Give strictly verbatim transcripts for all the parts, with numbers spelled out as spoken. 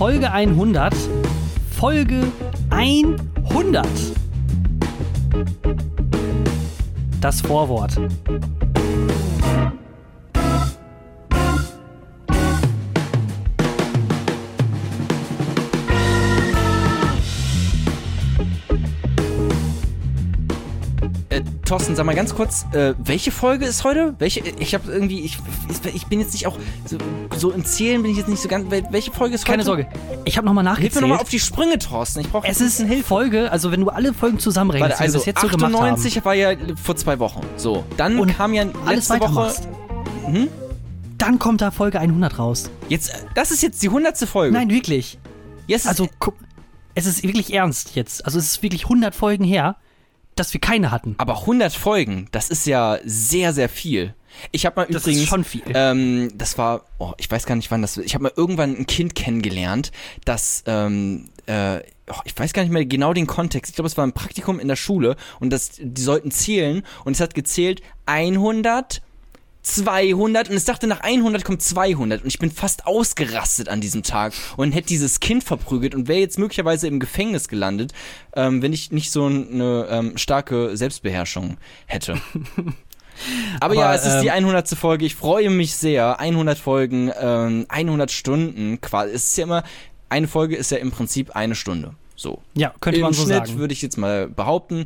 Folge hundert. Folge hundert. Das Vorwort. Thorsten, sag mal ganz kurz, äh, welche Folge ist heute? Welche? Ich habe irgendwie, ich, ich bin jetzt nicht auch, so, so im Zählen bin ich jetzt nicht so ganz, welche Folge ist heute? Keine Sorge, ich habe nochmal nachgezählt. Hilf mir nochmal auf die Sprünge, Thorsten, ich brauche Es ist Hilfe. Folge, also wenn du alle Folgen zusammenrechnest, Warte, also die wir bis jetzt so gemacht haben. achtundneunzig war ja vor zwei Wochen, so. Dann Und kam ja alles letzte Woche... weitermachst. Hm? Dann kommt da Folge hundert raus. Jetzt, das ist jetzt die hundertste Folge? Nein, wirklich. Yes, also, guck, es ist wirklich ernst jetzt. Also es ist wirklich hundert Folgen her, dass wir keine hatten. Aber hundert Folgen, das ist ja sehr, sehr viel. Ich habe mal das übrigens, ist schon viel. Ähm, das war, oh, ich weiß gar nicht, wann das. Ich habe mal irgendwann ein Kind kennengelernt, das, ähm, äh, oh, ich weiß gar nicht mehr genau den Kontext. Ich glaube, es war ein Praktikum in der Schule und das, die sollten zählen und es hat gezählt hundert, zweihundert und es dachte, nach hundert kommt zweihundert und ich bin fast ausgerastet an diesem Tag und hätte dieses Kind verprügelt und wäre jetzt möglicherweise im Gefängnis gelandet, ähm, wenn ich nicht so eine ähm, starke Selbstbeherrschung hätte. Aber, Aber ja, es ist ähm, die hundertste Folge, ich freue mich sehr, hundert Folgen, ähm, hundert Stunden, quasi, es ist ja immer, eine Folge ist ja im Prinzip eine Stunde. So. Ja, könnte man Im so Schnitt sagen. Würde ich jetzt mal behaupten.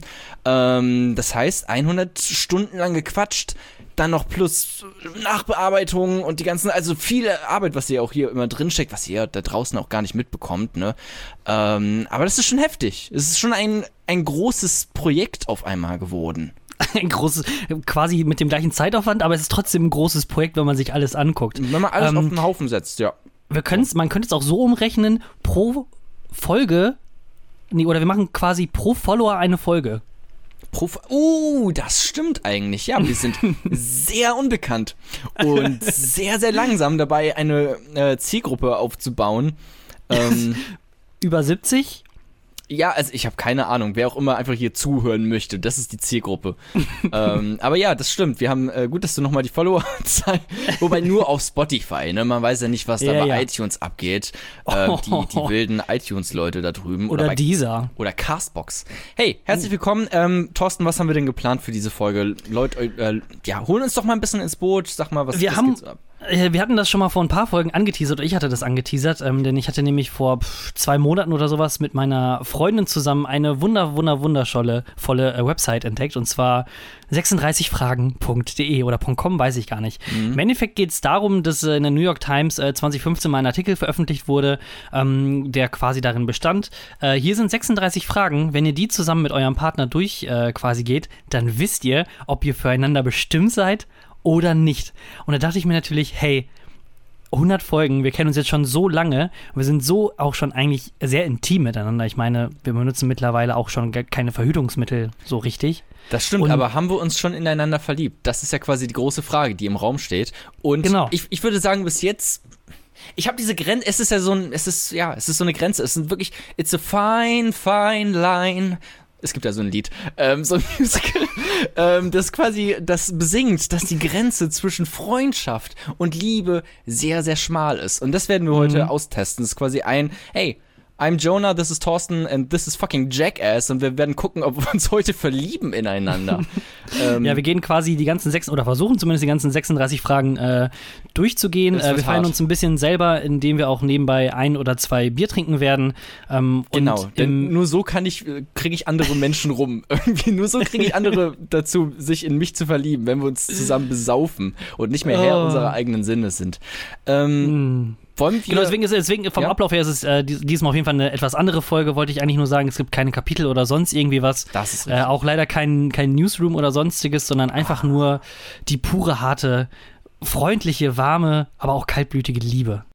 Ähm, das heißt, hundert Stunden lang gequatscht, dann noch plus Nachbearbeitung und die ganzen, also viele Arbeit, was hier auch hier immer drinsteckt, was ihr da draußen auch gar nicht mitbekommt, ne? Ähm, aber das ist schon heftig. Es ist schon ein, ein großes Projekt auf einmal geworden. Ein großes, quasi mit dem gleichen Zeitaufwand, aber es ist trotzdem ein großes Projekt, wenn man sich alles anguckt. Wenn man alles ähm, auf den Haufen setzt, ja. Wir können's, man könnte es auch so umrechnen, pro Folge, nee, oder wir machen quasi pro Follower eine Folge. Pro, uh, das stimmt eigentlich. Ja, wir sind sehr unbekannt und sehr, sehr langsam dabei, eine äh, Zielgruppe aufzubauen. Ähm, Über siebzig? Ja, also ich habe keine Ahnung, wer auch immer einfach hier zuhören möchte, das ist die Zielgruppe. ähm, aber ja, das stimmt, wir haben, äh, gut, dass du nochmal die Follower-Zahl, wobei nur auf Spotify, ne, man weiß ja nicht, was da ja, bei ja. iTunes abgeht, äh, die, die wilden iTunes-Leute da drüben. Oder, oder bei, dieser. Oder Castbox. Hey, herzlich willkommen, ähm, Thorsten, was haben wir denn geplant für diese Folge? Leute, äh, ja, holen uns doch mal ein bisschen ins Boot, sag mal, was, wir was haben geht's ab? Wir hatten das schon mal vor ein paar Folgen angeteasert, oder ich hatte das angeteasert, ähm, denn ich hatte nämlich vor pff, zwei Monaten oder sowas mit meiner Freundin zusammen eine wunder, wunder, wundervolle volle äh, Website entdeckt, und zwar sechsunddreißig fragen punkt de oder .com, weiß ich gar nicht. Mhm. Im Endeffekt geht es darum, dass äh, in der New York Times äh, zwanzig fünfzehn mal ein Artikel veröffentlicht wurde, ähm, der quasi darin bestand, äh, hier sind sechsunddreißig Fragen, wenn ihr die zusammen mit eurem Partner durch äh, quasi geht, dann wisst ihr, ob ihr füreinander bestimmt seid oder nicht. Und da dachte ich mir natürlich, hey, hundert Folgen, wir kennen uns jetzt schon so lange, wir sind so auch schon eigentlich sehr intim miteinander. Ich meine, wir benutzen mittlerweile auch schon keine Verhütungsmittel so richtig. Das stimmt, und aber haben wir uns schon ineinander verliebt? Das ist ja quasi die große Frage, die im Raum steht. Und genau. ich, ich würde sagen, bis jetzt, ich habe diese Grenze, es ist ja so ein, es ist, ja, es ist so eine Grenze, es sind wirklich, it's a fine, fine line. Es gibt ja so ein Lied, ähm, so ein Musical, ähm, das quasi das besingt, dass die Grenze zwischen Freundschaft und Liebe sehr, sehr schmal ist. Und das werden wir heute mhm. austesten. Das ist quasi ein, hey, I'm Jonah, this is Thorsten and this is fucking Jackass, und wir werden gucken, ob wir uns heute verlieben ineinander. ähm, ja, wir gehen quasi die ganzen sechs oder versuchen zumindest die ganzen sechsunddreißig Fragen äh, durchzugehen. Äh, wir feiern uns ein bisschen selber, indem wir auch nebenbei ein oder zwei Bier trinken werden. Ähm, genau, und denn nur so kann ich, kriege ich andere Menschen rum. Irgendwie nur so kriege ich andere dazu, sich in mich zu verlieben, wenn wir uns zusammen besaufen und nicht mehr Herr oh. unserer eigenen Sinne sind. Ähm, mm. Wollen wir genau, deswegen, ist, deswegen vom ja? Ablauf her ist es äh, diesmal auf jeden Fall eine etwas andere Folge, wollte ich eigentlich nur sagen. Es gibt keine Kapitel oder sonst irgendwie was. Das ist äh, auch leider kein, kein Newsroom oder sonstiges, sondern einfach ah. nur die pure, harte, freundliche, warme, aber auch kaltblütige Liebe.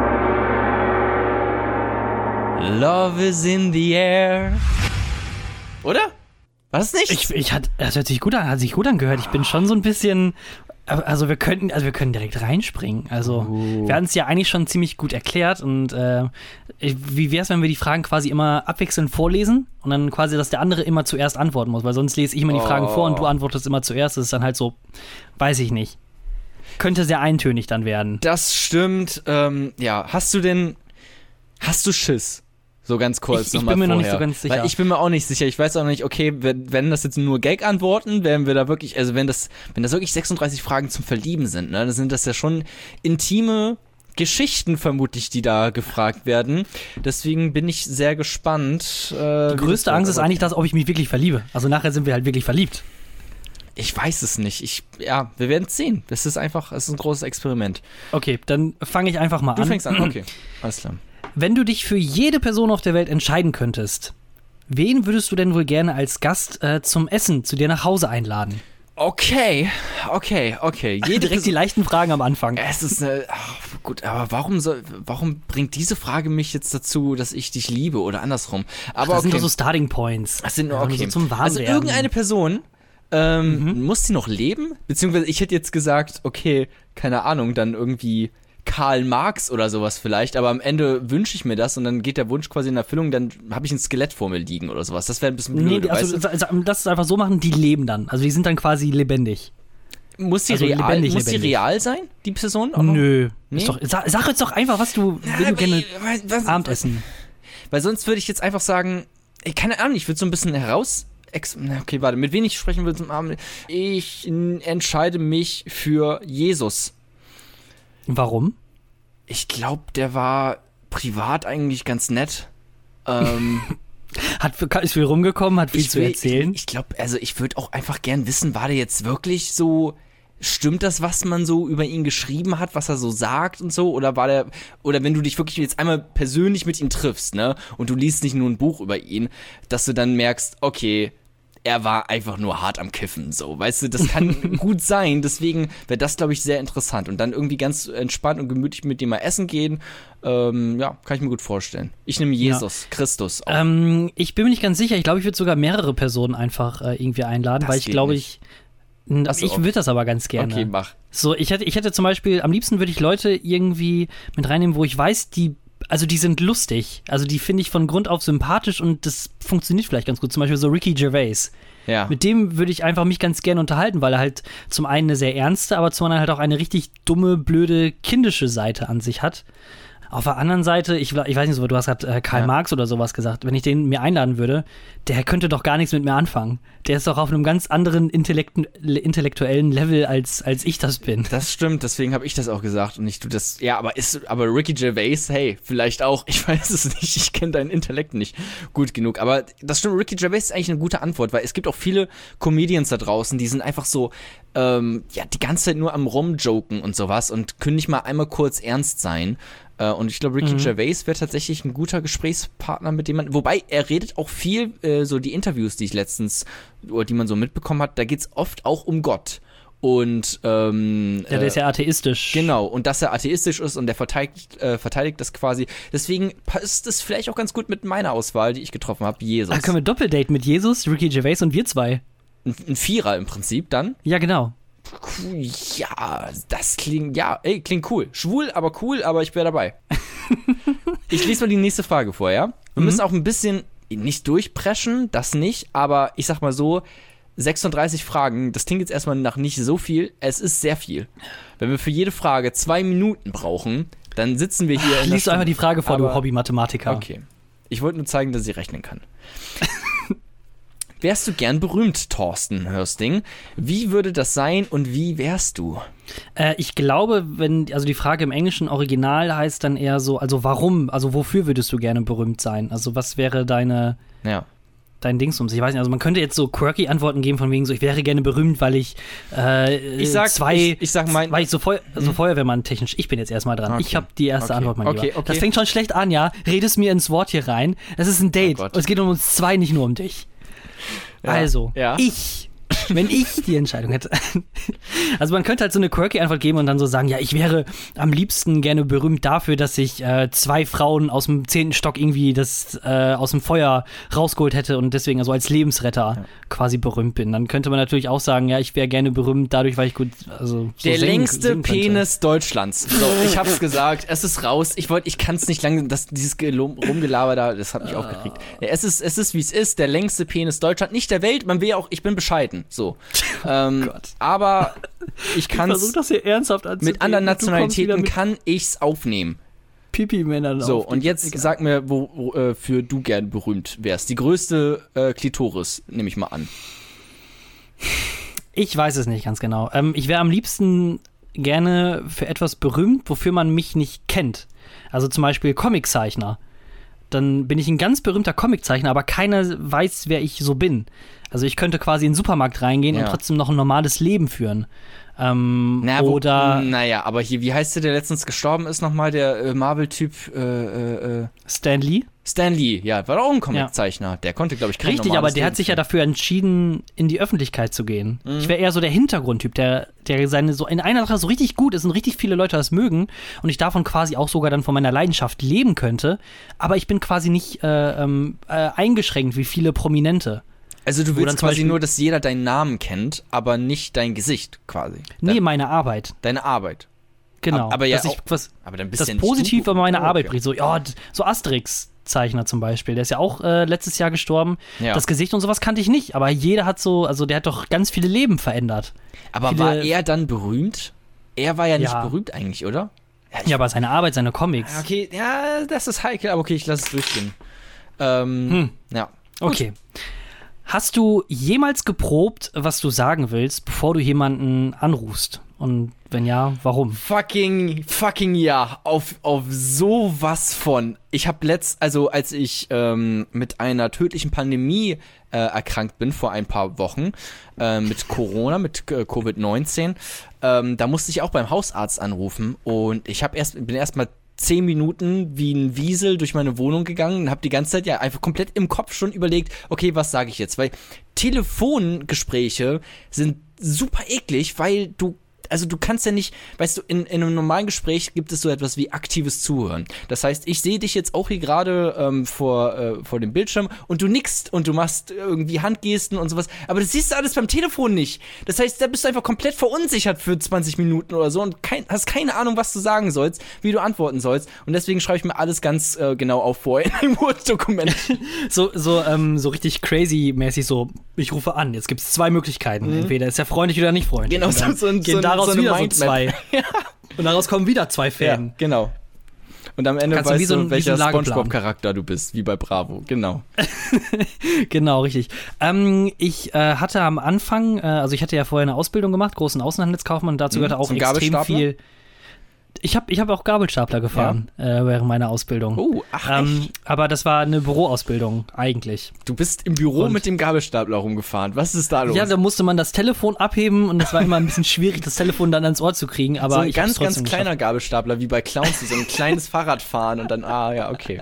Love is in the air. Oder? War das nicht? Ich, ich hat, das hört sich gut an, hat sich gut angehört. Ich bin schon so ein bisschen... Also wir könnten, also wir können direkt reinspringen. Also uh. wir hatten es ja eigentlich schon ziemlich gut erklärt, und äh, wie wäre es, wenn wir die Fragen quasi immer abwechselnd vorlesen und dann quasi, dass der andere immer zuerst antworten muss, weil sonst lese ich immer die oh. Fragen vor und du antwortest immer zuerst. Das ist dann halt so, weiß ich nicht. Könnte sehr eintönig dann werden. Das stimmt. Ähm, ja, hast du denn Hast du Schiss? So ganz kurz Ich, ich nochmal bin mir vorher. noch nicht so ganz sicher. Weil ich bin mir auch nicht sicher. Ich weiß auch nicht, okay, wenn, wenn das jetzt nur Gag-Antworten, werden wir da wirklich, also wenn das, wenn das wirklich sechsunddreißig Fragen zum Verlieben sind, ne, dann sind das ja schon intime Geschichten vermutlich, die da gefragt werden. Deswegen bin ich sehr gespannt. Äh, Die größte Angst ist eigentlich das, ob ich mich wirklich verliebe. Also nachher sind wir halt wirklich verliebt. Ich weiß es nicht. Ich, ja, wir werden es sehen. Das ist einfach, es ist ein großes Experiment. Okay, dann fange ich einfach mal Du an. Du fängst an, okay. Alles klar. Wenn du dich für jede Person auf der Welt entscheiden könntest, wen würdest du denn wohl gerne als Gast äh, zum Essen zu dir nach Hause einladen? Okay, okay, okay. Jede Direkt die leichten Fragen am Anfang. Es ist eine, oh, gut, aber warum soll, warum bringt diese Frage mich jetzt dazu, dass ich dich liebe oder andersrum? Aber Ach, das okay. sind nur so Starting Points. Das sind nur, Ja, okay. so zum Also Warmwerden. irgendeine Person, ähm, Mhm. muss sie noch leben? Beziehungsweise ich hätte jetzt gesagt, okay, keine Ahnung, dann irgendwie Karl Marx oder sowas vielleicht, aber am Ende wünsche ich mir das und dann geht der Wunsch quasi in Erfüllung, dann habe ich ein Skelett vor mir liegen oder sowas. Das wäre ein bisschen blöd, Nee, also, weißt du? also, lass es einfach so machen, die leben dann. Also die sind dann quasi lebendig. Muss sie, also real, lebendig, muss sie lebendig. real sein, die Person? Auch noch? Nö. Nee? Ist doch, sag, sag jetzt doch einfach, was du, Ja, wenn du aber gerne ich- was- was- Abendessen. Weil sonst würde ich jetzt einfach sagen, ey, keine Ahnung, ich würde so ein bisschen heraus... Ex na, okay, warte, mit wem ich sprechen will zum Abend? Ich n, entscheide mich für Jesus. Warum? Ich glaube, der war privat eigentlich ganz nett. Ähm, Hat, ist viel rumgekommen, hat viel ich zu will- erzählen. Ich, ich glaube, also ich würde auch einfach gern wissen, war der jetzt wirklich so... Stimmt das, was man so über ihn geschrieben hat, was er so sagt und so? Oder war der, oder wenn du dich wirklich jetzt einmal persönlich mit ihm triffst, ne, und du liest nicht nur ein Buch über ihn, dass du dann merkst, okay, er war einfach nur hart am Kiffen, so, weißt du, das kann gut sein, deswegen wäre das, glaube ich, sehr interessant und dann irgendwie ganz entspannt und gemütlich mit dem mal essen gehen, ähm, ja, kann ich mir gut vorstellen. Ich nehme Jesus, ja. Christus auch. Ähm, ich bin mir nicht ganz sicher, ich glaube, ich würde sogar mehrere Personen einfach äh, irgendwie einladen, Das weil ich geht glaube, nicht. ich Ach so, Ich okay. würde das aber ganz gerne. Okay, mach. So, ich hätte, ich hätte zum Beispiel, am liebsten würde ich Leute irgendwie mit reinnehmen, wo ich weiß, die, also die sind lustig. Also die finde ich von Grund auf sympathisch und das funktioniert vielleicht ganz gut. Zum Beispiel so Ricky Gervais. Ja. Mit dem würde ich einfach mich ganz gerne unterhalten, weil er halt zum einen eine sehr ernste, aber zum anderen halt auch eine richtig dumme, blöde, kindische Seite an sich hat. Auf der anderen Seite, ich, ich weiß nicht so, du hast gerade äh, Karl Ja. Marx oder sowas gesagt, wenn ich den mir einladen würde, der könnte doch gar nichts mit mir anfangen. Der ist doch auf einem ganz anderen Intellekt, intellektuellen Level, als, als ich das bin. Das stimmt, deswegen habe ich das auch gesagt und nicht du das. Ja, aber ist aber Ricky Gervais, hey, vielleicht auch. Ich weiß es nicht, ich kenne deinen Intellekt nicht gut genug. Aber das stimmt, Ricky Gervais ist eigentlich eine gute Antwort, weil es gibt auch viele Comedians da draußen, die sind einfach so, ähm, ja, die ganze Zeit nur am Rumjoken und sowas und können nicht mal einmal kurz ernst sein. Äh, und ich glaube, Ricky Mhm. Gervais wäre tatsächlich ein guter Gesprächspartner, mit dem man. Wobei er redet auch viel, äh, so die Interviews, die ich letztens, oder die man so mitbekommen hat, da geht's oft auch um Gott. Und ähm, Ja, der ist ja atheistisch. Genau, und dass er atheistisch ist und der verteidigt, äh, verteidigt das quasi. Deswegen passt es vielleicht auch ganz gut mit meiner Auswahl, die ich getroffen habe, Jesus. Ah, können wir Doppeldate mit Jesus, Ricky Gervais und wir zwei? Ein, ein Vierer im Prinzip dann. Ja, genau. Cool, ja, das klingt, ja, ey, klingt cool. Schwul, aber cool, aber ich wäre dabei. Ich lese mal die nächste Frage vor, ja? Wir Mhm. müssen auch ein bisschen, nicht durchpreschen, das nicht, aber ich sag mal so, sechsunddreißig Fragen, das klingt jetzt erstmal nach nicht so viel, es ist sehr viel. Wenn wir für jede Frage zwei Minuten brauchen, dann sitzen wir hier in der Lies du einfach Stunde. die Frage vor, Aber- du Hobby-Mathematiker. Okay. Ich wollte nur zeigen, dass ich rechnen kann. Wärst du gern berühmt, Thorsten Hörsting? Wie würde das sein und wie wärst du? Äh, ich glaube, wenn, also die Frage im englischen Original heißt dann eher so, also warum, also wofür würdest du gerne berühmt sein? Also was wäre deine, Ja. dein Dingsums? Ich weiß nicht, also man könnte jetzt so quirky Antworten geben von wegen so, ich wäre gerne berühmt, weil ich äh, Ich sag- zwei, ich- ich sag mein- weil ich so, Feu so Feuerwehrmann technisch, ich bin jetzt erstmal dran. Okay. Ich habe die erste Okay. Antwort, mein Okay, Lieber. okay. Das fängt schon schlecht an, ja? Redest mir ins Wort hier rein. Das ist ein Date. Oh Gott. Und es geht um uns zwei, nicht nur um dich. Ja. Also, Ja. ich, wenn ich die Entscheidung hätte. Also man könnte halt so eine quirky Antwort geben und dann so sagen, ja, ich wäre am liebsten gerne berühmt dafür, dass ich äh, zwei Frauen aus dem zehnten Stock irgendwie das äh, aus dem Feuer rausgeholt hätte und deswegen also als Lebensretter Ja. quasi berühmt bin. Dann könnte man natürlich auch sagen, ja, ich wäre gerne berühmt dadurch, weil ich gut, also so Der singen- längste singen könnte. Penis Deutschlands. So, ich hab's gesagt, es ist raus. Ich wollte, ich kann's nicht lange, das, dieses Gelum- Rumgelaber da, das hat mich aufgeregt. Ja, es ist, es ist wie es ist, der längste Penis Deutschland, nicht der Welt, man will ja auch, ich bin bescheiden, so. Ähm, Gott. aber ich kann's, Versuch das hier ernsthaft anzugehen. mit anderen Du kommst wieder Nationalitäten mit- kann ich's aufnehmen. Pipi-Männern. So, auf. und jetzt Egal. sag mir, wofür für du gern berühmt wärst. Die größte äh, Klitoris, nehme ich mal an. Ich weiß es nicht ganz genau. Ähm, ich wäre am liebsten gerne für etwas berühmt, wofür man mich nicht kennt. Also zum Beispiel Comiczeichner. Dann bin ich ein ganz berühmter Comiczeichner, aber keiner weiß, wer ich so bin. Also ich könnte quasi in den Supermarkt reingehen Ja. und trotzdem noch ein normales Leben führen. Ähm, Na, wo, oder Naja, aber hier, wie heißt der, der letztens gestorben ist nochmal, der äh, Marvel-Typ äh, äh, äh, Stan Lee. Stan Lee, ja, war auch ein Comiczeichner. Der konnte, glaube ich, kein Richtig, aber normales der Leben hat sich ja führen. dafür entschieden, in die Öffentlichkeit zu gehen. Mhm. Ich wäre eher so der Hintergrundtyp, der, der seine so in einer Sache so richtig gut ist und richtig viele Leute das mögen und ich davon quasi auch sogar dann von meiner Leidenschaft leben könnte. Aber ich bin quasi nicht äh, ähm, äh, eingeschränkt wie viele Prominente. Also du Wo willst dann zum quasi Beispiel- nur, dass jeder deinen Namen kennt, aber nicht dein Gesicht quasi. Nee, Dein, meine Arbeit. deine Arbeit. Genau. Ab- aber ja dass ich auch- was, Aber dann bist das ja nicht Positive du. an meiner Oh, Arbeit okay. bringt. So, ja, d- so Asterix-Zeichner zum Beispiel. Der ist ja auch äh, letztes Jahr gestorben. Ja. Das Gesicht und sowas kannte ich nicht. Aber jeder hat so, also der hat doch ganz viele Leben verändert. Aber viele- war er dann berühmt? Er war ja nicht Ja. berühmt eigentlich, oder? ich- Ja, aber seine Arbeit, seine Comics. Ja, Okay, ja, das ist heikel, aber okay, ich lasse es durchgehen. Ähm, Hm. ja. Okay. Hast du jemals geprobt, was du sagen willst, bevor du jemanden anrufst? Und wenn ja, warum? Fucking, fucking ja, auf, auf sowas von. Ich habe letzt, also als ich ähm, mit einer tödlichen Pandemie äh, erkrankt bin vor ein paar Wochen, äh, mit Corona, mit äh, Covid neunzehn, ähm, da musste ich auch beim Hausarzt anrufen und ich hab erst, bin erst mal zehn Minuten wie ein Wiesel durch meine Wohnung gegangen und habe die ganze Zeit ja einfach komplett im Kopf schon überlegt, okay, was sage ich jetzt? Weil Telefongespräche sind super eklig, weil du also du kannst ja nicht, weißt du, in, in einem normalen Gespräch gibt es so etwas wie aktives Zuhören. Das heißt, ich sehe dich jetzt auch hier gerade ähm, vor, äh, vor dem Bildschirm und du nickst und du machst irgendwie Handgesten und sowas, aber das siehst du alles beim Telefon nicht. Das heißt, da bist du einfach komplett verunsichert für zwanzig Minuten oder so und kein, hast keine Ahnung, was du sagen sollst, wie du antworten sollst und deswegen schreibe ich mir alles ganz äh, genau auf vorher in einem Word-Dokument. So, so, ähm, so richtig crazy-mäßig so, ich rufe an, jetzt gibt es zwei Möglichkeiten. Mhm. Entweder ist er freundlich oder nicht freundlich. Genau, Und dann so- so ein- gehen so ein- daraus so eine wieder so Mindmap. zwei. Und daraus kommen wieder zwei Fäden. Ja, genau. Und am Ende Kannst du weißt wie so du, ein- wie so welcher ein Lageplan. SpongeBob-Charakter du bist, wie bei Bravo. Genau. Genau, richtig. Ähm, ich äh, hatte am Anfang, äh, also ich hatte ja vorher eine Ausbildung gemacht, großen Außenhandelskaufmann, dazu Mhm, gehörte auch zum extrem Gabelstapler? viel. Ich habe ich hab auch Gabelstapler gefahren äh, während meiner Ausbildung. Oh, ach ähm, echt? aber das war eine Büroausbildung eigentlich. Du bist im Büro Und- mit dem Gabelstapler rumgefahren. Was ist da los? Ja, da musste man das Telefon abheben und das war immer ein bisschen schwierig, das Telefon dann ans Ohr zu kriegen. Aber so ein ich hab's ganz, ganz trotzdem kleiner Gabelstapler, wie bei Clowns, die so ein kleines Fahrrad fahren und dann, ah ja, okay.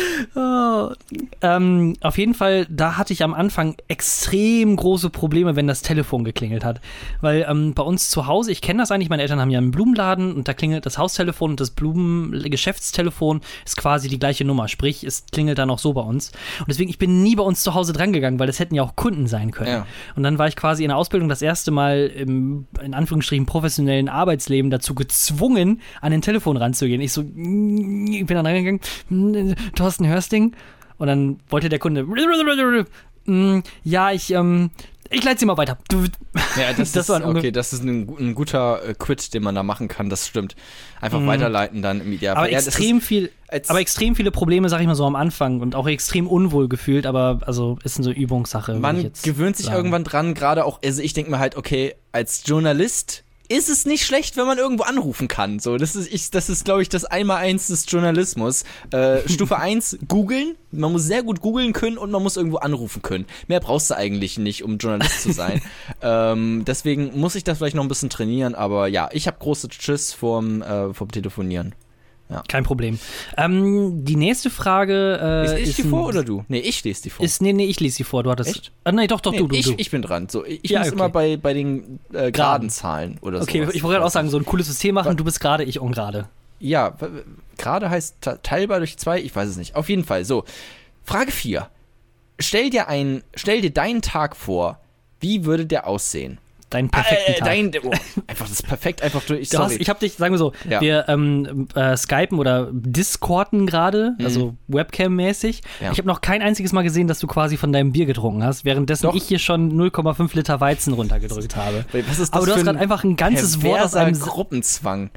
Oh, ähm, auf jeden Fall, da hatte ich am Anfang extrem große Probleme, wenn das Telefon geklingelt hat. Weil ähm, bei uns zu Hause, ich kenne das eigentlich, meine Eltern haben ja einen Blumenladen und da klingelt das Haustelefon und das Blumengeschäftstelefon ist quasi die gleiche Nummer. Sprich, es klingelt dann auch so bei uns. Und deswegen, ich bin nie bei uns zu Hause dran gegangen, weil das hätten ja auch Kunden sein können. Ja. Und dann war ich quasi in der Ausbildung das erste Mal im, in Anführungsstrichen, professionellen Arbeitsleben dazu gezwungen, an den Telefon ranzugehen. Ich so, ich bin dann rangegangen, Thorsten Hörsting. Und dann wollte der Kunde, ja, ich, ähm, ich leite sie mal weiter. Ja, das, Das ist, war ein unge- okay, das ist ein, ein guter äh, Quit, den man da machen kann, das stimmt. Einfach weiterleiten dann im Idealfall. Aber Ja, das extrem ist, viel, als- aber extrem viele Probleme, sag ich mal so am Anfang und auch extrem unwohl gefühlt, aber also ist eine Übungssache. würd ich man jetzt gewöhnt sich sagen. irgendwann dran, gerade auch, also ich denke mir halt, okay, als Journalist ist es nicht schlecht, wenn man irgendwo anrufen kann. So, das ist, ich, das ist, glaube ich, das Einmaleins des Journalismus. Äh, Stufe eins, googeln. Man muss sehr gut googeln können und man muss irgendwo anrufen können. Mehr brauchst du eigentlich nicht, um Journalist zu sein. ähm, deswegen muss ich das vielleicht noch ein bisschen trainieren, aber ja, ich habe große Schiss vom, äh, vom Telefonieren. Kein Problem. Ähm, die nächste Frage äh, Lese ich ist die ein- vor oder du? Nee, ich lese die vor. Ist, nee, nee, ich lese sie vor. Du hattest. Echt? Ah, nee, doch, doch, nee, du, du, ich, du. ich bin dran. So, ich Ja, muss okay. immer bei, bei den äh, geraden Zahlen oder so. Okay, ich wollte gerade auch sagen, so ein cooles System machen, du bist gerade, ich ungerade. Ja, w- w- gerade heißt ta- teilbar durch zwei, ich weiß es nicht. Auf jeden Fall. So, Frage vier. Stell dir ein, stell dir deinen Tag vor, wie würde der aussehen? Deinen perfekten äh, Tag. Dein, oh, einfach das ist perfekt, einfach durch. Du hast, Sorry. ich habe dich, sagen wir so, Ja. wir ähm, äh, skypen oder discorden gerade, also Webcam-mäßig. Ja. Ich habe noch kein einziges Mal gesehen, dass du quasi von deinem Bier getrunken hast, währenddessen Doch. ich hier schon null Komma fünf Liter Weizen runtergedrückt habe. Was ist das Aber du für hast ein gerade einfach ein ganzes Wort aus perverser einem... Gruppenzwang.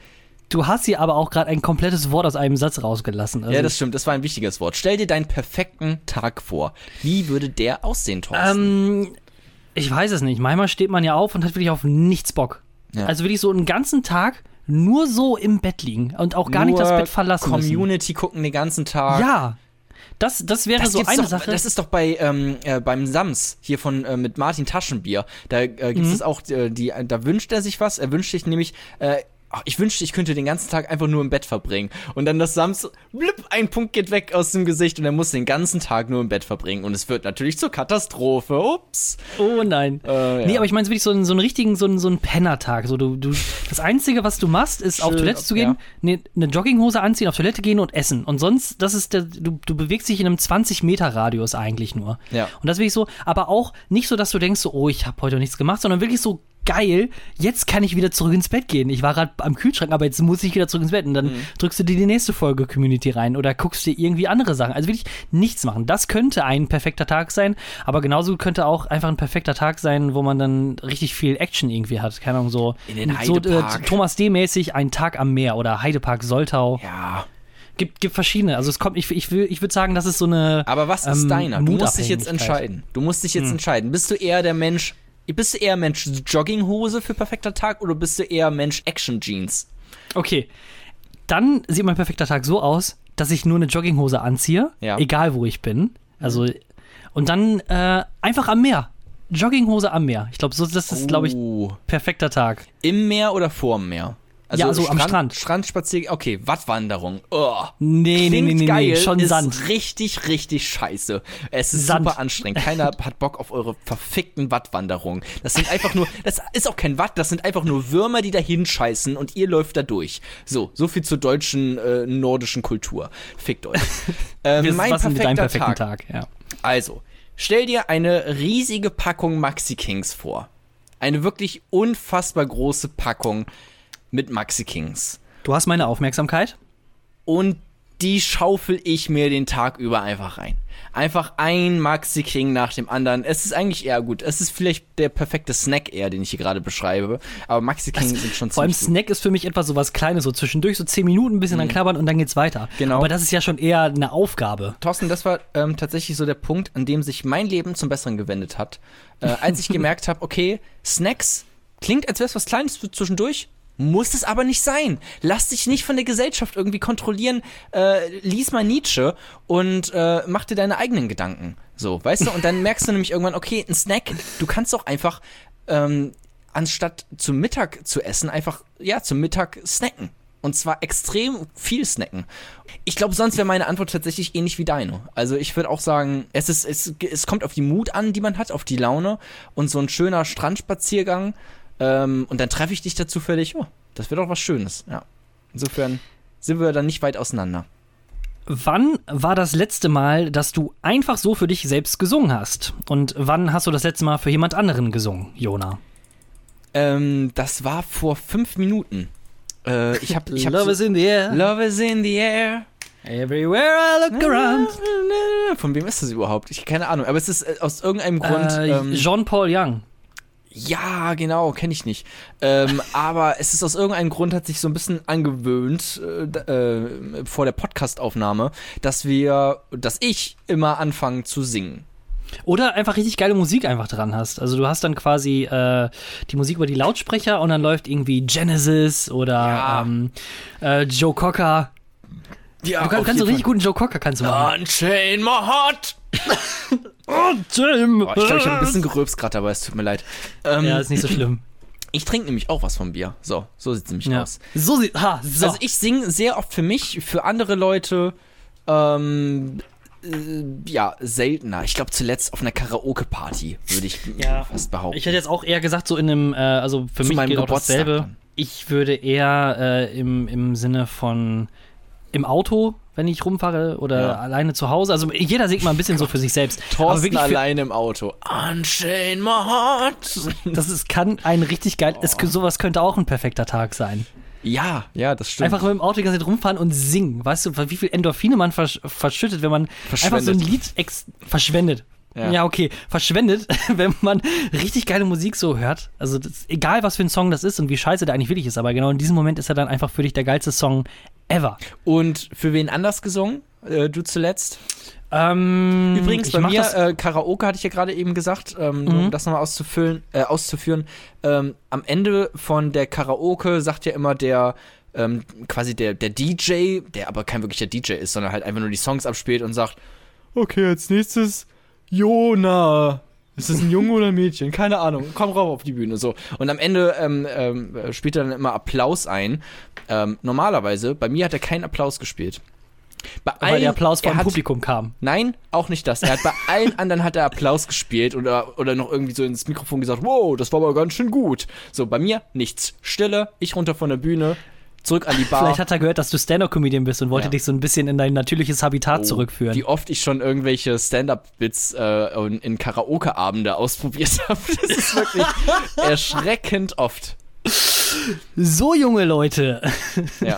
Du hast hier aber auch gerade ein komplettes Wort aus einem Satz rausgelassen. Also ja, das stimmt. Das war ein wichtiges Wort. Stell dir deinen perfekten Tag vor. Wie würde der aussehen, Thorsten? Ähm, ich weiß es nicht. Manchmal steht man ja auf und hat wirklich auf nichts Bock. Ja. Also wirklich so einen ganzen Tag nur so im Bett liegen und auch gar Nur nicht das Bett verlassen Community müssen. Gucken den ganzen Tag. Ja, das, das wäre das so eine doch, Sache. Das ist doch bei ähm, äh, beim Sams hier von äh, mit Martin Taschenbier. Da äh, gibt es mhm. auch äh, die, da wünscht er sich was. Er wünscht sich nämlich äh, ach, ich wünschte, ich könnte den ganzen Tag einfach nur im Bett verbringen. Und dann das Sams, blüpp, ein Punkt geht weg aus dem Gesicht und er muss den ganzen Tag nur im Bett verbringen. Und es wird natürlich zur Katastrophe. Ups. Oh nein. Äh, ja. Nee, aber ich meine wirklich so einen, so einen richtigen, so einen, so einen Pennertag. So, du, du, das Einzige, was du machst, ist Schön, auf Toilette zu gehen, ja. ne, eine Jogginghose anziehen, auf Toilette gehen und essen. Und sonst, das ist der, du, du bewegst dich in einem zwanzig Meter Radius eigentlich nur. Ja. Und das wirklich so, aber auch nicht so, dass du denkst, so, oh, ich habe heute nichts gemacht, sondern wirklich so, geil, jetzt kann ich wieder zurück ins Bett gehen. Ich war gerade am Kühlschrank, aber jetzt muss ich wieder zurück ins Bett. Und dann mhm. drückst du dir die nächste Folge Community rein oder guckst dir irgendwie andere Sachen. Also wirklich nichts machen. Das könnte ein perfekter Tag sein, aber genauso könnte auch einfach ein perfekter Tag sein, wo man dann richtig viel Action irgendwie hat. Keine Ahnung, so, in den so äh, Thomas D-mäßig ein Tag am Meer oder Heidepark Soltau. Ja. Gibt, gibt verschiedene. Also es kommt, ich, ich, will, ich würde sagen, das ist so eine. Aber was ist ähm, deiner? Du musst dich jetzt entscheiden. Du musst dich jetzt hm. entscheiden. Bist du eher der Mensch. Bist du eher Mensch Jogginghose für perfekter Tag oder bist du eher Mensch Action Jeans? Okay, dann sieht mein perfekter Tag so aus, dass ich nur eine Jogginghose anziehe, ja. egal wo ich bin. Also und dann äh, einfach am Meer. Jogginghose am Meer. Ich glaube, so das ist, glaube ich, perfekter Tag. Im Meer oder vorm Meer? Also, ja, also Strand, am Strand. Strandspaziergang, okay, Wattwanderung. Oh. Nee, nee, nee, nee, geil, nee, schon ist Sand. richtig, richtig scheiße. Es ist Sand. super anstrengend. Keiner hat Bock auf eure verfickten Wattwanderungen. Das sind einfach nur, das ist auch kein Watt, das sind einfach nur Würmer, die da hinscheißen und ihr läuft da durch. So, so viel zur deutschen, äh, nordischen Kultur. Fickt euch. ähm, mein was perfekter dein perfekten Tag. Tag ja. Also, stell dir eine riesige Packung Maxi Kings vor. Eine wirklich unfassbar große Packung mit Maxi Kings. Du hast meine Aufmerksamkeit. Und die schaufel ich mir den Tag über einfach rein. Einfach ein Maxi King nach dem anderen. Es ist eigentlich eher gut. Es ist vielleicht der perfekte Snack eher, den ich hier gerade beschreibe. Aber Maxi King sind schon vor allem ziemlich Snack ist für mich etwas so was Kleines, so zwischendurch so zehn Minuten ein bisschen mhm. dann knabbern und dann geht's weiter. Genau. Aber das ist ja schon eher eine Aufgabe. Thorsten, das war ähm, tatsächlich so der Punkt, an dem sich mein Leben zum Besseren gewendet hat. Äh, als ich gemerkt habe, okay, Snacks klingt, als wäre es was Kleines für zwischendurch. Muss es aber nicht sein. Lass dich nicht von der Gesellschaft irgendwie kontrollieren. Äh, lies mal Nietzsche und äh, mach dir deine eigenen Gedanken. So, weißt du? Und dann merkst du nämlich irgendwann, okay, ein Snack, du kannst doch einfach, ähm, anstatt zum Mittag zu essen, einfach, ja, zum Mittag snacken. Und zwar extrem viel snacken. Ich glaube, sonst wäre meine Antwort tatsächlich ähnlich wie deine. Also ich würde auch sagen, es, ist, es, es kommt auf die Mut an, die man hat, auf die Laune. Und so ein schöner Strandspaziergang, Ähm, und dann treffe ich dich dazu völlig, oh, das wäre doch was Schönes, ja. Insofern sind wir dann nicht weit auseinander. Wann war das letzte Mal, dass du einfach so für dich selbst gesungen hast? Und wann hast du das letzte Mal für jemand anderen gesungen, Jona? Ähm, das war vor fünf Minuten. Äh, ich hab, ich hab Love so, is in the air. Love is in the air. Everywhere I look around. Von wem ist das überhaupt? Ich keine Ahnung, aber es ist aus irgendeinem Grund. Äh, ähm, Jean-Paul Young. Ja, genau, kenne ich nicht. Ähm, aber es ist aus irgendeinem Grund, hat sich so ein bisschen angewöhnt äh, äh, vor der Podcastaufnahme, dass wir, dass ich immer anfange zu singen. Oder einfach richtig geile Musik einfach dran hast. Also du hast dann quasi äh, die Musik über die Lautsprecher und dann läuft irgendwie Genesis oder ja. ähm, äh, Joe Cocker. Ja, du kann, kannst so richtig guten Joe Cocker kannst du machen. Unchain my heart. Oh, Tim. Oh, ich glaube, ich habe ein bisschen gerülpst gerade, aber es tut mir leid. Ähm, ja, ist nicht so schlimm. Ich trinke nämlich auch was vom Bier. So, so sieht es nämlich ja. aus. So sieht, ha, so. Also ich singe sehr oft für mich, für andere Leute, ähm, äh, ja, seltener. Ich glaube zuletzt auf einer Karaoke-Party, würde ich ja. fast behaupten. Ich hätte jetzt auch eher gesagt, so in einem, äh, also für Zu mich meinem gilt auch Geburtstag dasselbe. dann. Ich würde eher äh, im, im Sinne von im Auto, wenn ich rumfahre oder ja. alleine zu Hause. Also jeder singt mal ein bisschen so für sich selbst. Thorsten alleine im Auto. Unchain my heart. Das ist, kann ein richtig geil, oh. es, sowas könnte auch ein perfekter Tag sein. Ja, ja, das stimmt. Einfach mit dem Auto die ganze Zeit rumfahren und singen. Weißt du, wie viel Endorphine man versch- verschüttet, wenn man einfach so ein Lied ex- verschwendet. Ja. ja, okay, verschwendet, wenn man richtig geile Musik so hört. Also das, egal, was für ein Song das ist und wie scheiße der eigentlich wirklich ist, aber genau in diesem Moment ist er dann einfach für dich der geilste Song ever. Und für wen anders gesungen, äh, du zuletzt? Ähm, Übrigens, ich bei mach mir, das- äh, Karaoke hatte ich ja gerade eben gesagt, ähm, nur Mhm. um das nochmal auszufüllen, äh, auszuführen. Ähm, am Ende von der Karaoke sagt ja immer der, ähm, quasi der, der D J, der aber kein wirklicher D J ist, sondern halt einfach nur die Songs abspielt und sagt, okay, als nächstes Jona. Ist das ein Junge oder ein Mädchen? Keine Ahnung. Komm rauf auf die Bühne. So. Und am Ende ähm, ähm, spielt er dann immer Applaus ein. Ähm, normalerweise, bei mir hat er keinen Applaus gespielt. Bei weil allen- der Applaus er vom hat- Publikum kam. Nein, auch nicht das. Er hat bei allen anderen hat er Applaus gespielt oder, oder noch irgendwie so ins Mikrofon gesagt, wow, das war aber ganz schön gut. So, bei mir nichts. Stille, ich runter von der Bühne, zurück an die Bar. Vielleicht hat er gehört, dass du Stand-Up-Comedian bist und wollte Ja. dich so ein bisschen in dein natürliches Habitat Oh, zurückführen. Wie oft ich schon irgendwelche Stand-Up-Bits äh, in in Karaoke-Abende ausprobiert habe. Das ist wirklich erschreckend oft. So, junge Leute. Ja.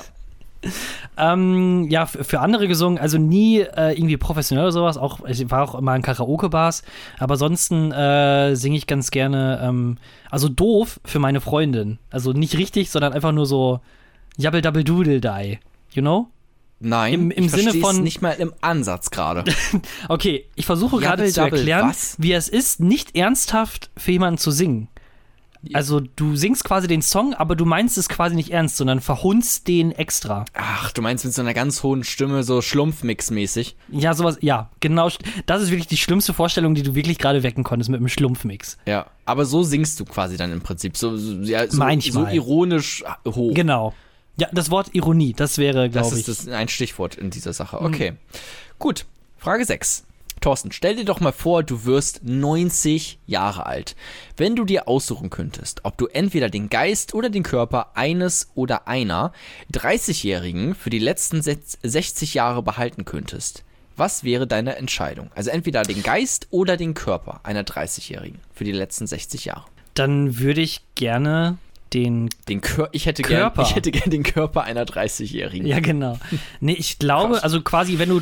Ähm, ja, f- für andere gesungen, also nie äh, irgendwie professionell oder sowas. Auch, ich war auch immer in Karaoke-Bars, aber ansonsten äh, singe ich ganz gerne, ähm, also doof für meine Freundin. Also nicht richtig, sondern einfach nur so Jabbel Double Doodle Die. You know? Nein, Im- im ich Sinne versteh's von- nicht mal im Ansatz gerade. Okay, ich versuche gerade Jabbel zu Double erklären, was? wie es ist, nicht ernsthaft für jemanden zu singen. Also du singst quasi den Song, aber du meinst es quasi nicht ernst, sondern verhunzt den extra. Ach, du meinst mit so einer ganz hohen Stimme, so Schlumpfmix-mäßig? Ja, sowas, ja, genau. Das ist wirklich die schlimmste Vorstellung, die du wirklich gerade wecken konntest mit dem Schlumpfmix. Ja, aber so singst du quasi dann im Prinzip. So, so, ja, so, Manchmal. so ironisch hoch. Genau. Ja, das Wort Ironie, das wäre, Das glaube ich. ist das ein Stichwort in dieser Sache. Okay. Gut. Frage sechs. Thorsten, stell dir doch mal vor, du wirst neunzig Jahre alt. Wenn du dir aussuchen könntest, ob du entweder den Geist oder den Körper eines oder einer dreißigjährigen für die letzten sechzig Jahre behalten könntest, was wäre deine Entscheidung? Also entweder den Geist oder den Körper einer dreißigjährigen für die letzten sechzig Jahre. Dann würde ich gerne den. Den Kör ich hätte gern, Körper. ich hätte gern den Körper einer dreißigjährigen. Ja, genau. Nee, ich glaube, Krass. also quasi, wenn du.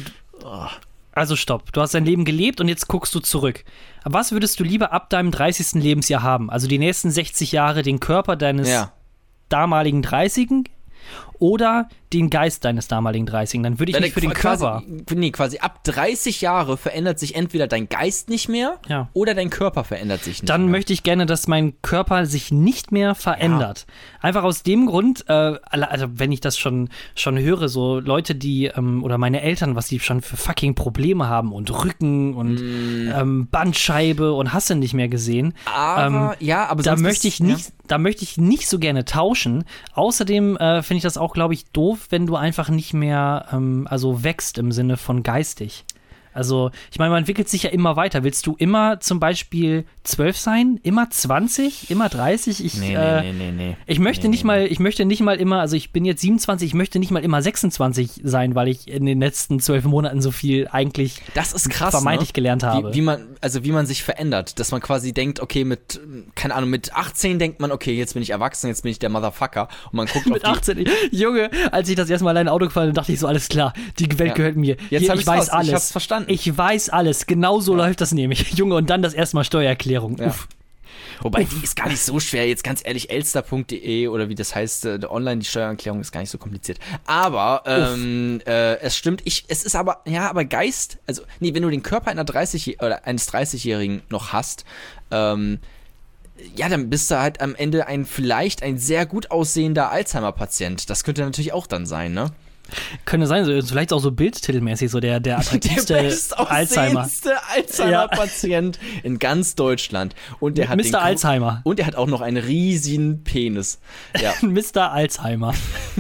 Also stopp, du hast dein Leben gelebt und jetzt guckst du zurück. Aber was würdest du lieber ab deinem dreißigsten Lebensjahr haben? Also die nächsten sechzig Jahre den Körper deines Ja. damaligen dreißigen oder den Geist deines damaligen dreißigen? Dann würde ich Ja, mich für den quasi, Körper. Nee, quasi ab dreißig Jahre verändert sich entweder dein Geist nicht mehr Ja. oder dein Körper verändert sich nicht Dann mehr. möchte ich gerne, dass mein Körper sich nicht mehr verändert. Einfach aus dem Grund, äh, also wenn ich das schon, schon höre, so Leute, die, ähm, oder meine Eltern, was die schon für fucking Probleme haben und Rücken und Mm. ähm, Bandscheibe und hast du nicht mehr gesehen. Aber, ja, aber Da sonst möchte ist- ich nicht, da möchte ich nicht so gerne tauschen. Außerdem äh, finde ich das auch, glaube ich, doof, wenn du einfach nicht mehr, ähm, also wächst im Sinne von geistig. Also, ich meine, man entwickelt sich ja immer weiter. Willst du immer zum Beispiel zwölf sein? Immer zwanzig? Immer dreißig? Ich, Nee, äh, nee, nee, nee, nee. ich möchte Nee, nicht nee, mal, ich möchte nicht mal immer, also ich bin jetzt siebenundzwanzig, ich möchte nicht mal immer sechsundzwanzig sein, weil ich in den letzten zwölf Monaten so viel eigentlich Das ist krass, vermeintlich ne? gelernt habe. Wie, wie man, also wie man sich verändert, dass man quasi denkt, okay, mit, keine Ahnung, mit achtzehn denkt man, okay, jetzt bin ich erwachsen, jetzt bin ich der Motherfucker und man guckt Mit auf die, achtzehn, Junge, als ich das erste Mal allein Auto gefahren bin, dachte ich so, alles klar, die Welt Ja. gehört mir. Jetzt Hier, hab ich ich's weiß raus, ich alles. hab's verstanden. Ich weiß alles. Genau so läuft das nämlich. Junge, und dann das erste Mal Steuererklärung. Ja. Uff. Wobei, die ist gar nicht so schwer. Jetzt ganz ehrlich, elster punkt de oder wie das heißt, äh, online, die Steuererklärung ist gar nicht so kompliziert. Aber ähm, äh, es stimmt, ich, es ist aber, ja, aber Geist, also, nee, wenn du den Körper einer dreißig oder eines dreißigjährigen noch hast, ähm, ja, dann bist du halt am Ende ein vielleicht ein sehr gut aussehender Alzheimer-Patient. Das könnte natürlich auch dann sein, ne? Könnte sein, so, vielleicht auch so bildtitelmäßig, so der, der attraktivste Der Alzheimer. bestaussehendste Alzheimer-Patient in ganz Deutschland. Und der hat Mister den, Alzheimer. Und der hat auch noch einen riesigen Penis. Ja. Mister Alzheimer.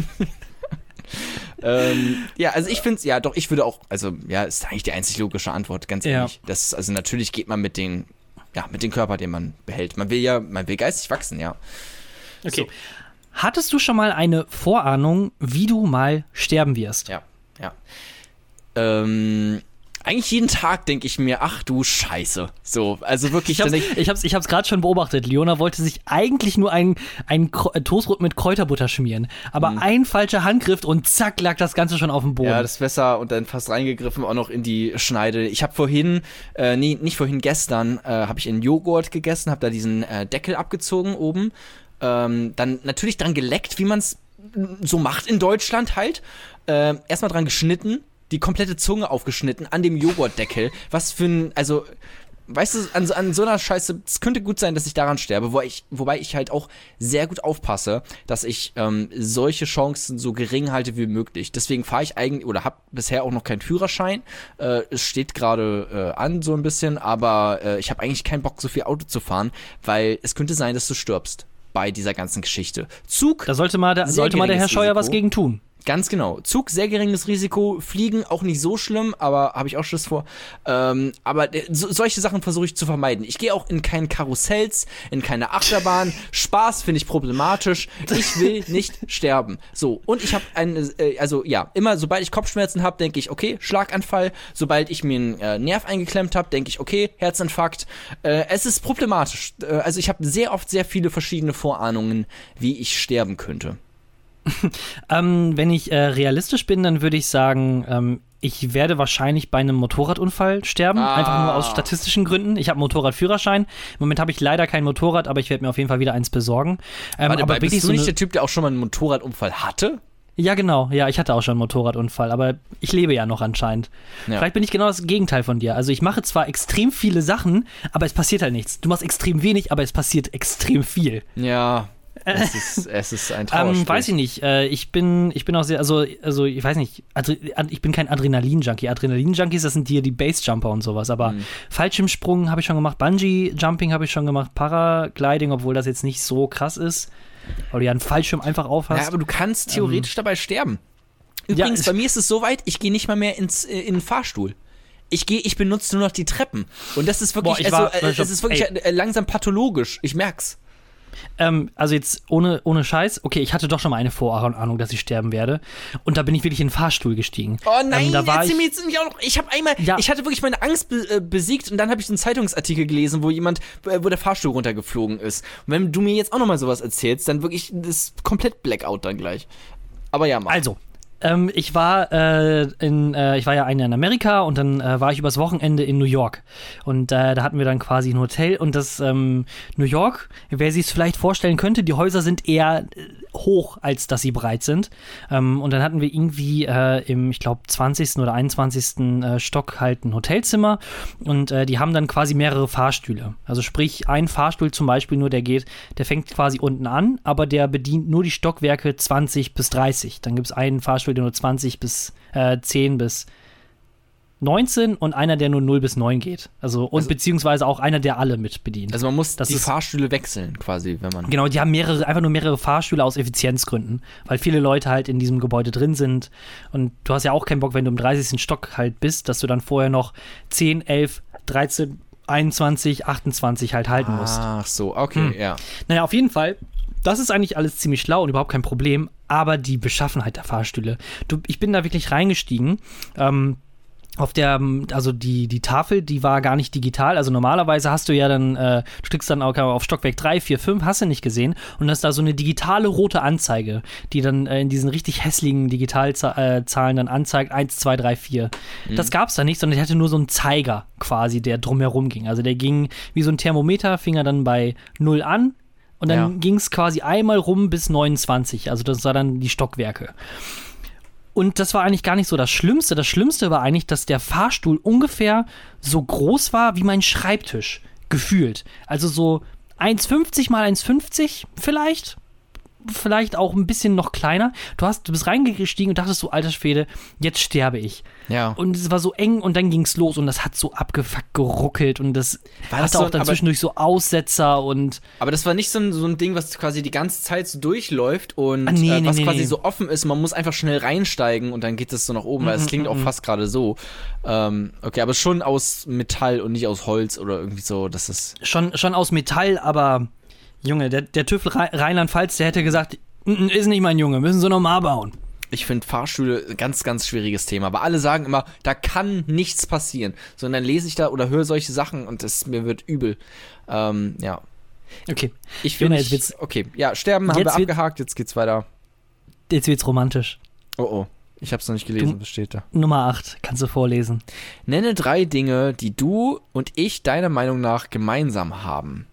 ähm, ja, also ich finde, ja, doch, ich würde auch, also ja, ist eigentlich die einzig logische Antwort, ganz Ja. ehrlich. Das, also natürlich geht man mit den, ja, mit dem Körper, den man behält. Man will ja, man will geistig wachsen, ja. Okay. Hattest du schon mal eine Vorahnung, wie du mal sterben wirst? Ja, ja. Ähm, Eigentlich jeden Tag denke ich mir, ach du Scheiße. So, also wirklich. Ich hab's, ich hab's, ich hab's gerade schon beobachtet. Leona wollte sich eigentlich nur ein, ein Toastbrot mit Kräuterbutter schmieren. Aber mhm. ein falscher Handgriff und zack, lag das Ganze schon auf dem Boden. Ja, das Messer und dann fast reingegriffen, auch noch in die Schneide. Ich habe vorhin, äh, nee, nicht vorhin, gestern, äh, habe ich einen Joghurt gegessen, habe da diesen äh, Deckel abgezogen oben. Ähm, dann natürlich dran geleckt, wie man es so macht in Deutschland halt. Äh, erstmal dran geschnitten. Die komplette Zunge aufgeschnitten an dem Joghurtdeckel. Was für ein, also, weißt du, an, an so einer Scheiße, es könnte gut sein, dass ich daran sterbe, wo ich, wobei ich halt auch sehr gut aufpasse, dass ich ähm, solche Chancen so gering halte wie möglich. Deswegen fahre ich eigentlich, oder habe bisher auch noch keinen Führerschein. Äh, es steht gerade äh, an so ein bisschen, aber äh, ich habe eigentlich keinen Bock, so viel Auto zu fahren, weil es könnte sein, dass du stirbst bei dieser ganzen Geschichte. Zug. Da sollte mal, da, sollte mal der Herr Scheuer Risiko. was gegen tun. Ganz genau. Zug, sehr geringes Risiko. Fliegen auch nicht so schlimm, aber habe ich auch Schiss vor. Ähm, aber äh, so, solche Sachen versuche ich zu vermeiden. Ich gehe auch in keine Karussells, in keine Achterbahn. Spaß finde ich problematisch. Ich will nicht sterben. So, und ich habe ein, äh, also ja, immer sobald ich Kopfschmerzen habe, denke ich, okay, Schlaganfall. Sobald ich mir einen äh, Nerv eingeklemmt habe, denke ich, okay, Herzinfarkt. Äh, es ist problematisch. Äh, also ich habe sehr oft sehr viele verschiedene Vorahnungen, wie ich sterben könnte. ähm, wenn ich äh, realistisch bin, dann würde ich sagen, ähm, ich werde wahrscheinlich bei einem Motorradunfall sterben, ah. einfach nur aus statistischen Gründen. Ich habe einen Motorradführerschein. Im Moment habe ich leider kein Motorrad, aber ich werde mir auf jeden Fall wieder eins besorgen. Ähm, Warte, aber bist du so nicht der Typ, der auch schon mal einen Motorradunfall hatte? Ja, genau. Ja, ich hatte auch schon einen Motorradunfall, aber ich lebe ja noch anscheinend. Ja. Vielleicht bin ich genau das Gegenteil von dir. Also ich mache zwar extrem viele Sachen, aber es passiert halt nichts. Du machst extrem wenig, aber es passiert extrem viel. Ja. Es ist, es ist ein Trauerspiel. ähm, weiß ich nicht. Äh, ich bin, ich bin auch sehr, also, also ich weiß nicht. Adre- ich bin kein Adrenalin-Junkie. Adrenalin-Junkies, das sind die, die Base-Jumper und sowas. Aber mhm. Fallschirmsprung habe ich schon gemacht, Bungee-Jumping habe ich schon gemacht, Paragliding, obwohl das jetzt nicht so krass ist, weil du ja einen Fallschirm einfach aufhast. Ja, aber du kannst theoretisch ähm, dabei sterben. Übrigens, ja, bei mir ist es so weit, ich gehe nicht mal mehr ins, äh, in den Fahrstuhl. Ich gehe, ich benutze nur noch die Treppen. Und das ist wirklich, Boah, war, also, äh, das ist wirklich ey. langsam pathologisch. Ich merk's. Ähm, also jetzt ohne, ohne Scheiß, okay, ich hatte doch schon mal eine Vorahnung, dass ich sterben werde. Und da bin ich wirklich in den Fahrstuhl gestiegen. Oh nein, ähm, da war erzähl ich, mir jetzt nicht auch noch. Ich habe einmal, ja. ich hatte wirklich meine Angst be- äh, besiegt und dann habe ich so einen Zeitungsartikel gelesen, wo jemand, äh, wo der Fahrstuhl runtergeflogen ist. Und wenn du mir jetzt auch nochmal sowas erzählst, dann wirklich, das ist komplett Blackout dann gleich. Aber ja, mach. Also. Ähm, ich war äh, in, äh, ich war ja ein Jahr in Amerika und dann äh, war ich übers Wochenende in New York und äh, da hatten wir dann quasi ein Hotel und das ähm, New York, wer sich es vielleicht vorstellen könnte, die Häuser sind eher hoch, als dass sie breit sind ähm, und dann hatten wir irgendwie äh, im, ich glaube, zwanzigsten oder einundzwanzigsten Äh, Stock halt ein Hotelzimmer und äh, die haben dann quasi mehrere Fahrstühle, also sprich ein Fahrstuhl zum Beispiel nur, der geht, der fängt quasi unten an, aber der bedient nur die Stockwerke zwanzig bis dreißig, dann gibt es einen Fahrstuhl, der nur zwanzig bis äh, zehn bis neunzehn und einer, der nur null bis neun geht. Also und also, beziehungsweise auch einer, der alle mit bedient. Also man muss das die ist, Fahrstühle wechseln quasi, wenn man... Genau, die haben mehrere, einfach nur mehrere Fahrstühle aus Effizienzgründen, weil viele Leute halt in diesem Gebäude drin sind und du hast ja auch keinen Bock, wenn du im dreißigsten Stock halt bist, dass du dann vorher noch zehn, elf, dreizehn, einundzwanzig, achtundzwanzig halt halten musst. Ach so, okay, hm. ja. Naja, auf jeden Fall, das ist eigentlich alles ziemlich schlau und überhaupt kein Problem, aber die Beschaffenheit der Fahrstühle. Du, ich bin da wirklich reingestiegen. Ähm, auf der, also die, die Tafel, die war gar nicht digital. Also normalerweise hast du ja dann, äh, du klickst dann auch auf Stockwerk drei, vier, fünf, hast du nicht gesehen. Und da ist da so eine digitale rote Anzeige, die dann äh, in diesen richtig hässlichen Digitalzahlen dann anzeigt, eins, zwei, drei, vier. Mhm. Das gab's da nicht, sondern ich hatte nur so einen Zeiger quasi, der drumherum ging. Also der ging wie so ein Thermometer, fing er dann bei null an. Und dann ja. ging es quasi einmal rum bis neunundzwanzig. Also das war dann die Stockwerke. Und das war eigentlich gar nicht so das Schlimmste. Das Schlimmste war eigentlich, dass der Fahrstuhl ungefähr so groß war wie mein Schreibtisch. Gefühlt. Also so eins fünfzig mal eins fünfzig vielleicht. Vielleicht auch ein bisschen noch kleiner. Du hast, du bist reingestiegen und dachtest so, alter Schwede, jetzt sterbe ich. Ja. Und es war so eng und dann ging's los und das hat so abgefuckt geruckelt und das war hatte das so, auch dann zwischendurch so Aussetzer und... Aber das war nicht so ein, so ein Ding, was quasi die ganze Zeit so durchläuft und ah, nee, äh, was nee, quasi nee. so offen ist. Man muss einfach schnell reinsteigen und dann geht es so nach oben, weil es mm-hmm. klingt auch fast gerade so. Ähm, okay, aber schon aus Metall und nicht aus Holz oder irgendwie so, das ist... Schon, schon aus Metall, aber... Junge, der, der TÜV Rheinland-Pfalz, der hätte gesagt, ist nicht mein Junge, müssen sie nochmal bauen. Ich finde Fahrstühle ein ganz, ganz schwieriges Thema. Aber alle sagen immer, da kann nichts passieren. So, und dann lese ich da oder höre solche Sachen und es mir wird übel. Ähm, ja. Okay. Ich finde, Junge, jetzt wird's- okay, ja, sterben haben wir Jetzt wird- abgehakt, jetzt geht's weiter. Jetzt wird's romantisch. Oh, oh. Ich hab's noch nicht gelesen, Du- was steht da? Nummer acht, kannst du vorlesen. Nenne drei Dinge, die du und ich deiner Meinung nach gemeinsam haben.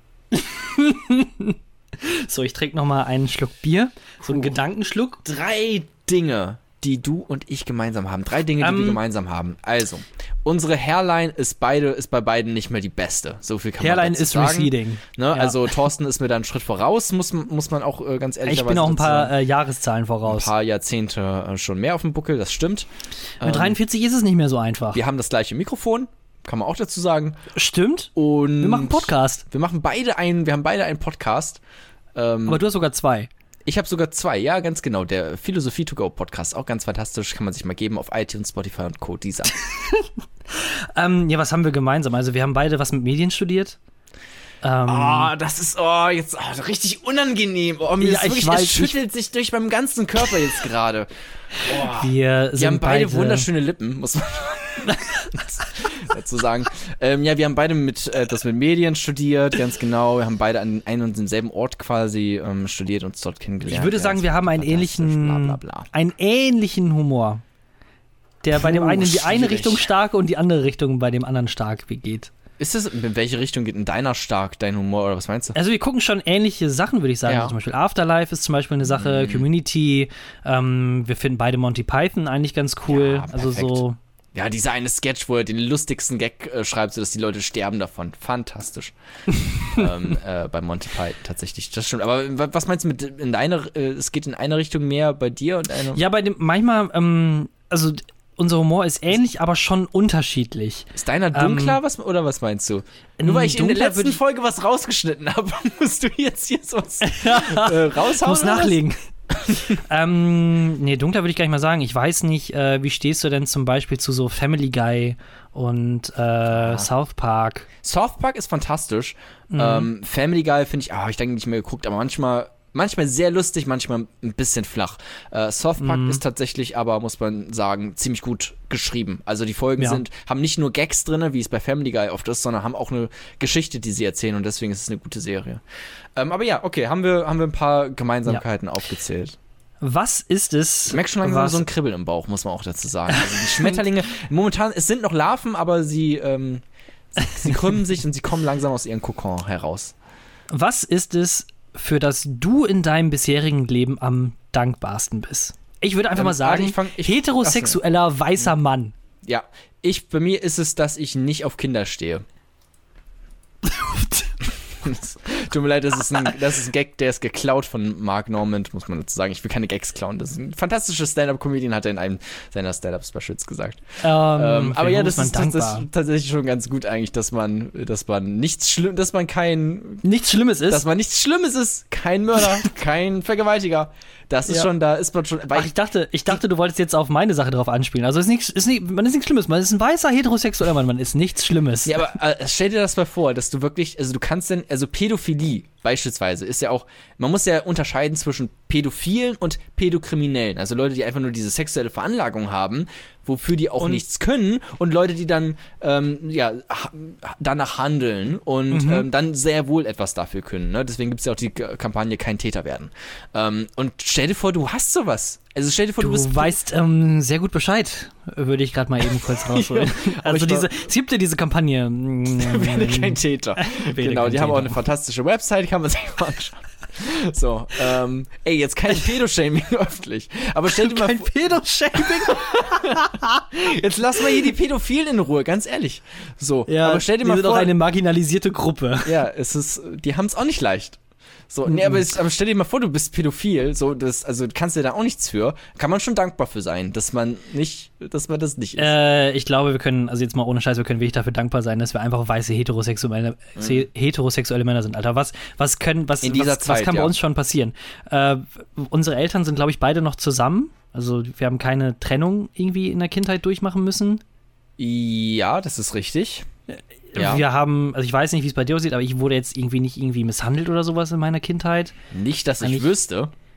So, ich trinke nochmal einen Schluck Bier. So einen Puh. Gedankenschluck. Drei Dinge, die du und ich gemeinsam haben. Drei Dinge, die Ähm, wir gemeinsam haben. Also, unsere Hairline ist beide, ist bei beiden nicht mehr die beste. So viel kann Hairline man dazu ist sagen. receding. Ne? Ja. Also, Thorsten ist mir da einen Schritt voraus, muss, muss man auch äh, ganz ehrlich Ich sagen. bin auch ein paar äh, Jahreszahlen voraus. Ein paar Jahrzehnte äh, schon mehr auf dem Buckel, das stimmt. Mit Ähm, dreiundvierzig ist es nicht mehr so einfach. Wir haben das gleiche Mikrofon, kann man auch dazu sagen. Stimmt. Und Wir machen einen Podcast. Wir machen beide einen, wir haben beide einen Podcast. Ähm, Aber du hast sogar zwei. Ich habe sogar zwei, ja, ganz genau. Der Philosophie to go Podcast, auch ganz fantastisch, kann man sich mal geben auf iTunes, Spotify und Co. Dieser. Ähm, ja, was haben wir gemeinsam? Also wir haben beide was mit Medien studiert. Ähm, Oh, das ist oh, jetzt oh, richtig unangenehm. Oh, mir Ja, ist ich wirklich, weiß, es schüttelt sich durch meinem ganzen Körper jetzt gerade. Oh. wir sind Wir haben beide, beide wunderschöne Lippen, muss man dazu sagen. Ähm, ja, wir haben beide mit äh, das mit Medien studiert, ganz genau. Wir haben beide an einem und demselben Ort quasi ähm, studiert und uns dort kennengelernt. Ich würde Ja, sagen, das wir war haben einen fantastisch, ähnlichen, bla, bla, bla. einen ähnlichen Humor. Der bei dem Puh, einen in die eine schwierig. Richtung stark und die andere Richtung bei dem anderen stark geht. Ist es, in welche Richtung geht in deiner stark, dein Humor, oder was meinst du? Also wir gucken schon ähnliche Sachen, würde ich sagen. Ja. Also zum Beispiel Afterlife ist zum Beispiel eine Sache, Mhm. Community. Ähm, wir finden beide Monty Python eigentlich ganz cool. Ja, also perfekt. so. Ja, dieser eine Sketch, wo er den lustigsten Gag äh, schreibt, sodass die Leute sterben davon. Fantastisch. ähm, äh, bei Monty Python tatsächlich, das stimmt. Aber wa- was meinst du mit in deiner, äh, es geht in eine Richtung mehr bei dir und eine. Ja, bei dem manchmal, ähm, also unser Humor ist ähnlich, aber schon unterschiedlich. Ist deiner dunkler, was, oder was meinst du? Nur weil ich in der Dunkler letzten würde ich- Folge was rausgeschnitten habe, musst du jetzt hier sowas äh, Ich raushauen? muss oder was? nachlegen. ähm, nee, dunkler würde ich gar nicht mal sagen. Ich weiß nicht, äh, wie stehst du denn zum Beispiel zu so Family Guy und äh, South Park? South Park ist fantastisch. Mhm. Ähm, Family Guy finde ich, ah, habe ich lange nicht mehr geguckt, aber manchmal, manchmal sehr lustig, manchmal ein bisschen flach. Äh, South Park Mhm. ist tatsächlich aber, muss man sagen, ziemlich gut geschrieben. Also die Folgen Ja. sind, haben nicht nur Gags drin, wie es bei Family Guy oft ist, sondern haben auch eine Geschichte, die sie erzählen und deswegen ist es eine gute Serie. Ähm, aber ja, okay, haben wir, haben wir ein paar Gemeinsamkeiten aufgezählt. Was ist es? Ich merke schon langsam was, so ein Kribbeln im Bauch, muss man auch dazu sagen. Also die Schmetterlinge, momentan, es sind noch Larven, aber sie, ähm, sie, sie krümmen sich und sie kommen langsam aus ihrem Kokon heraus. was ist es, für das du in deinem bisherigen Leben am dankbarsten bist? Ich würde einfach Ähm, mal sagen, also ich fang- ich- heterosexueller weißer Mann. Ja, ich, bei mir ist es, dass ich nicht auf Kinder stehe. Tut mir leid, das ist, ein, das ist ein Gag, der ist geklaut von Mark Normand, muss man dazu sagen. Ich will keine Gags klauen. Das ist ein fantastischer Stand-Up-Comedian, hat er in einem seiner Stand-Up-Specials gesagt. Ähm, Ähm, aber für ja, wo das man ist, das dankbar? ist tatsächlich schon ganz gut eigentlich, dass man, dass man nichts schlimm, dass man kein, Nichts Schlimmes ist. dass man nichts Schlimmes ist, kein Mörder, kein Vergewaltiger. Das ist Ja. schon, da ist man schon, weil Ach, ich dachte, ich dachte, du wolltest jetzt auf meine Sache drauf anspielen. Also ist nichts, ist nicht, man ist nichts Schlimmes. Man ist ein weißer heterosexueller Mann. Man ist nichts Schlimmes. Ja, aber äh, stell dir das mal vor, dass du wirklich, also du kannst denn, also Pädophilie beispielsweise ist ja auch, man muss ja unterscheiden zwischen Pädophilen und Pädokriminellen, also Leute, die einfach nur diese sexuelle Veranlagung haben, wofür die auch Und- nichts können und Leute, die dann ähm, ja ha danach handeln und Mhm. ähm, dann sehr wohl etwas dafür können. Ne? Deswegen gibt es ja auch die K- Kampagne Kein Täter werden. Ähm, und stell dir vor, du hast sowas. Also stell dir vor, du, Du bist weißt ähm, sehr gut Bescheid, würde ich gerade mal eben kurz rausholen. aber Also ich diese, es gibt ja diese Kampagne. Werde kein Täter. Werde Genau, kein die haben auch Täter. eine fantastische Website, kann man sich mal anschauen. So, ähm, ey, jetzt kein Pädoshaming öffentlich. Aber stell dir mal Kein vor, Pedo-Shaming. jetzt lass mal hier die Pädophilen in Ruhe, ganz ehrlich. So, Ja, aber stell dir die mal sind vor, auch eine marginalisierte Gruppe. ja, es ist, die haben es auch nicht leicht. So, nee, aber, es, aber stell dir mal vor, du bist pädophil, so, das, also du kannst dir da auch nichts für. Kann man schon dankbar für sein, dass man nicht, dass man das nicht ist. Äh, ich glaube, wir können, also jetzt mal ohne Scheiß, wir können wirklich dafür dankbar sein, dass wir einfach weiße heterosexuelle, se- heterosexuelle Männer sind, Alter. Was, was können, was, In dieser was, was Zeit, kann bei ja. uns schon passieren? Äh, unsere Eltern sind, glaube ich, beide noch zusammen. Also wir haben keine Trennung irgendwie in der Kindheit durchmachen müssen. Ja, das ist richtig. Ja. Wir haben, also ich weiß nicht, wie es bei dir aussieht, aber ich wurde jetzt irgendwie nicht irgendwie misshandelt oder sowas in meiner Kindheit. Nicht, dass ich Eigentlich- wüsste.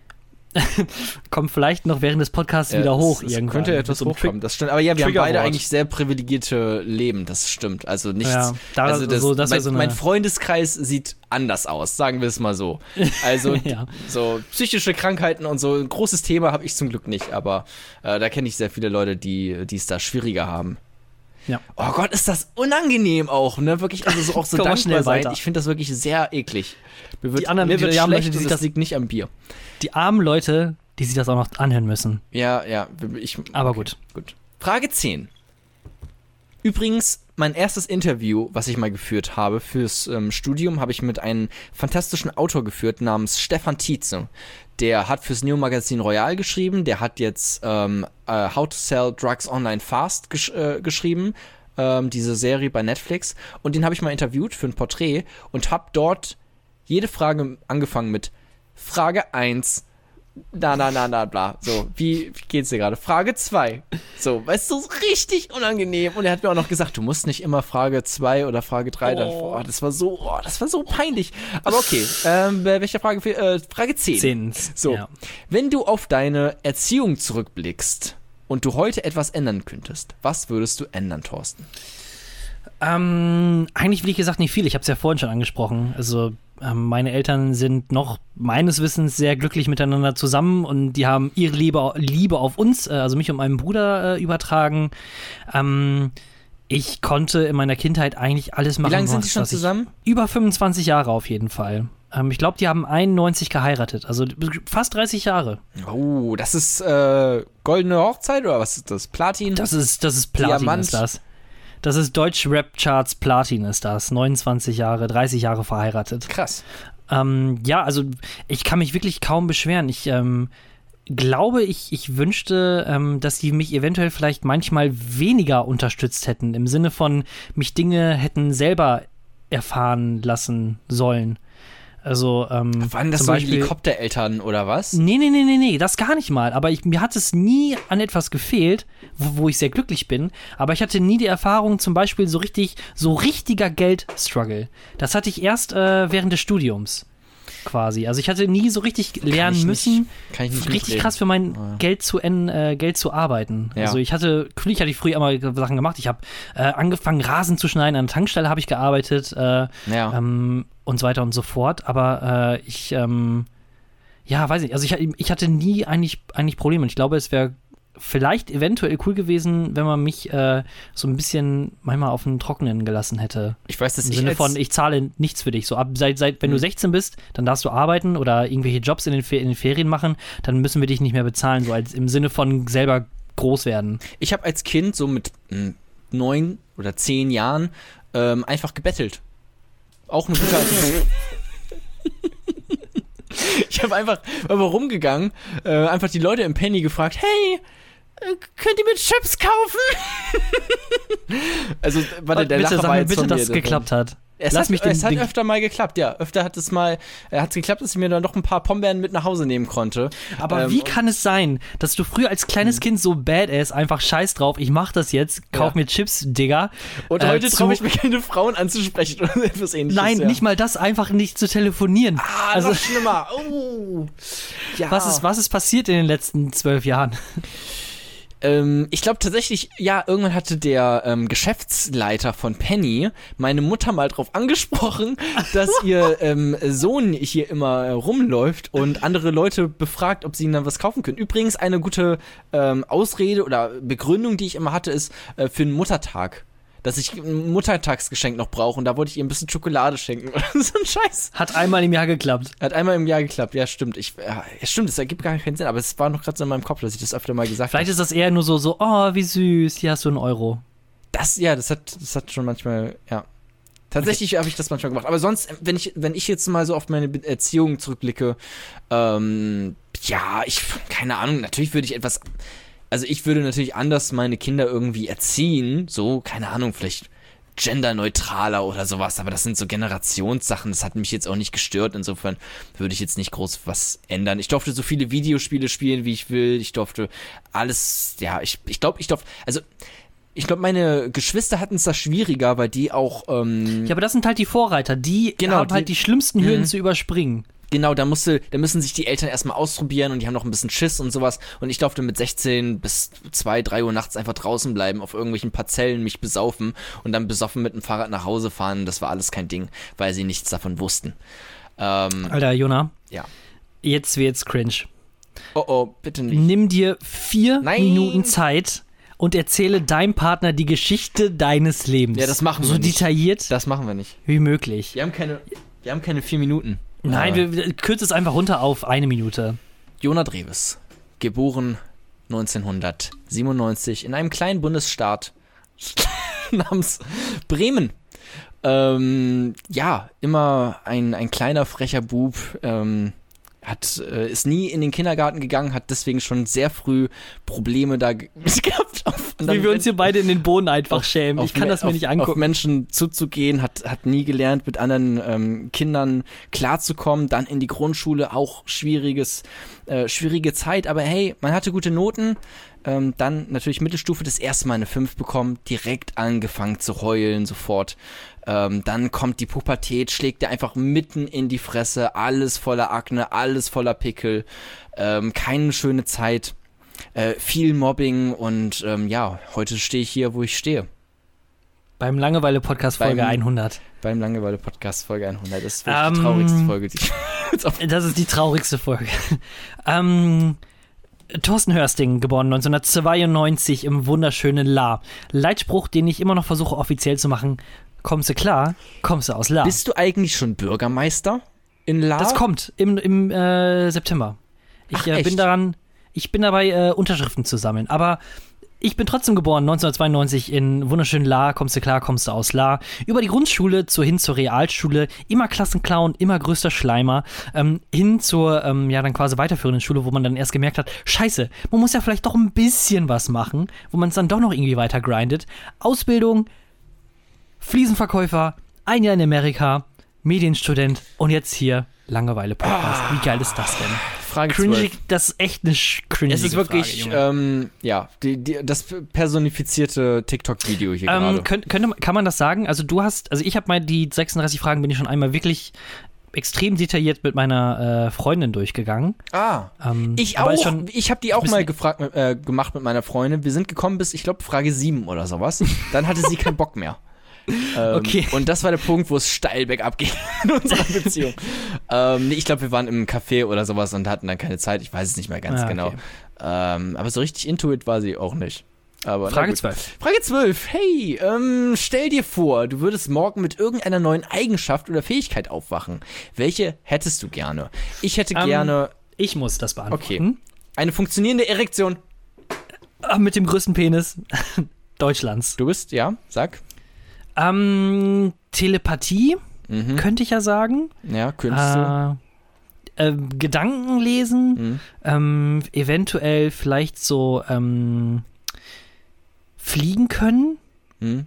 Kommt vielleicht noch während des Podcasts Ja, wieder hoch es, es irgendwann. könnte etwas So ein hochkommen, das stimmt. Aber ja, wir haben Triggerwort. beide eigentlich sehr privilegierte Leben, das stimmt. Also nichts, Ja, da- also das, so, das wär mein, so eine- mein Freundeskreis sieht anders aus, sagen wir es mal so. Also Ja. so psychische Krankheiten und so, ein großes Thema habe ich zum Glück nicht, aber äh, da kenne ich sehr viele Leute, die die es da schwieriger haben. Ja. Oh Gott, ist das unangenehm auch, ne? Wirklich, also so auch so Komm mal dankbar schnell sein. weiter. Ich finde das wirklich sehr eklig. Mir wird, Die anderen- mir die wird armen schlecht Leute, die und sich das das- liegt nicht am Bier. Die armen Leute, die sich das auch noch anhören müssen. Ja, ja, ich, Aber gut. Gut. Frage zehn. Übrigens, mein erstes Interview, was ich mal geführt habe fürs ähm, Studium, habe ich mit einem fantastischen Autor geführt namens Stefan Tietze. Der hat fürs Neo-Magazin Royal geschrieben, der hat jetzt ähm, äh, How to Sell Drugs Online Fast gesch äh, geschrieben, ähm, diese Serie bei Netflix. Und den habe ich mal interviewt für ein Porträt und habe dort jede Frage angefangen mit Frage eins. Na, na, na, na, bla. So, wie, wie geht's dir gerade? Frage zwei. So, weißt du, so richtig unangenehm. Und er hat mir auch noch gesagt, du musst nicht immer Frage zwei oder Frage drei. Oh. Oh, das war so, oh, das war so peinlich. Aber okay, ähm, bei welcher Frage? Äh, Frage zehn. Zehntens. So, Ja. wenn du auf deine Erziehung zurückblickst und du heute etwas ändern könntest, was würdest du ändern, Thorsten? Ähm, eigentlich, wie gesagt, nicht viel. Ich habe es ja vorhin schon angesprochen. Also, ähm, meine Eltern sind noch meines Wissens sehr glücklich miteinander zusammen und die haben ihre Liebe, Liebe auf uns, äh, also mich und meinen Bruder, äh, übertragen. Ähm, ich konnte in meiner Kindheit eigentlich alles machen. Wie lange sind was- die schon was ich- zusammen? Über fünfundzwanzig Jahre auf jeden Fall. Ähm, ich glaube, die haben einundneunzig geheiratet, also fast dreißig Jahre. Oh, das ist äh, goldene Hochzeit oder was ist das? Platin? Das ist, das ist Platin, Diamant. ist das. Das ist Deutsch Rap Charts Platin ist das. neunundzwanzig Jahre, dreißig Jahre verheiratet. Krass. Ähm, ja, also ich kann mich wirklich kaum beschweren. Ich ähm, glaube, ich, ich wünschte, ähm, dass die mich eventuell vielleicht manchmal weniger unterstützt hätten. Im Sinne von, mich Dinge hätten selber erfahren lassen sollen. Also, ähm, Waren das zum so Beispiel, Helikoptereltern oder was? Nee, nee, nee, nee, nee, das gar nicht mal. Aber ich, mir hat es nie an etwas gefehlt, wo, wo ich sehr glücklich bin. Aber ich hatte nie die Erfahrung, zum Beispiel so richtig, so richtiger Geldstruggle. Das hatte ich erst äh, während des Studiums quasi. Also ich hatte nie so richtig lernen ich müssen, nicht- kann ich nicht richtig mitreden. krass für mein Ja. Geld zu en, äh, Geld zu arbeiten. Ja. Also ich hatte, natürlich hatte ich früher immer Sachen gemacht. Ich habe äh, angefangen, Rasen zu schneiden, an der Tankstelle habe ich gearbeitet. Äh, Ja. ähm, und so weiter und so fort. Aber äh, ich, ähm, ja, weiß nicht, also ich, ich hatte nie eigentlich, eigentlich Probleme. Und ich glaube, es wäre vielleicht eventuell cool gewesen, wenn man mich äh, so ein bisschen manchmal auf den Trockenen gelassen hätte. Ich weiß, dass Im ich Sinne als, von, ich zahle nichts für dich. So ab seit, seit wenn Mhm. du sechzehn bist, dann darfst du arbeiten oder irgendwelche Jobs in den, Fe- in den Ferien machen, dann müssen wir dich nicht mehr bezahlen, so als im Sinne von selber groß werden. ich habe als Kind so mit mh, neun oder zehn Jahren ähm, einfach gebettelt. Auch eine gute Ich habe einfach, einfach rumgegangen, äh, einfach die Leute im Penny gefragt, hey, äh, könnt ihr mir Chips kaufen? Also, warte, der bitte Lacher sag war mir jetzt bitte, von dass mir es drin. geklappt hat. Es Lass hat, mich den, es hat den, öfter mal geklappt, ja. Öfter hat es mal, äh, hat es geklappt, dass ich mir dann noch ein paar Pombeeren mit nach Hause nehmen konnte. Aber Ähm, wie kann es sein, dass du früher als kleines Kind so badass einfach scheiß drauf, ich mach das jetzt, kauf Ja. mir Chips, Digga. Und äh, heute zu- traue ich mir keine Frauen anzusprechen oder etwas ähnliches. Nein, ja. nicht mal das, einfach nicht zu telefonieren. Ah, also, noch schlimmer. Oh. Ja. was ist, was ist passiert in den letzten zwölf Jahren? Ähm, ich glaube tatsächlich, ja, irgendwann hatte der ähm, Geschäftsleiter von Penny meine Mutter mal drauf angesprochen, dass ihr ähm, Sohn hier immer äh, rumläuft und andere Leute befragt, ob sie ihm dann was kaufen können. Übrigens eine gute ähm, Ausrede oder Begründung, die ich immer hatte, ist äh, für den Muttertag. Dass ich ein Muttertagsgeschenk noch brauche und da wollte ich ihr ein bisschen Schokolade schenken oder so ein Scheiß. Hat einmal im Jahr geklappt. Hat einmal im Jahr geklappt, ja stimmt. Ich, ja, stimmt, das ergibt gar keinen Sinn, aber es war noch gerade so in meinem Kopf, dass ich das öfter mal gesagt Vielleicht habe. ist das eher nur so, so, oh, wie süß, hier hast du einen Euro. Das, ja, das hat, das hat schon manchmal, ja. Tatsächlich habe ich das manchmal gemacht. Aber sonst, wenn ich, wenn ich jetzt mal so auf meine Be- Erziehung zurückblicke, ähm, ja, ich, keine Ahnung, natürlich würde ich etwas, also ich würde natürlich anders meine Kinder irgendwie erziehen, so, keine Ahnung, vielleicht genderneutraler oder sowas, aber das sind so Generationssachen, das hat mich jetzt auch nicht gestört, insofern würde ich jetzt nicht groß was ändern. Ich durfte so viele Videospiele spielen, wie ich will, ich durfte alles, ja, ich, ich glaube, ich durfte, also ich glaube, meine Geschwister hatten es da schwieriger, weil die auch, ähm, Ja, aber das sind halt die Vorreiter, die Genau, haben die- halt die schlimmsten Hürden Mhm. zu überspringen. Genau, da musste, da müssen sich die Eltern erstmal ausprobieren und die haben noch ein bisschen Schiss und sowas. Und ich durfte mit sechzehn bis zwei, drei Uhr nachts einfach draußen bleiben, auf irgendwelchen Parzellen mich besaufen und dann besoffen mit dem Fahrrad nach Hause fahren. Das war alles kein Ding, weil sie nichts davon wussten. Ähm, Alter, Jona. Ja. Jetzt wird's cringe. Oh oh, bitte nicht. Nimm dir vier Nein. Minuten Zeit und erzähle deinem Partner die Geschichte deines Lebens. Ja, das machen wir so nicht. So detailliert Das machen wir nicht. wie möglich. Wir haben keine, wir haben keine vier Minuten. Nein, äh, wir, wir kürzen es einfach runter auf eine Minute. Jona Dreves, geboren neunzehnhundertsiebenundneunzig in einem kleinen Bundesstaat namens Bremen. Ähm, ja, immer ein, ein kleiner, frecher Bub, ähm, hat, äh, ist nie in den Kindergarten gegangen, hat deswegen schon sehr früh Probleme da ge- gehabt. Auf Wie wir uns hier beide in den Boden einfach auf, schämen. auf Ich kann Me- das mir auf, nicht angucken. Auf Menschen zuzugehen, hat, hat nie gelernt, mit anderen ähm, Kindern klarzukommen. Dann in die Grundschule auch schwieriges, äh, schwierige Zeit. Aber hey, man hatte gute Noten. Ähm, dann natürlich Mittelstufe, das erste Mal eine fünf bekommen, direkt angefangen zu heulen sofort. Ähm, dann kommt die Pubertät, schlägt dir einfach mitten in die Fresse, alles voller Akne, alles voller Pickel, ähm, keine schöne Zeit, äh, viel Mobbing und ähm, ja, heute stehe ich hier, wo ich stehe. Beim Langeweile-Podcast Folge Beim- hundert. Beim Langeweile-Podcast Folge hundert. Das ist wirklich Ähm, die traurigste Folge, die ich jetzt auf Das ist die traurigste Folge. ähm, Thorsten Hörsting, geboren neunzehnhundertzweiundneunzig im wunderschönen La. Leitspruch, den ich immer noch versuche offiziell zu machen. Kommst du klar? Kommst du aus La. Bist du eigentlich schon Bürgermeister in La? Das kommt im, im äh, September. Ich Ach, äh, bin echt? daran, ich bin dabei, äh, Unterschriften zu sammeln. Aber ich bin trotzdem geboren, neunzehnhundertzweiundneunzig in wunderschönen La. Kommst du klar, kommst du aus La. Über die Grundschule zu hin zur Realschule, immer Klassenclown, immer größter Schleimer, ähm, hin zur, ähm, ja, dann quasi weiterführenden Schule, wo man dann erst gemerkt hat, scheiße, man muss ja vielleicht doch ein bisschen was machen, wo man es dann doch noch irgendwie weiter grindet. Ausbildung, Fliesenverkäufer, ein Jahr in Amerika, Medienstudent und jetzt hier Langeweile-Podcast. Wie geil ist das denn? Frage Cringy, zwölf. das ist echt eine sch- cringy Es ist wirklich, Frage, Junge. ähm, ja, die, die, das personifizierte TikTok-Video hier gerade. Ähm, könnt, könnte, kann man das sagen? Also du hast, also ich habe mal die sechsunddreißig Fragen, bin ich schon einmal wirklich extrem detailliert mit meiner äh, Freundin durchgegangen. Ah, Ähm, ich aber auch. ist schon- ich habe die auch bisschen- mal gefragt, mit- äh, gemacht mit meiner Freundin. Wir sind gekommen bis, ich glaube, Frage sieben oder sowas. Dann hatte sie keinen Bock mehr. Ähm, Okay. Und das war der Punkt, wo es steil bergab ging in unserer Beziehung. ähm, nee, ich glaube, wir waren im Café oder sowas und hatten dann keine Zeit. Ich weiß es nicht mehr ganz Ah, genau. okay. Ähm, aber so richtig into it war sie auch nicht. Aber, na Frage gut. zwölf. Frage zwölf. Hey, ähm, stell dir vor, du würdest morgen mit irgendeiner neuen Eigenschaft oder Fähigkeit aufwachen. Welche hättest du gerne? Ich hätte Ähm, gerne Ich muss das beantworten. Okay. eine funktionierende Erektion. Ah, mit dem größten Penis Deutschlands. Du bist, ja, sag. Ähm, Telepathie, Mhm. könnte ich ja sagen. Ja, könntest du. Äh, ähm, Gedanken lesen, Mhm. ähm, eventuell vielleicht so ähm, fliegen können. Mhm.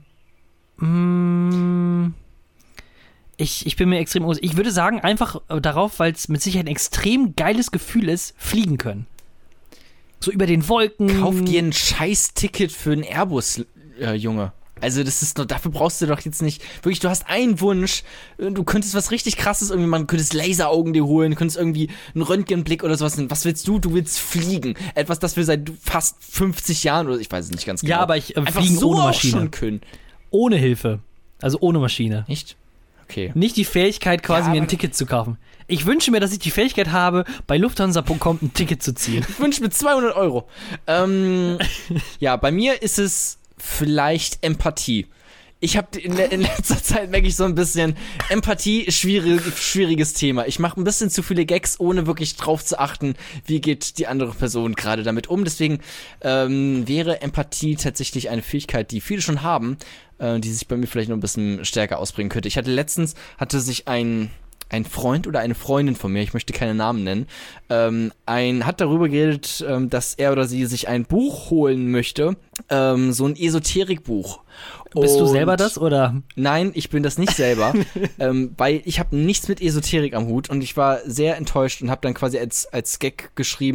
Mm, ich, ich bin mir extrem unsicher. Ich würde sagen, einfach äh, darauf, weil es mit Sicherheit ein extrem geiles Gefühl ist, fliegen können. So über den Wolken. Kauf dir ein Scheiß-Ticket für einen Airbus, äh, Junge. Also das ist nur, dafür brauchst du doch jetzt nicht, wirklich, du hast einen Wunsch, äh, du könntest was richtig krasses irgendwie machen, du könntest Laseraugen dir holen, du könntest irgendwie einen Röntgenblick oder sowas, was willst du? Du willst fliegen. Etwas, das wir seit fast fünfzig Jahren oder ich weiß es nicht ganz genau. Ja, aber ich äh, einfach fliegen so ohne auch Maschine. schon können. Ohne Hilfe. Also ohne Maschine. Nicht? Okay. Nicht die Fähigkeit, quasi Ja, mir ein aber- Ticket zu kaufen. Ich wünsche mir, dass ich die Fähigkeit habe, bei Lufthansa Punkt com ein Ticket zu ziehen. Ich wünsche mir zweihundert Euro. Ähm, ja, bei mir ist es vielleicht Empathie. Ich habe in, in letzter Zeit merke ich so ein bisschen, Empathie ist schwierig, schwieriges Thema. Ich mache ein bisschen zu viele Gags, ohne wirklich drauf zu achten, wie geht die andere Person gerade damit um. Deswegen ähm, wäre Empathie tatsächlich eine Fähigkeit, die viele schon haben, äh, die sich bei mir vielleicht noch ein bisschen stärker ausbringen könnte. Ich hatte letztens, hatte sich ein ein Freund oder eine Freundin von mir, ich möchte keine Namen nennen, ähm, ein, hat darüber geredet, ähm, dass er oder sie sich ein Buch holen möchte, ähm, so ein Esoterikbuch. Bist du Und- selber das oder? Nein, ich bin das nicht selber, ähm, weil ich habe nichts mit Esoterik am Hut und ich war sehr enttäuscht und habe dann quasi als, als Gag geschrieben,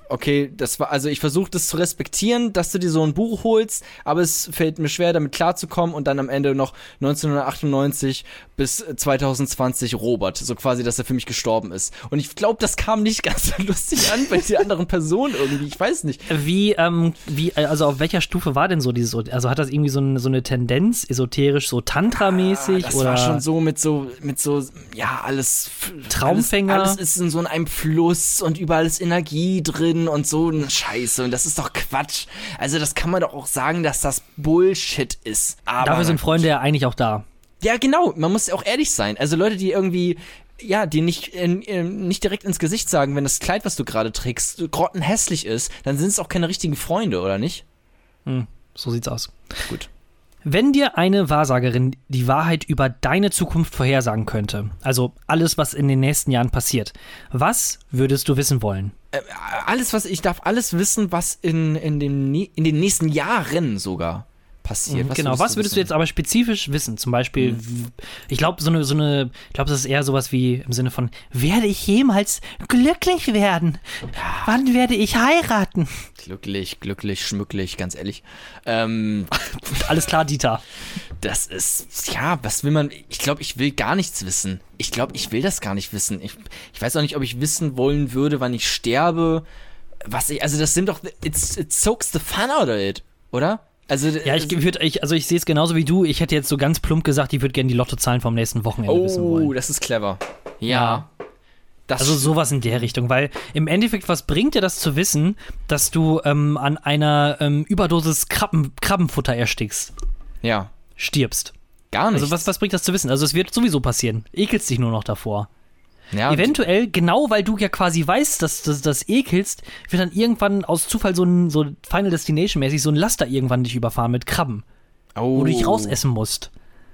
okay, das war, also ich versuche das zu respektieren, dass du dir so ein Buch holst, aber es fällt mir schwer, damit klarzukommen und dann am Ende noch neunzehnhundertachtundneunzig bis zwanzig zwanzig Robert, so quasi, dass er für mich gestorben ist. Und ich glaube, das kam nicht ganz so lustig an bei der anderen Person irgendwie, ich weiß nicht. Wie, ähm, wie, also auf welcher Stufe war denn so dieses, also hat das irgendwie so, ein, so eine Tendenz, esoterisch, so Tantra-mäßig? Ah, das oder war schon so mit so, mit so, ja, alles. Traumfänger? Alles, alles ist in so einem Fluss und überall ist Energie drin und so ein Scheiße. Und das ist doch Quatsch. Also, das kann man doch auch sagen, dass das Bullshit ist. Aber dafür sind Freunde ja eigentlich auch da. Ja, genau. Man muss ja auch ehrlich sein. Also, Leute, die irgendwie. Ja, die nicht, äh, nicht direkt ins Gesicht sagen, wenn das Kleid, was du gerade trägst, grottenhässlich ist, dann sind es auch keine richtigen Freunde, oder nicht? Hm, so sieht's aus. Gut. Wenn dir eine Wahrsagerin die Wahrheit über deine Zukunft vorhersagen könnte, also alles, was in den nächsten Jahren passiert, was würdest du wissen wollen? Äh, alles, was ich darf, alles wissen, was in, in, dem, in den nächsten Jahren sogar passiert. Was genau, würdest was würdest du, du jetzt aber spezifisch wissen? Zum Beispiel, mhm. ich glaube, so eine, so eine, ich glaube, das ist eher sowas wie im Sinne von, werde ich jemals glücklich werden? Ja. Wann werde ich heiraten? Glücklich, glücklich, schmücklich, ganz ehrlich. Ähm, Alles klar, Dieter. Das ist, ja, was will man, ich glaube, ich will gar nichts wissen. Ich glaube, ich will das gar nicht wissen. Ich, ich weiß auch nicht, ob ich wissen wollen würde, wann ich sterbe. Was ich, also das sind doch, it's, it soaks the fun out of it, oder? Also, ja, ich würde, ich, also ich sehe es genauso wie du. Ich hätte jetzt so ganz plump gesagt, ich würde gerne die Lottozahlen vom nächsten Wochenende oh, wissen wollen. Oh, das ist clever. Ja. ja. Das also sowas in der Richtung, weil im Endeffekt, was bringt dir das zu wissen, dass du ähm, an einer ähm, Überdosis Krabben, Krabbenfutter erstickst? Ja. Stirbst. Gar nicht. Also was, was bringt das zu wissen? Also es wird sowieso passieren. Ekelst dich nur noch davor. Ja, eventuell, genau weil du ja quasi weißt, dass du das, das ekelst, wird dann irgendwann aus Zufall so ein so Final Destination-mäßig so ein Laster irgendwann dich überfahren mit Krabben. Oh. Wo du dich rausessen musst.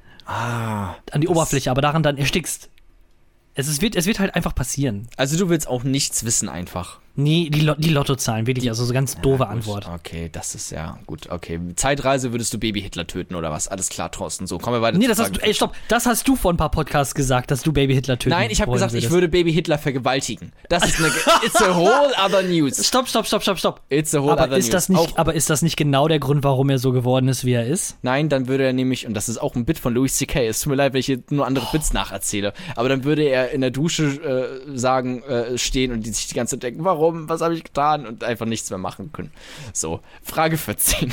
Ah. An die Oberfläche, aber daran dann erstickst. Es, ist, wird, es wird halt einfach passieren. Also du willst auch nichts wissen einfach? Nee, die, die Lottozahlen, wirklich, also so ganz doofe ja, Antwort. Okay, das ist ja gut, okay. Zeitreise würdest du Baby Hitler töten oder was? Alles klar, Thorsten, so, kommen wir weiter. Nee, das hast du, ey, stopp, das hast du vor ein paar Podcasts gesagt, dass du Baby Hitler töten Nein, ich habe gesagt, würdest. ich würde Baby Hitler vergewaltigen. Das ist eine, it's a whole other news. Stopp, stopp, stopp, stopp, stopp. It's a whole aber other ist news. Das nicht, auch, aber ist das nicht genau der Grund, warum er so geworden ist, wie er ist? Nein, dann würde er nämlich, und das ist auch ein Bit von Louis C K, es tut mir leid, wenn ich hier nur andere oh. Bits nacherzähle, aber dann würde er in der Dusche äh, sagen, äh, stehen und die sich die ganze Zeit denken, warum, was habe ich getan? Und einfach nichts mehr machen können. So, Frage vierzehn.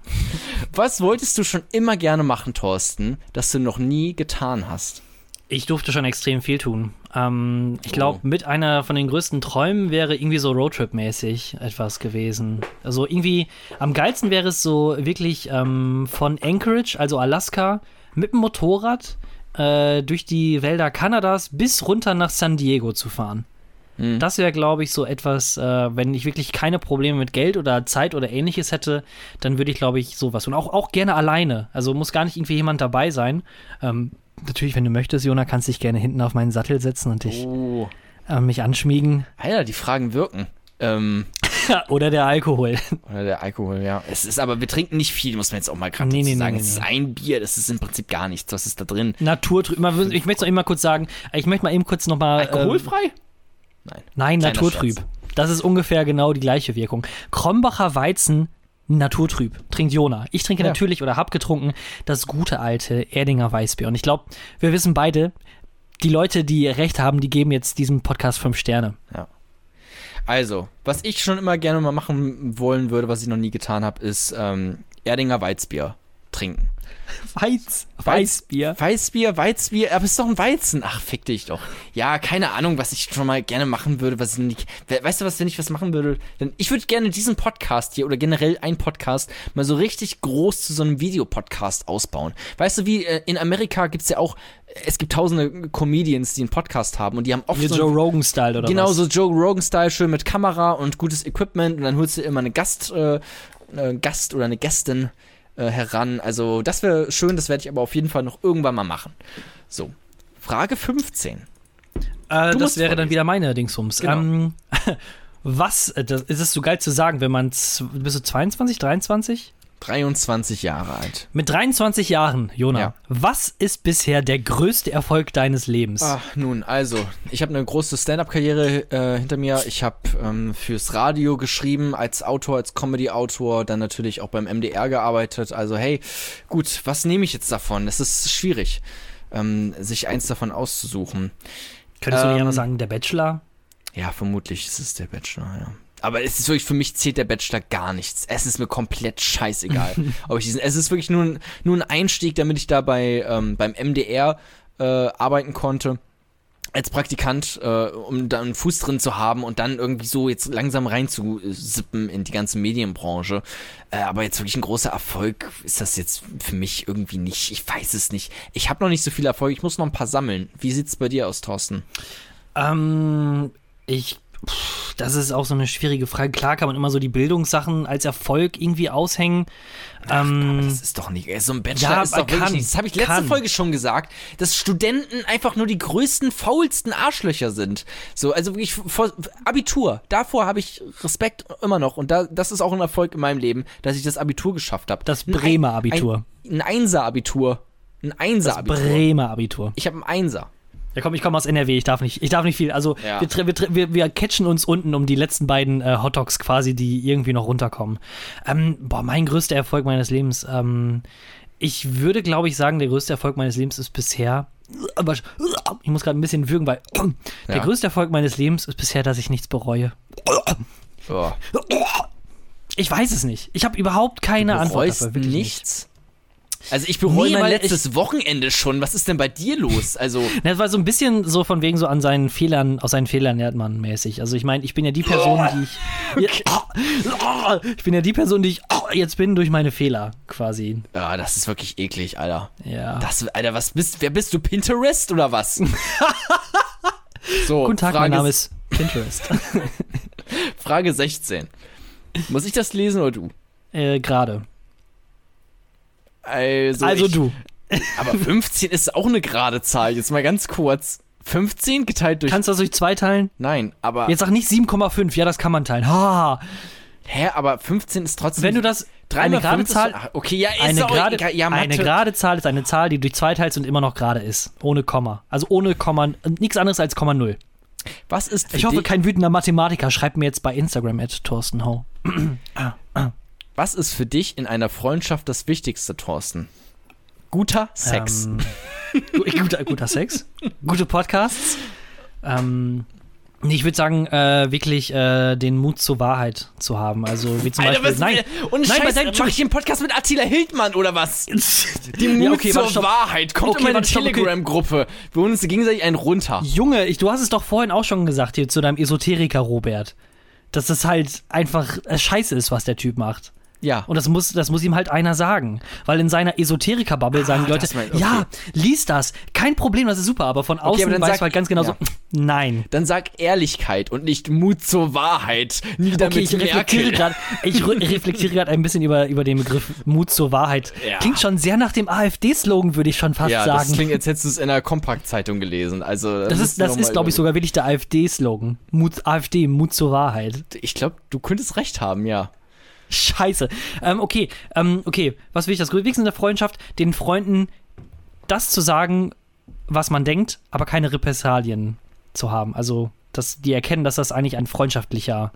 Was wolltest du schon immer gerne machen, Thorsten, das du noch nie getan hast? Ich durfte schon extrem viel tun. Ähm, ich glaube, oh. mit einer von den größten Träumen wäre irgendwie so Roadtrip-mäßig etwas gewesen. Also irgendwie, am geilsten wäre es so wirklich ähm, von Anchorage, also Alaska, mit dem Motorrad äh, durch die Wälder Kanadas bis runter nach San Diego zu fahren. Das wäre, glaube ich, so etwas, äh, wenn ich wirklich keine Probleme mit Geld oder Zeit oder ähnliches hätte, dann würde ich, glaube ich, sowas. Und auch, auch gerne alleine. Also muss gar nicht irgendwie jemand dabei sein. Ähm, natürlich, wenn du möchtest, Jona, kannst dich gerne hinten auf meinen Sattel setzen und dich, oh. äh, mich anschmiegen. Alter, die Fragen wirken. Ähm, oder der Alkohol. Oder der Alkohol, ja. Es ist aber, wir trinken nicht viel, muss man jetzt auch mal gerade nee, dazu nee, sagen. Nee, es nee. ist ein Bier, das ist im Prinzip gar nichts. Was ist da drin? Naturtrüb. Ich möchte es noch eben mal kurz sagen, ich möchte mal eben kurz noch mal... Alkoholfrei? Ähm, Nein, Nein naturtrüb. Scherz. Das ist ungefähr genau die gleiche Wirkung. Krombacher Weizen, naturtrüb. Trinkt Jona. Ich trinke ja. natürlich oder hab getrunken das gute alte Erdinger Weißbier. Und ich glaube, wir wissen beide, die Leute, die recht haben, die geben jetzt diesem Podcast fünf Sterne. Ja. Also, was ich schon immer gerne mal machen wollen würde, was ich noch nie getan habe, ist ähm, Erdinger Weißbier trinken. Weiz, Weißbier. Weißbier, Weißbier, aber es ist doch ein Weizen. Ach, fick dich doch. Ja, keine Ahnung, was ich schon mal gerne machen würde, was ich nicht. Weißt du was, wenn ich was machen würde? Denn ich würde gerne diesen Podcast hier oder generell einen Podcast mal so richtig groß zu so einem Videopodcast ausbauen. Weißt du, wie äh, in Amerika gibt's ja auch, es gibt tausende Comedians, die einen Podcast haben und die haben oft wie so Joe Rogan-Style oder genau, was? Genau, so Joe Rogan-Style, schön mit Kamera und gutes Equipment und dann holst du immer eine Gast, äh, eine Gast oder eine Gästin heran. Also das wäre schön, das werde ich aber auf jeden Fall noch irgendwann mal machen. So, Frage fünfzehn. Äh, das wäre dann wieder meine Dingsums. Genau. Ähm, was, das ist es so geil zu sagen, wenn man, bist du zweiundzwanzig, dreiundzwanzig? dreiundzwanzig Jahre alt. Mit dreiundzwanzig Jahren, Jona, Ja. was ist bisher der größte Erfolg deines Lebens? Ach, nun, also, ich habe eine große Stand-Up-Karriere äh, hinter mir. Ich habe ähm, fürs Radio geschrieben, als Autor, als Comedy-Autor, dann natürlich auch beim M D R gearbeitet. Also, hey, gut, was nehme ich jetzt davon? Es ist schwierig, ähm, sich eins davon auszusuchen. Könntest du ähm, mir aber sagen, der Bachelor? Ja, vermutlich ist es der Bachelor, ja. Aber es ist wirklich, für mich zählt der Bachelor gar nichts. Es ist mir komplett scheißegal. ob ich diesen, es ist wirklich nur ein, nur ein Einstieg, damit ich da bei, ähm, beim M D R äh, arbeiten konnte. Als Praktikant, äh, um da einen Fuß drin zu haben und dann irgendwie so jetzt langsam reinzusippen in die ganze Medienbranche. Äh, aber jetzt wirklich ein großer Erfolg ist das jetzt für mich irgendwie nicht. Ich weiß es nicht. Ich habe noch nicht so viel Erfolg. Ich muss noch ein paar sammeln. Wie sieht's bei dir aus, Thorsten? Ähm, ich, pff, das ist auch so eine schwierige Frage. Klar kann man immer so die Bildungssachen als Erfolg irgendwie aushängen. Ach, ähm, aber das ist doch nicht, so ein Bachelor ja, ist doch wirklich kann, nicht, das habe ich letzte kann. Folge schon gesagt, dass Studenten einfach nur die größten, faulsten Arschlöcher sind. So, also wirklich vor Abitur, davor habe ich Respekt immer noch und da, das ist auch ein Erfolg in meinem Leben, dass ich das Abitur geschafft habe. Das Bremer Abitur. Ein, ein Einser-Abitur. Ein Das Einser-Abitur. Bremer Abitur. Ich habe einen Einser. Ja komm, ich komme aus N R W, ich darf nicht, ich darf nicht viel. Also Ja. wir, wir, wir, wir catchen uns unten um die letzten beiden äh, Hotdogs quasi, die irgendwie noch runterkommen. Ähm, boah, mein größter Erfolg meines Lebens. Ähm, ich würde, glaube ich, sagen, der größte Erfolg meines Lebens ist bisher. Aber ich muss gerade ein bisschen würgen, weil der Ja. größte Erfolg meines Lebens ist bisher, dass ich nichts bereue. Oh. Ich weiß es nicht. Ich habe überhaupt keine Du Antwort bereust dafür. wirklich nicht. nichts. Also ich bereue Nee, mein weil letztes Wochenende schon. Was ist denn bei dir los? Also Das war so ein bisschen so von wegen so an seinen Fehlern, aus seinen Fehlern lernt man mäßig. Also ich meine, ich bin ja die Person, die ich. Ja, ich bin ja die Person, die ich jetzt bin durch meine Fehler quasi. ja, das ist wirklich eklig, Alter. Ja. Das, Alter, was bist, wer bist du, Pinterest oder was? So, Guten Tag, Frage, mein Name ist Pinterest. Frage sechzehn. Muss ich das lesen oder du? äh, Gerade. Also, Also ich, du. Aber fünfzehn ist auch eine gerade Zahl. Jetzt mal ganz kurz. fünfzehn geteilt durch... Kannst du das durch zwei teilen? Nein, aber... Jetzt sag nicht sieben Komma fünf. Ja, das kann man teilen. Ha. Hä, aber fünfzehn ist trotzdem... Wenn du das drei eine mal gerade fünf ist- Zahl, ach, okay, ja, ist eine auch gerade, egal. Ja, eine Mathe. gerade Zahl ist eine Zahl, die durch zwei teilst und immer noch gerade ist, ohne Komma. Also ohne Komma, nichts anderes als Komma null. Was ist für Ich hoffe, dich, kein wütender Mathematiker schreibt mir jetzt bei Instagram at Thorsten Ho. was ist für dich in einer Freundschaft das Wichtigste, Thorsten? Guter Sex. Ähm, gu- guter, guter Sex, gute Podcasts. Ähm, nee, ich würde sagen, äh, wirklich äh, den Mut zur Wahrheit zu haben. Also wie zum Alter, Beispiel, was nein, und nein, Scheiß, bei mach ich den Podcast mit Attila Hildmann oder was? Die Mut Ja, okay, zur warte, stopp. Wahrheit. Kommt Okay, in meine warte, stopp, okay. Telegram-Gruppe. Wir holen uns gegenseitig einen runter. Junge, ich, du hast es doch vorhin auch schon gesagt hier zu deinem Esoteriker Robert, dass das halt einfach äh, scheiße ist, was der Typ macht. Ja. Und das muss, das muss ihm halt einer sagen. Weil in seiner Esoteriker-Bubble Ah, sagen die Leute, das mein- okay. ja, lies das, kein Problem, das ist super, aber von außen aber dann weißt sag- du halt ganz genau ja. so, nein. Dann sag Ehrlichkeit und nicht Mut zur Wahrheit. Nieder Okay, mit ich reflektiere Merkel. gerade ich re reflektiere gerade ein bisschen über, über den Begriff Mut zur Wahrheit. Ja. Klingt schon sehr nach dem AfD-Slogan, würde ich schon fast Ja, sagen. das klingt, als hättest du es in einer Kompakt-Zeitung gelesen. Also, das musst ist, du das noch ist mal glaube ich, über- sogar wirklich der AfD-Slogan. Mut, AfD, Mut zur Wahrheit. Ich glaube, du könntest recht haben, ja. Scheiße. Ähm, okay, ähm, okay. Was will ich das Wichtigste in der Freundschaft? Den Freunden das zu sagen, was man denkt, aber keine Repressalien zu haben. Also, dass die erkennen, dass das eigentlich ein freundschaftlicher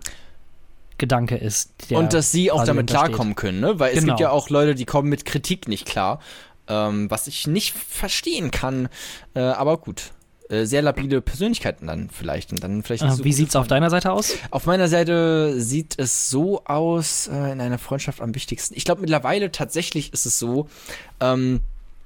Gedanke ist. der Und dass sie auch quasi damit hintersteht. klarkommen können, ne? Weil es Genau. gibt ja auch Leute, die kommen mit Kritik nicht klar. Ähm, was ich nicht verstehen kann. Äh, aber gut. Äh, sehr labile Persönlichkeiten dann vielleicht. Und dann vielleicht nicht Äh, so wie gute sieht's auf Freunde. deiner Seite aus? Auf meiner Seite sieht es so aus, äh, in einer Freundschaft am wichtigsten. Ich glaube, mittlerweile tatsächlich ist es so, ähm,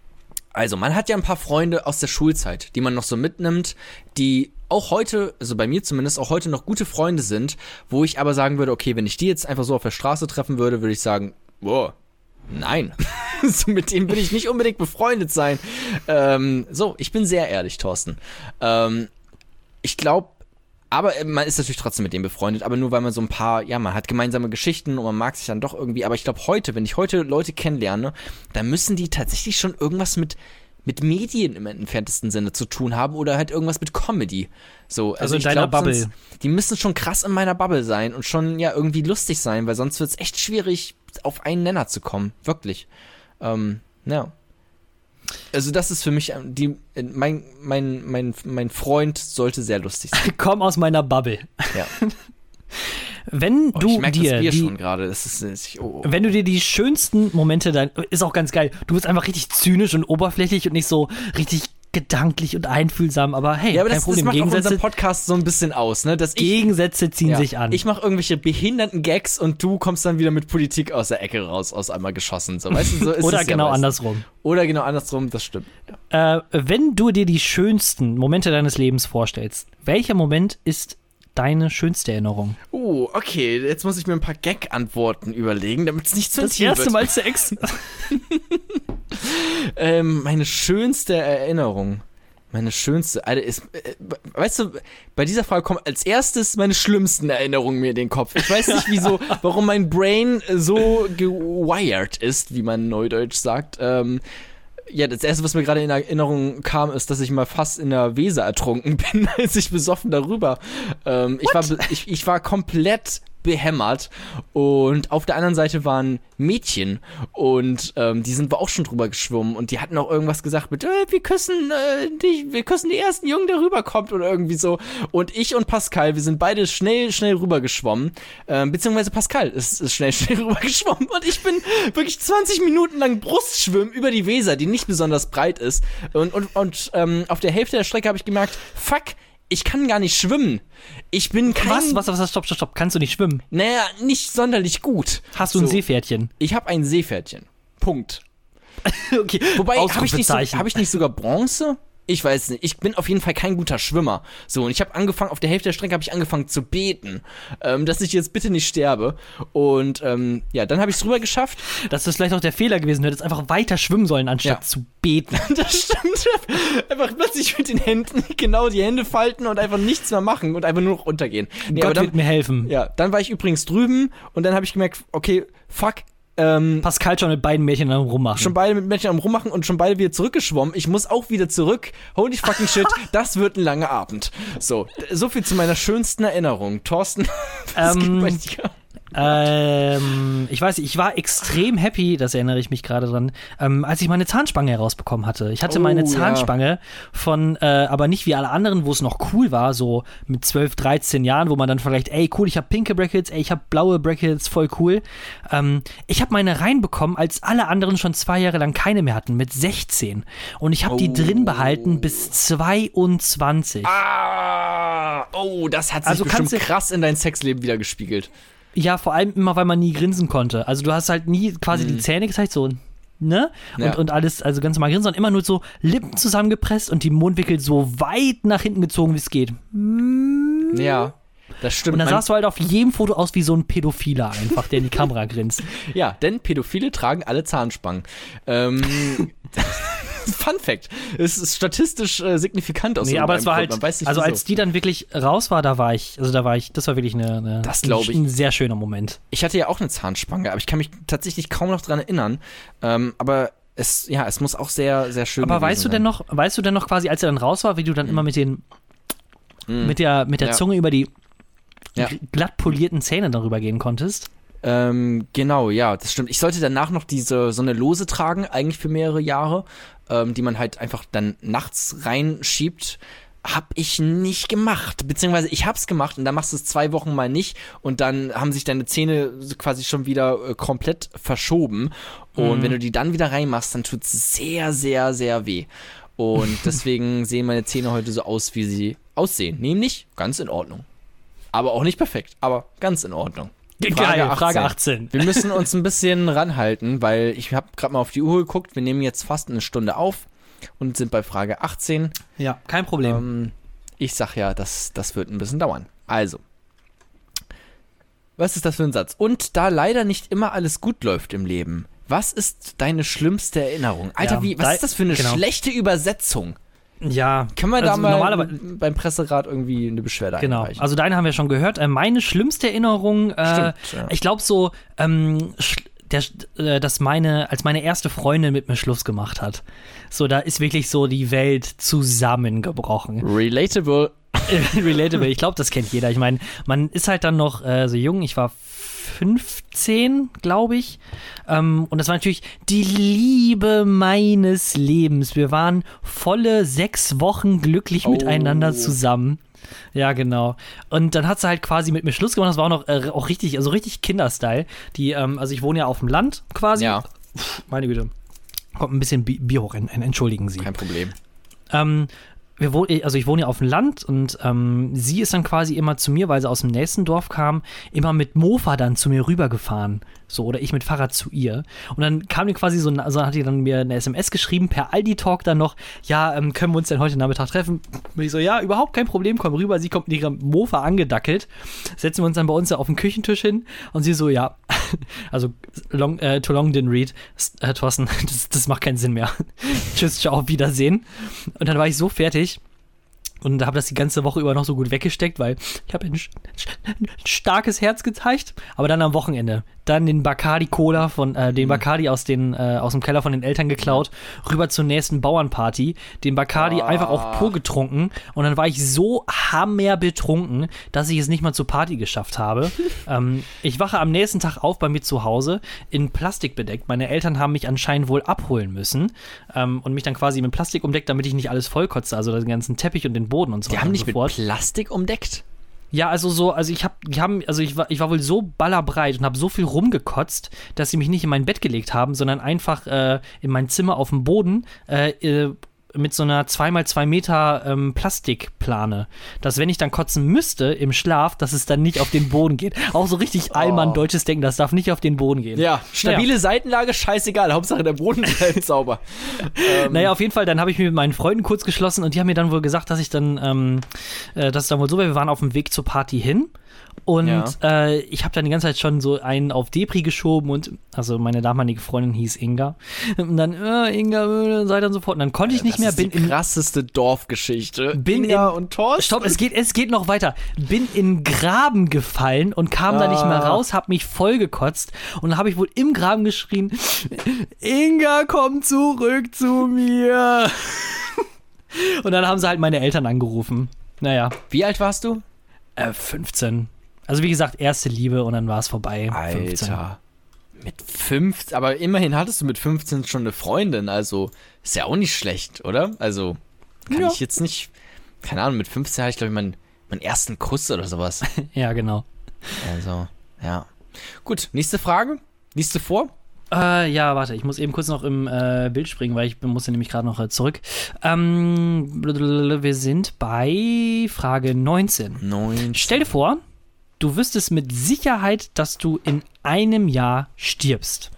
also man hat ja ein paar Freunde aus der Schulzeit, die man noch so mitnimmt, die auch heute, also bei mir zumindest, auch heute noch gute Freunde sind, wo ich aber sagen würde, okay, wenn ich die jetzt einfach so auf der Straße treffen würde, würde ich sagen, boah, nein. So, mit denen will ich nicht unbedingt befreundet sein. Ähm, so, ich bin sehr ehrlich, Thorsten. Ähm, ich glaube, aber man ist natürlich trotzdem mit denen befreundet, aber nur weil man so ein paar, ja, man hat gemeinsame Geschichten und man mag sich dann doch irgendwie, aber ich glaube heute, wenn ich heute Leute kennenlerne, dann müssen die tatsächlich schon irgendwas mit mit Medien im entferntesten Sinne zu tun haben oder halt irgendwas mit Comedy. So, also, Also in ich deiner glaub, Bubble. Sonst, die müssen schon krass in meiner Bubble sein und schon ja irgendwie lustig sein, weil sonst wird es echt schwierig, auf einen Nenner zu kommen. Wirklich. Ähm, ja. Also das ist für mich, die, mein, mein, mein, mein Freund sollte sehr lustig sein. Komm aus meiner Bubble. Ja. Wenn Oh, du ich merke dir das Bier die, schon gerade. Das ist, das ist oh, oh. Wenn du dir die schönsten Momente dein, ist auch ganz geil. Du bist einfach richtig zynisch und oberflächlich und nicht so richtig gedanklich und einfühlsam, aber hey, Ja, aber kein das, Problem. das macht auch Gegensätze, unseren Podcast so ein bisschen aus, ne? Dass ich, Gegensätze ziehen ja, sich an. ich mache irgendwelche behinderten Gags und du kommst dann wieder mit Politik aus der Ecke raus, aus einmal geschossen. So, weißt du, so ist Oder es genau ja meistens. andersrum. Oder genau andersrum, das stimmt. Ja. Äh, wenn du dir die schönsten Momente deines Lebens vorstellst, welcher Moment ist deine schönste Erinnerung? Oh, okay, jetzt muss ich mir ein paar Gag-Antworten überlegen, damit es nicht zu Das intim erste wird. Mal zu Ex. Ähm, meine schönste Erinnerung. Meine schönste, Alter, ist, äh, weißt du, bei dieser Frage kommen als erstes meine schlimmsten Erinnerungen mir in den Kopf. Ich weiß nicht, wieso, warum mein Brain so gewired ist, wie man neudeutsch sagt. Ähm, ja, das erste, was mir gerade in Erinnerung kam, ist, dass ich mal fast in der Weser ertrunken bin, als ich besoffen darüber. Ähm, ich war, ich, ich war komplett behämmert und auf der anderen Seite waren Mädchen und ähm, die sind wir auch schon drüber geschwommen und die hatten auch irgendwas gesagt mit, äh, wir küssen äh, die, wir küssen die ersten Jungen, der rüberkommt oder irgendwie so und ich und Pascal, wir sind beide schnell, schnell rübergeschwommen, ähm, beziehungsweise Pascal ist, ist schnell, schnell rübergeschwommen und ich bin wirklich zwanzig Minuten lang Brustschwimmen über die Weser, die nicht besonders breit ist und, und, und ähm, auf der Hälfte der Strecke habe ich gemerkt, fuck, ich kann gar nicht schwimmen. Ich bin kein... Was, was, was, stopp, stopp, stopp. Kannst du nicht schwimmen? Naja, nicht sonderlich gut. Hast du ein So. Seepferdchen? Ich habe ein Seepferdchen. Punkt. Okay, Wobei, habe ich, nicht so, Ausrufezeichen. hab ich nicht sogar Bronze? Ich weiß nicht. Ich bin auf jeden Fall kein guter Schwimmer. So, und ich habe angefangen, auf der Hälfte der Strecke habe ich angefangen zu beten, ähm, dass ich jetzt bitte nicht sterbe. Und ähm, ja, dann habe ich es rüber geschafft. Das ist vielleicht auch der Fehler gewesen. Du hättest einfach weiter schwimmen sollen, anstatt Ja. zu beten. Das stimmt. Einfach plötzlich mit den Händen genau die Hände falten und einfach nichts mehr machen und einfach nur noch untergehen. Nee, aber Gott dann, wird mir helfen. ja, dann war ich übrigens drüben und dann habe ich gemerkt, okay, fuck, ähm, Pascal schon mit beiden Mädchen am rummachen. schon beide mit Menschen am Rummachen und schon beide wieder zurückgeschwommen. Ich muss auch wieder zurück. Holy fucking shit, das wird ein langer Abend. So, so viel zu meiner schönsten Erinnerung. Thorsten, was Ähm, geht bei dir? Ähm, ich weiß nicht, ich war extrem happy, das erinnere ich mich gerade dran, ähm, als ich meine Zahnspange herausbekommen hatte. Ich hatte Oh, meine ja. Zahnspange von, äh, aber nicht wie alle anderen, wo es noch cool war, so mit zwölf, dreizehn Jahren, wo man dann vielleicht, ey, cool, ich habe pinke Brackets, ey, ich habe blaue Brackets, voll cool. Ähm, ich habe meine reinbekommen, als alle anderen schon zwei Jahre lang keine mehr hatten, mit sechzehn. Und ich habe die Oh. drin behalten bis zweiundzwanzig. Ah, oh, das hat sich Also bestimmt kannst du- krass in dein Sexleben wieder gespiegelt. Ja, vor allem immer, weil man nie grinsen konnte. Also du hast halt nie quasi die Zähne gezeigt, so, ne? Und, Ja. und alles, also ganz normal grinsen, sondern immer nur so Lippen zusammengepresst und die Mundwinkel so weit nach hinten gezogen, wie es geht. Ja, das stimmt. Und dann Man- sahst du halt auf jedem Foto aus wie so ein Pädophiler einfach, der in die Kamera grinst. Ja, denn Pädophile tragen alle Zahnspangen. Ähm, Fun Fact. Es ist statistisch äh, signifikant aus Nee, aber irgendeinem es war Grund. halt, Man weiß nicht, also wieso. als die dann wirklich raus war, da war ich, also da war ich, das war wirklich eine, eine Das glaub ich. ein sehr schöner Moment. Ich hatte ja auch eine Zahnspange, aber ich kann mich tatsächlich kaum noch dran erinnern. Ähm, aber es, ja, es muss auch sehr, sehr schön Aber gewesen weißt du sein. denn noch, weißt du denn noch quasi, als er dann raus war, wie du dann immer mit den, Mhm. mit der, mit der Ja. Zunge über die Ja. glatt polierten Zähne darüber gehen konntest? Ähm, genau, ja, das stimmt. Ich sollte danach noch diese so eine Lose tragen, eigentlich für mehrere Jahre, ähm, die man halt einfach dann nachts reinschiebt. Hab ich nicht gemacht, beziehungsweise ich hab's gemacht und dann machst du es zwei Wochen mal nicht und dann haben sich deine Zähne quasi schon wieder äh, komplett verschoben und Mhm. wenn du die dann wieder reinmachst, dann tut's sehr, sehr, sehr weh. Und deswegen sehen meine Zähne heute so aus, wie sie aussehen, nämlich ganz in Ordnung. Aber auch nicht perfekt, aber ganz in Ordnung. Geil, Frage achtzehn. Wir müssen uns ein bisschen ranhalten, weil ich habe gerade mal auf die Uhr geguckt. Wir nehmen jetzt fast eine Stunde auf und sind bei Frage achtzehn. Ja, kein Problem. Ähm, ich sag ja, das, das wird ein bisschen dauern. Also, was ist das für ein Satz? Und da leider nicht immer alles gut läuft im Leben, was ist deine schlimmste Erinnerung? Alter, Ja, wie, was da- ist das für eine genau. schlechte Übersetzung? Ja, Kann man da also mal normalerweise, beim Presserat irgendwie eine Beschwerde genau. einreichen? Also deine haben wir schon gehört. Äh, meine schlimmste Erinnerung, äh, Stimmt, ja. ich glaube so, ähm, sch der, äh, dass meine, als meine erste Freundin mit mir Schluss gemacht hat. So, da ist wirklich so die Welt zusammengebrochen. Relatable. Relatable, ich glaube, das kennt jeder. Ich meine, man ist halt dann noch äh, so jung, ich war fünfzehn, glaube ich. Ähm, und das war natürlich die Liebe meines Lebens. Wir waren volle sechs Wochen glücklich Oh. miteinander zusammen. Ja, genau. Und dann hat sie halt quasi mit mir Schluss gemacht. Das war auch noch äh, auch richtig, also richtig Kinderstyle. Die, ähm, also ich wohne ja auf dem Land quasi. Ja. Pff, meine Güte. Kommt ein bisschen Bi- Bier hoch, entschuldigen Sie. Kein Problem. Ähm, wir wohnen, also ich wohne ja auf dem Land und ähm, sie ist dann quasi immer zu mir, weil sie aus dem nächsten Dorf kam, immer mit Mofa dann zu mir rübergefahren. So, oder ich mit Fahrrad zu ihr. Und dann kam die quasi so, also hat die dann mir eine S M S geschrieben, per Aldi-Talk dann noch, ja, ähm, können wir uns denn heute Nachmittag treffen? Und ich so, ja, überhaupt kein Problem, komm rüber. Sie kommt mit ihrem Mofa angedackelt, setzen wir uns dann bei uns da auf den Küchentisch hin und sie so, ja, also long, äh, too long didn't read, äh, Thorsten, das, das macht keinen Sinn mehr. Tschüss, ciao, auf Wiedersehen. Und dann war ich so fertig und habe das die ganze Woche über noch so gut weggesteckt, weil ich habe ein, ein starkes Herz gezeigt. Aber dann am Wochenende, dann den Bacardi Cola von, äh, den Bacardi aus, den, äh, aus dem Keller von den Eltern geklaut, rüber zur nächsten Bauernparty, den Bacardi Oh. einfach auch pur getrunken und dann war ich so hammerbetrunken, dass ich es nicht mal zur Party geschafft habe. ähm, ich wache am nächsten Tag auf bei mir zu Hause, in Plastik bedeckt. Meine Eltern haben mich anscheinend wohl abholen müssen ähm, und mich dann quasi mit Plastik umdeckt, damit ich nicht alles vollkotze, also den ganzen Teppich und den Boden und so Die weiter haben und dich so mit fort. Plastik umdeckt? Ja, also so, also ich hab, die haben, also ich war, ich war wohl so ballerbreit und habe so viel rumgekotzt, dass sie mich nicht in mein Bett gelegt haben, sondern einfach äh, in mein Zimmer auf dem Boden äh, äh, mit so einer zwei mal zwei Meter ähm, Plastikplane, dass wenn ich dann kotzen müsste im Schlaf, dass es dann nicht auf den Boden geht. Auch so richtig Allmann deutsches Denken, das darf nicht auf den Boden gehen. Ja, stabile Naja. Seitenlage, scheißegal. Hauptsache der Boden bleibt sauber. ähm, Naja, auf jeden Fall, dann habe ich mich mit meinen Freunden kurz geschlossen und die haben mir dann wohl gesagt, dass ich dann, ähm, äh, dass es dann wohl so war, wir waren auf dem Weg zur Party hin und Ja. äh, ich habe dann die ganze Zeit schon so einen auf Depri geschoben und, also meine damalige Freundin hieß Inga und dann, äh, Inga, äh, sei dann sofort und dann konnte ich nicht das mehr, ist bin die in, krasseste Dorfgeschichte. bin Inga in, und Thorsten. Stopp, es geht, es geht noch weiter. Bin in Graben gefallen und kam da nicht mehr Ah. raus, hab mich vollgekotzt und dann habe ich wohl im Graben geschrien, Inga, komm zurück zu mir. Und dann haben sie halt meine Eltern angerufen. Naja, Wie alt warst du? äh, fünfzehn. Also wie gesagt, erste Liebe und dann war es vorbei. fünfzehn. Alter. Mit fünfzehn, aber immerhin hattest du mit fünfzehn schon eine Freundin, also ist ja auch nicht schlecht, oder? Also kann Ja. ich jetzt nicht, keine Ahnung, mit fünfzehn hatte ich glaube ich meinen, meinen ersten Kuss oder sowas. Ja, genau. Also, ja. Gut, nächste Frage. Liest du vor? Äh, ja, warte, ich muss eben kurz noch im äh, Bild springen, weil ich musste nämlich gerade noch äh, zurück. Ähm, blablabla, wir sind bei Frage neunzehn. Neun. Stell dir vor, du wüsstest mit Sicherheit, dass du in einem Jahr stirbst.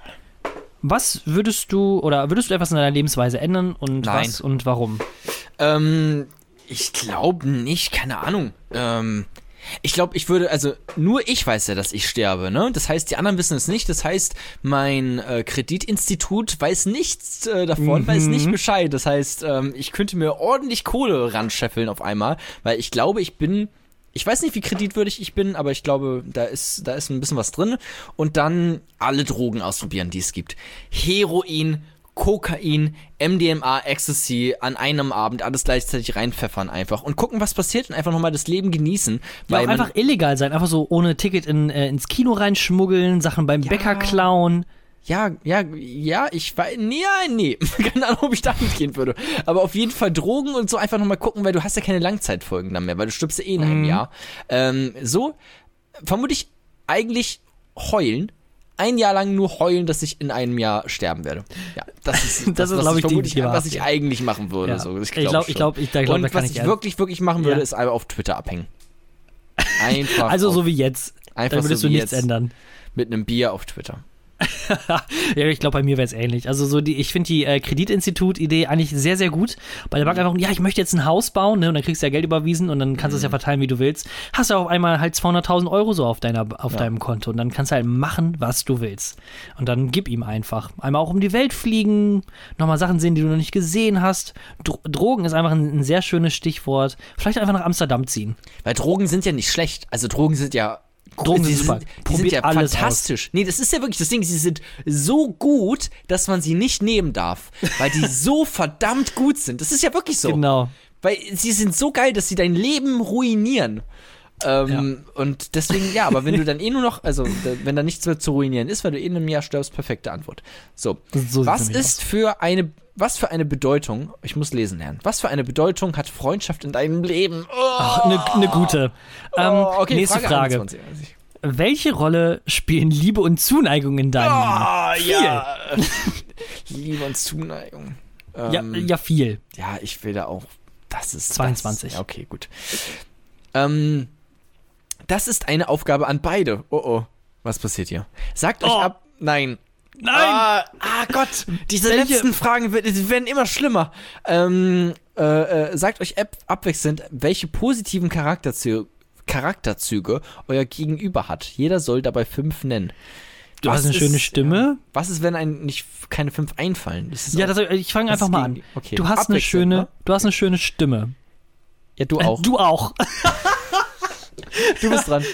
Was würdest du, oder würdest du etwas in deiner Lebensweise ändern und Nein. was und warum? Ähm, ich glaube nicht, keine Ahnung. Ähm, ich glaube, ich würde, also nur ich weiß ja, dass ich sterbe, ne? Das heißt, die anderen wissen es nicht. Das heißt, mein äh, Kreditinstitut weiß nichts äh, davon, Mhm. weiß nicht Bescheid. Das heißt, ähm, ich könnte mir ordentlich Kohle ranscheffeln auf einmal, weil ich glaube, ich bin, ich weiß nicht, wie kreditwürdig ich bin, aber ich glaube, da ist, da ist ein bisschen was drin. Und dann alle Drogen ausprobieren, die es gibt. Heroin, Kokain, M D M A, Ecstasy an einem Abend alles gleichzeitig reinpfeffern einfach und gucken, was passiert und einfach nochmal das Leben genießen. Ja, Weil auch man, einfach illegal sein, einfach so ohne Ticket in, äh, ins Kino reinschmuggeln, Sachen beim Ja. Bäcker klauen. ja, ja, ja, ich weiß, nee, ja, nee, keine Ahnung, ob ich da mitgehen würde. Aber auf jeden Fall Drogen und so einfach nochmal gucken, weil du hast ja keine Langzeitfolgen dann mehr, weil du stirbst ja eh in einem Mhm. Jahr. Ähm, so, vermutlich eigentlich heulen. Ein Jahr lang nur heulen, dass ich in einem Jahr sterben werde. Ja, das ist, Das ist, was glaub ich, die vermutlich, richtige was ich Wahrheit. eigentlich machen würde. Ja. So. Ich glaube, ich glaube, ich, da glaub, Und da kann was ich ich ja. wirklich, wirklich machen würde, Ja. ist einfach auf Twitter abhängen. Einfach. Also auf, so wie jetzt. einfach Da würdest so du wie nichts jetzt ändern. mit einem Bier auf Twitter. Ja, ich glaube, bei mir wäre es ähnlich. Also so die, ich finde die äh, Kreditinstitut-Idee eigentlich sehr, sehr gut. Bei der Bank einfach, ja, ich möchte jetzt ein Haus bauen, ne, und dann kriegst du ja Geld überwiesen und dann kannst du es ja verteilen, wie du willst. Hast du auf einmal halt zweihunderttausend Euro so auf deiner, auf Ja. deinem Konto und dann kannst du halt machen, was du willst. Und dann gib ihm einfach. Einmal auch um die Welt fliegen, nochmal Sachen sehen, die du noch nicht gesehen hast. Dro- Drogen ist einfach ein, ein sehr schönes Stichwort. Vielleicht einfach nach Amsterdam ziehen. Weil Drogen sind ja nicht schlecht. Also Drogen sind ja Drogen sie sind super. sind, die sind Probiert ja alles fantastisch. Aus. Nee, das ist ja wirklich das Ding, sie sind so gut, dass man sie nicht nehmen darf, weil die so verdammt gut sind. Das ist ja wirklich so. Genau. Weil sie sind so geil, dass sie dein Leben ruinieren. Ähm, ja. Und deswegen, ja, aber wenn du dann eh nur noch, also wenn da nichts mehr zu ruinieren ist, weil du eh in einem Jahr stirbst, perfekte Antwort. So, so was ist aus. für eine, was für eine Bedeutung, ich muss lesen lernen, was für eine Bedeutung hat Freundschaft in deinem Leben? Oh, eine oh. ne gute. Ähm, oh, okay, nächste Frage. Frage. einundzwanzig. Welche Rolle spielen Liebe und Zuneigung in deinem oh, Leben? Ja. Liebe und Zuneigung. Ähm, ja, ja, viel. Ja, ich will da auch, das ist zweiundzwanzig. Das, ja, okay, gut. Ähm, Das ist eine Aufgabe an beide. Oh oh, was passiert hier? Sagt euch oh. ab. Nein. Nein! Ah, ah Gott, diese Welche? letzten Fragen die werden immer schlimmer. Ähm, äh, äh, sagt euch ab, abwechselnd, welche positiven Charakterzüge, Charakterzüge euer Gegenüber hat. Jeder soll dabei fünf nennen. Du was hast eine ist, schöne Stimme. Ja, was ist, wenn einem nicht keine fünf einfallen? Das ist ja, auch, das, ich fange einfach mal gegen, an. Okay. Du hast eine schöne, ne? du hast eine schöne Stimme. Ja, du auch. Äh, du auch. Du bist dran.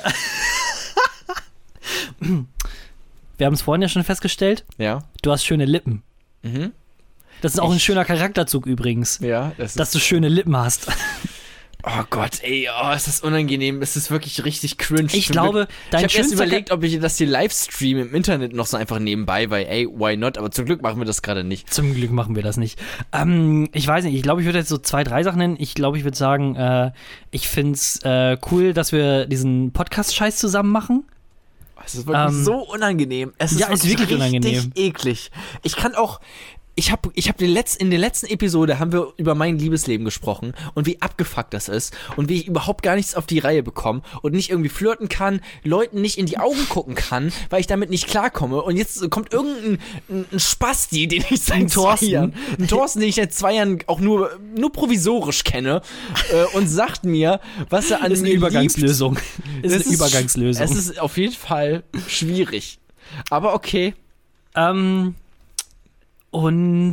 Wir haben es vorhin ja schon festgestellt. Ja. Du hast schöne Lippen. Mhm. Das ist auch ich, ein schöner Charakterzug übrigens. Ja. Das dass du schöne Lippen hast. Oh Gott, ey, oh, ist das unangenehm. Es ist wirklich richtig cringe. Ich Zum glaube, Glück, dein Ich habe erst überlegt, ob ich das hier live streame im Internet noch so einfach nebenbei, weil, ey, why not? Aber zum Glück machen wir das gerade nicht. Zum Glück machen wir das nicht. Ähm, ich weiß nicht, ich glaube, ich würde jetzt so zwei, drei Sachen nennen. Ich glaube, ich würde sagen, äh, ich finde es äh, cool, dass wir diesen Podcast-Scheiß zusammen machen. Es ist wirklich ähm, so unangenehm. Es ist, ja, wirklich, ist wirklich richtig unangenehm. eklig. Ich kann auch... Ich habe ich hab den Letz-, in der letzten Episode haben wir über mein Liebesleben gesprochen und wie abgefuckt das ist und wie ich überhaupt gar nichts auf die Reihe bekomme und nicht irgendwie flirten kann, Leuten nicht in die Augen gucken kann, weil ich damit nicht klarkomme und jetzt kommt irgendein ein, ein Spasti, den ich seit zwei Jahren, ein Thorsten, den ich seit zwei Jahren auch nur, nur provisorisch kenne äh, und sagt mir, was er an ist mir eine Übergangslösung. Liebt. Ist eine Übergangslösung. Es ist auf jeden Fall schwierig. Aber okay. Ähm... Und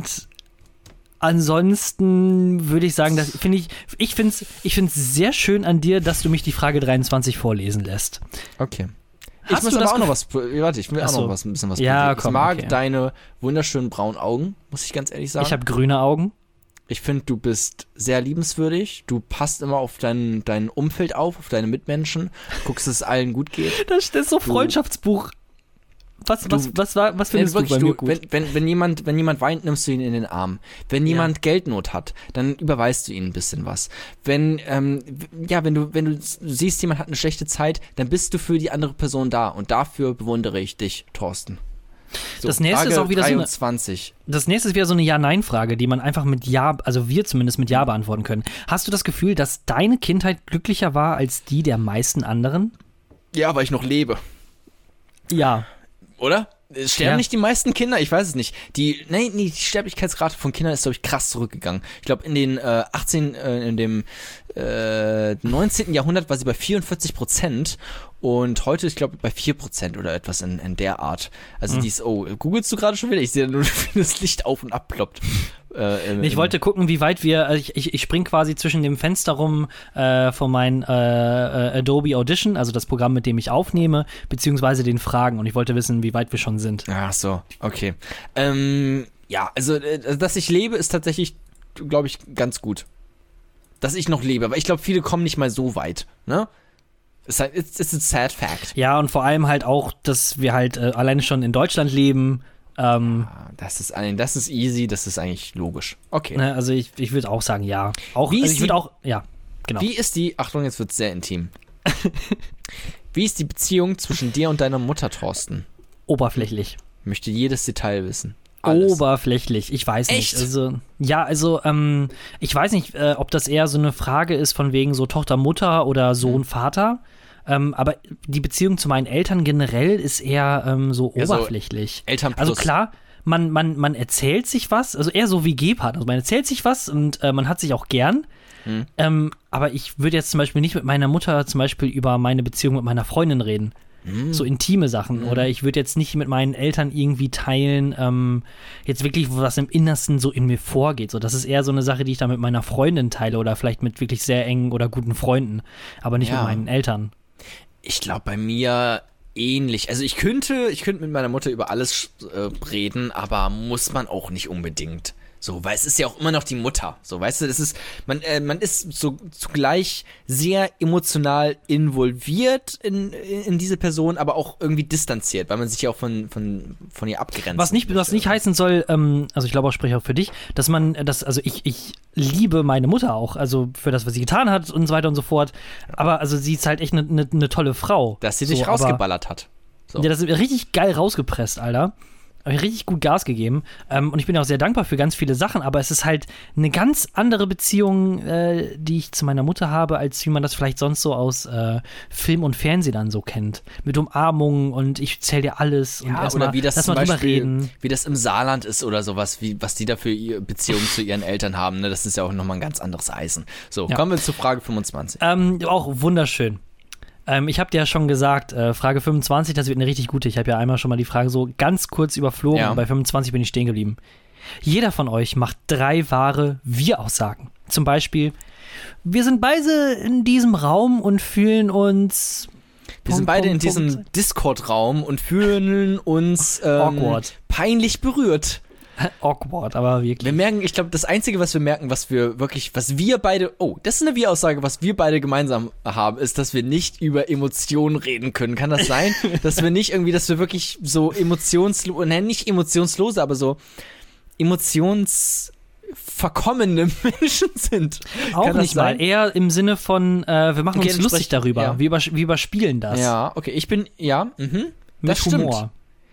ansonsten würde ich sagen, dass finde ich, ich finde es ich find's sehr schön an dir, dass du mich die Frage dreiundzwanzig vorlesen lässt. Okay. Hast ich muss du aber das auch noch was, warte, ich will auch so. noch was, ein bisschen was ja, probieren. komm, Ich mag okay. deine wunderschönen braunen Augen, muss ich ganz ehrlich sagen. Ich habe grüne Augen. Ich finde, du bist sehr liebenswürdig. Du passt immer auf dein, dein Umfeld auf, auf deine Mitmenschen. Guckst, dass es allen gut geht. Das ist so Freundschaftsbuch. Was, du, was, was, war, was findest du bei mir gut? Wenn, wenn, wenn, jemand, wenn jemand weint, nimmst du ihn in den Arm. Wenn ja. jemand Geldnot hat, dann überweist du ihm ein bisschen was. Wenn, ähm, ja, wenn du, wenn du siehst, jemand hat eine schlechte Zeit, dann bist du für die andere Person da. Und dafür bewundere ich dich, Thorsten. So, das nächste Frage ist auch wieder dreiundzwanzig. so eine, das nächste ist wieder so eine Ja-Nein-Frage, die man einfach mit Ja, also wir zumindest mit Ja beantworten können. Hast du das Gefühl, dass deine Kindheit glücklicher war als die der meisten anderen? Ja, weil ich noch lebe. Ja. Oder? Sterben ja. nicht die meisten Kinder? Ich weiß es nicht. Die, nee, nee, die Sterblichkeitsrate von Kindern ist, glaube ich, krass zurückgegangen. Ich glaube, in den äh, achtzehn, äh, in dem äh, neunzehnten Jahrhundert war sie bei vierundvierzig Prozent und heute, ich glaube, bei vier Prozent oder etwas in, in der Art. Also mhm. die ist, oh, googelst du gerade schon wieder? Ich sehe nur, wie das Licht auf und ab ploppt. Äh, im, ich im wollte gucken, wie weit wir, also ich, ich, ich spring quasi zwischen dem Fenster rum äh, von meinem äh, äh, Adobe Audition, also das Programm, mit dem ich aufnehme, beziehungsweise den Fragen und ich wollte wissen, wie weit wir schon sind. Ach so, okay. Ähm, ja, also, äh, dass ich lebe, ist tatsächlich, glaube ich, ganz gut. Dass ich noch lebe, aber ich glaube, viele kommen nicht mal so weit, ne? It's, it's, it's a sad fact. Ja, und vor allem halt auch, dass wir halt äh, alleine schon in Deutschland leben. Ähm, ja, das ist das ist easy, das ist eigentlich logisch. Okay. Ne, also ich, ich würde auch sagen, ja. Auch, wie also ist ich die, würde auch, ja, genau. Wie ist die, Achtung, jetzt wird es sehr intim. Wie ist die Beziehung zwischen dir und deiner Mutter, Thorsten? Oberflächlich. Ich möchte jedes Detail wissen. Alles. Oberflächlich, ich weiß nicht. Echt? Also, ja, also, ähm, ich weiß nicht, äh, ob das eher so eine Frage ist von wegen so Tochter-Mutter oder Sohn-Vater. Ähm, aber die Beziehung zu meinen Eltern generell ist eher ähm, so ja, oberflächlich. So Eltern plus. Also klar, man, man, man erzählt sich was, also eher so wie G-Partner. Also man erzählt sich was und äh, man hat sich auch gern. Hm. Ähm, aber ich würde jetzt zum Beispiel nicht mit meiner Mutter zum Beispiel über meine Beziehung mit meiner Freundin reden. Hm. So intime Sachen. Hm. Oder ich würde jetzt nicht mit meinen Eltern irgendwie teilen, ähm, jetzt wirklich, was im Innersten so in mir vorgeht. So, das ist eher so eine Sache, die ich da mit meiner Freundin teile oder vielleicht mit wirklich sehr engen oder guten Freunden. Aber nicht ja. mit meinen Eltern. Ich glaube, bei mir ähnlich. Also ich könnte, ich könnte mit meiner Mutter über alles äh, reden, aber muss man auch nicht unbedingt. So, weil es ist ja auch immer noch die Mutter. So, weißt du, das ist, man, äh, man ist so zugleich sehr emotional involviert in, in diese Person, aber auch irgendwie distanziert, weil man sich ja auch von, von, von ihr abgrenzt. Was nicht, was nicht heißen soll, ähm, also ich glaube auch, spreche auch für dich, dass man, das, also ich, ich liebe meine Mutter auch, also für das, was sie getan hat und so weiter und so fort. Aber also sie ist halt echt eine ne, ne tolle Frau. Dass sie sich so, rausgeballert hat. So. Ja, das ist richtig geil rausgepresst, Alter. Habe ich richtig gut Gas gegeben. Ähm, und ich bin auch sehr dankbar für ganz viele Sachen, aber es ist halt eine ganz andere Beziehung, äh, die ich zu meiner Mutter habe, als wie man das vielleicht sonst so aus äh, Film und Fernsehen dann so kennt. Mit Umarmungen und ich zähl dir alles. Ja, und oder mal, wie das lass zum mal drüber Beispiel, reden. wie das im Saarland ist oder sowas, wie, was die da für ihre Beziehung zu ihren Eltern haben. Ne? Das ist ja auch nochmal ein ganz anderes Eisen. So, Ja. kommen wir zu Frage fünfundzwanzig. Ähm, auch wunderschön. Ähm, ich habe dir ja schon gesagt, äh, Frage fünfundzwanzig, das wird eine richtig gute. Ich habe ja einmal schon mal die Frage so ganz kurz überflogen Ja. und bei fünfundzwanzig bin ich stehen geblieben. Jeder von euch macht drei wahre Wir-Aussagen. Zum Beispiel, wir sind beide in diesem Raum und fühlen uns... Wir sind Punkt, beide Punkt, in diesem Punkt. Discord-Raum und fühlen uns ähm, Awkward. peinlich berührt. Awkward, aber wirklich. Wir merken, ich glaube, das Einzige, was wir merken, was wir wirklich, was wir beide, oh, das ist eine Wir-Aussage, was wir beide gemeinsam haben, ist, dass wir nicht über Emotionen reden können. Kann das sein? Dass wir nicht irgendwie, dass wir wirklich so emotionslos, nein, nicht emotionslose, aber so emotionsverkommene Menschen sind. Auch Kann das nicht mal. sein? Eher im Sinne von, äh, wir machen Okay, uns dann lustig sprich- darüber. ja. Wir, übers wir überspielen das. Ja, okay, ich bin, ja, mhm. Mit das stimmt. Humor.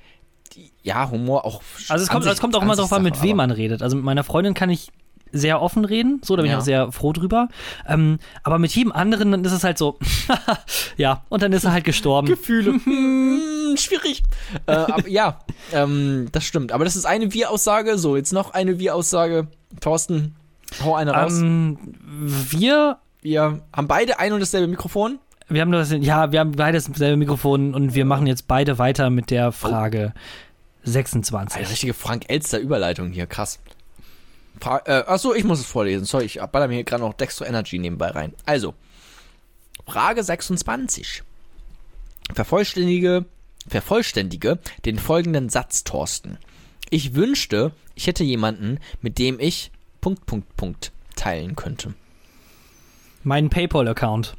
Ja, Humor auch. Also es kommt, es kommt auch immer darauf an, mit wem man redet. Also mit meiner Freundin kann ich sehr offen reden, so, da bin Ja. ich auch sehr froh drüber. Ähm, aber mit jedem anderen, dann ist es halt so, ja, und dann ist er halt gestorben. Gefühle. Hm, schwierig. äh, aber ja, ähm, das stimmt. Aber das ist eine Wir-Aussage. So, jetzt noch eine Wir-Aussage. Thorsten, hau eine raus. Ähm, wir, Wir haben beide ein und dasselbe Mikrofon. wir haben das, ja, wir haben beide dasselbe Mikrofon und wir machen jetzt beide weiter mit der Frage sechsundzwanzig. Eine richtige Frank-Elster-Überleitung hier, krass. Fra äh, achso, ich muss es vorlesen. Sorry, ich baller mir hier gerade noch Dextro Energy nebenbei rein. Also, Frage sechsundzwanzig. Vervollständige, vervollständige den folgenden Satz, Thorsten. Ich wünschte, ich hätte jemanden, mit dem ich Punkt, Punkt, Punkt teilen könnte. Mein PayPal-Account.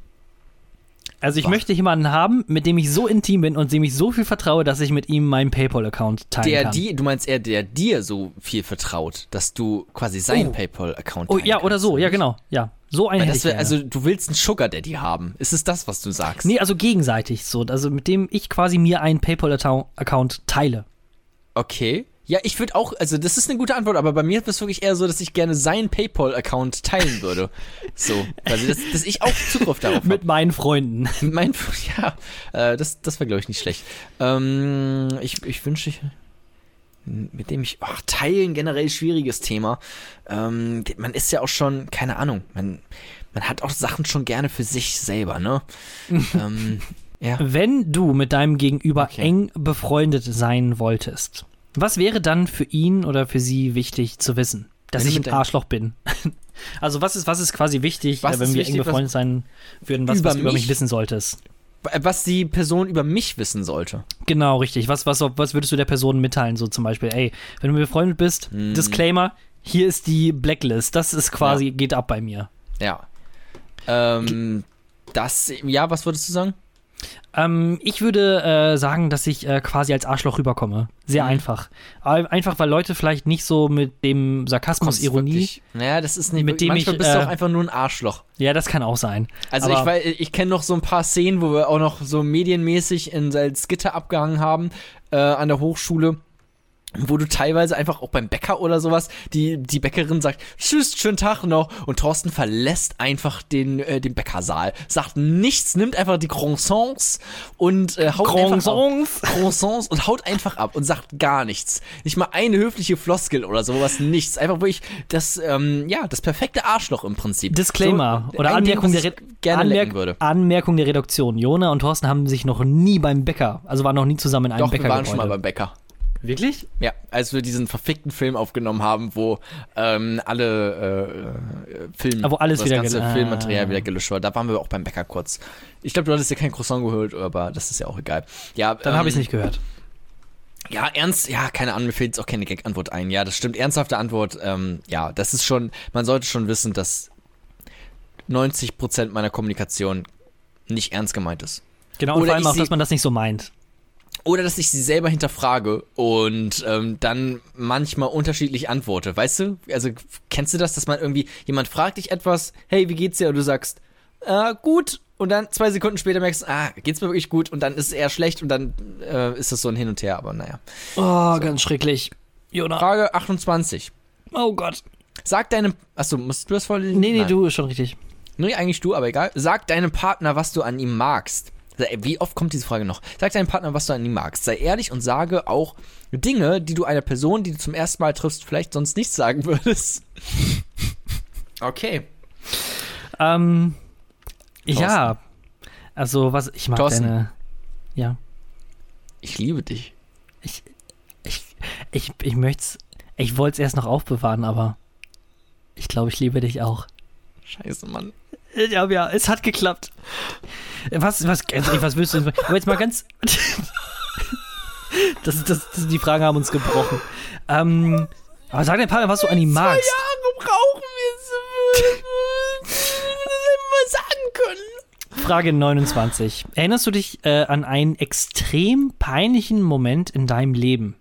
Also ich Boah. möchte jemanden haben, mit dem ich so intim bin und dem ich so viel vertraue, dass ich mit ihm meinen PayPal-Account teilen Der, kann. die, du meinst eher, der dir so viel vertraut, dass du quasi seinen Oh. PayPal-Account Oh teilen ja, oder kannst, so, ja nicht? genau. Ja, so einen Weil hätte das ich wär, gerne. also du willst einen Sugar Daddy haben. Ist es das, was du sagst? Nee, also gegenseitig so. Also mit dem ich quasi mir einen PayPal-Account teile. Okay. Ja, ich würde auch, also das ist eine gute Antwort, aber bei mir ist es wirklich eher so, dass ich gerne seinen PayPal-Account teilen würde. So, also dass, dass ich auch Zugriff darauf habe. Mit meinen Freunden. Mein, ja, äh, das, das wäre, glaube ich, nicht schlecht. Ähm, ich, ich wünsche, ich, mit dem ich, ach, teilen generell schwieriges Thema. Ähm, man ist ja auch schon, keine Ahnung, man, man hat auch Sachen schon gerne für sich selber, ne? ähm, ja. Wenn du mit deinem Gegenüber Okay. eng befreundet sein wolltest, was wäre dann für ihn oder für sie wichtig zu wissen? Dass Wenn du ich mit ein deinem- Arschloch bin. Also was ist, was ist quasi wichtig, Was äh, wenn ist wir wichtig, eng was- befreundet sein würden, was, Über was du über mich mich? wissen solltest? Was die Person über mich wissen sollte. Genau, richtig. Was, was, was würdest du der Person mitteilen? So zum Beispiel, ey, wenn du mir befreundet bist, Hm. Disclaimer, hier ist die Blacklist. Das ist quasi, geht ab bei mir. Ja. Ähm, das, ja, was würdest du sagen? Ähm, ich würde äh, sagen, dass ich äh, quasi als Arschloch rüberkomme. Sehr Mhm. einfach. Ein- Einfach, weil Leute vielleicht nicht so mit dem Sarkasmus, Kommt's Ironie. wirklich- Naja, das ist nicht Mit wirklich, dem manchmal ich, bist du äh, auch einfach nur ein Arschloch. Ja, das kann auch sein. Also aber- ich weiß, ich kenne noch so ein paar Szenen, wo wir auch noch so medienmäßig in Salzgitter abgehangen haben, äh, an der Hochschule, wo du teilweise einfach auch beim Bäcker oder sowas, die, die Bäckerin sagt, tschüss, schönen Tag noch, und Thorsten verlässt einfach den, äh, den Bäckersaal, sagt nichts, nimmt einfach die Croissants und äh, haut einfach ab. Croissants. Croissants und haut einfach ab und sagt gar nichts. Nicht mal eine höfliche Floskel oder sowas, nichts. Einfach wirklich das, ähm, ja, das perfekte Arschloch im Prinzip. Disclaimer So, oder ein Ding, Anmerkung was der, ich Re gerne Anmerk lecken würde. Anmerkung der Redaktion. Jona und Thorsten haben sich noch nie beim Bäcker, also waren noch nie zusammen in einem Doch, Bäcker wir waren schon mal beim Bäcker. Wirklich? Ja, als wir diesen verfickten Film aufgenommen haben, wo ähm, alle äh, Film, wo alles das wieder ganze gel- Filmmaterial ah. wieder gelöscht war. Da waren wir auch beim Bäcker kurz. Ich glaube, du hattest dir kein Croissant geholt, aber das ist ja auch egal. Ja, Dann ähm, habe ich es nicht gehört. Ja, ernst, ja, keine Ahnung, mir fällt jetzt auch keine Gag-Antwort ein. Ja, das stimmt, ernsthafte Antwort, ähm, ja, das ist schon, man sollte schon wissen, dass neunzig Prozent meiner Kommunikation nicht ernst gemeint ist. Genau, und Oder vor allem ich auch, sie- dass man das nicht so meint. Oder dass ich sie selber hinterfrage und ähm, dann manchmal unterschiedlich antworte. Weißt du? Also kennst du das, dass man irgendwie, jemand fragt dich etwas, hey, wie geht's dir? Und du sagst, äh, gut. Und dann zwei Sekunden später merkst du, ah, geht's mir wirklich gut? Und dann ist es eher schlecht und dann äh, ist das so ein Hin und Her. Aber naja. Oh, ganz schrecklich. Jona. Frage achtundzwanzig. Oh Gott. Sag deinem, achso, musst du das vorlesen? Nee, nee, Nein. du, ist schon richtig. Nee, eigentlich du, aber egal. Sag deinem Partner, was du an ihm magst. Wie oft kommt diese Frage noch? Sag deinem Partner, was du an ihm magst. Sei ehrlich und sage auch Dinge, die du einer Person, die du zum ersten Mal triffst, vielleicht sonst nicht sagen würdest. Okay. Ähm, Thorsten. ja. Also, was, ich mag Thorsten. deine, ja. Ich liebe dich. Ich, ich, ich, ich möchte ich wollte es erst noch aufbewahren, aber ich glaube, ich liebe dich auch. Scheiße, Mann. Ja, ja, es hat geklappt. Was, was, also, was willst du denn? Aber jetzt mal ganz. das, das, das, die Fragen haben uns gebrochen. Ähm, aber sag deinem Partner, was du an ihm magst. Jahre brauchen wir es, das sagen können. Frage neunundzwanzig. Erinnerst du dich äh, an einen extrem peinlichen Moment in deinem Leben?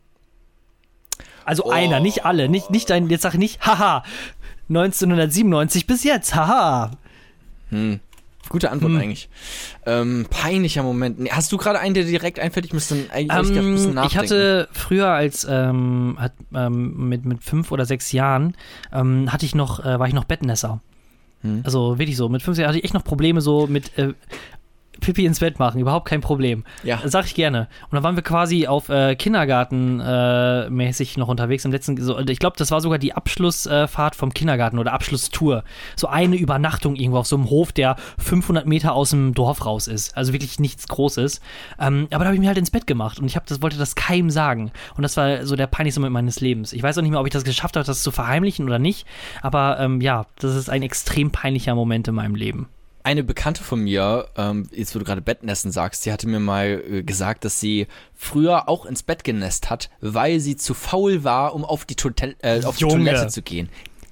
Also Oh. einer, nicht alle. Nicht, nicht dein, jetzt sag nicht, haha, neunzehnhundertsiebenundneunzig bis jetzt, haha. Hm. Gute Antwort Hm. eigentlich. Ähm, peinlicher Moment. Nee, hast du gerade einen, der dir direkt einfällt? Ich müsste dann eigentlich ehrlich gesagt ein bisschen Ähm, nachdenken. ich hatte früher als ähm, hat, ähm, mit, mit fünf oder sechs Jahren ähm, hatte ich noch, äh, war ich noch Bettnässer. Hm. Also wirklich so, mit fünf Jahren hatte ich echt noch Probleme so mit äh, Pipi ins Bett machen, überhaupt kein Problem. Ja. Sag ich gerne. Und dann waren wir quasi auf äh, Kindergarten äh, mäßig noch unterwegs im letzten, so, ich glaube, das war sogar die Abschlussfahrt vom Kindergarten oder Abschlusstour. So eine Übernachtung irgendwo auf so einem Hof, der fünfhundert Meter aus dem Dorf raus ist. Also wirklich nichts Großes. Ähm, aber da habe ich mich halt ins Bett gemacht und ich hab das, wollte das keinem sagen. Und das war so der peinlichste Moment meines Lebens. Ich weiß auch nicht mehr, ob ich das geschafft habe, das zu verheimlichen oder nicht. Aber ähm, ja, das ist ein extrem peinlicher Moment in meinem Leben. Eine Bekannte von mir, ähm, jetzt wo du gerade Bettnässen sagst, die hatte mir mal äh, gesagt, dass sie früher auch ins Bett genässt hat, weil sie zu faul war, um auf die, Totel äh, auf die Junge. Toilette zu gehen.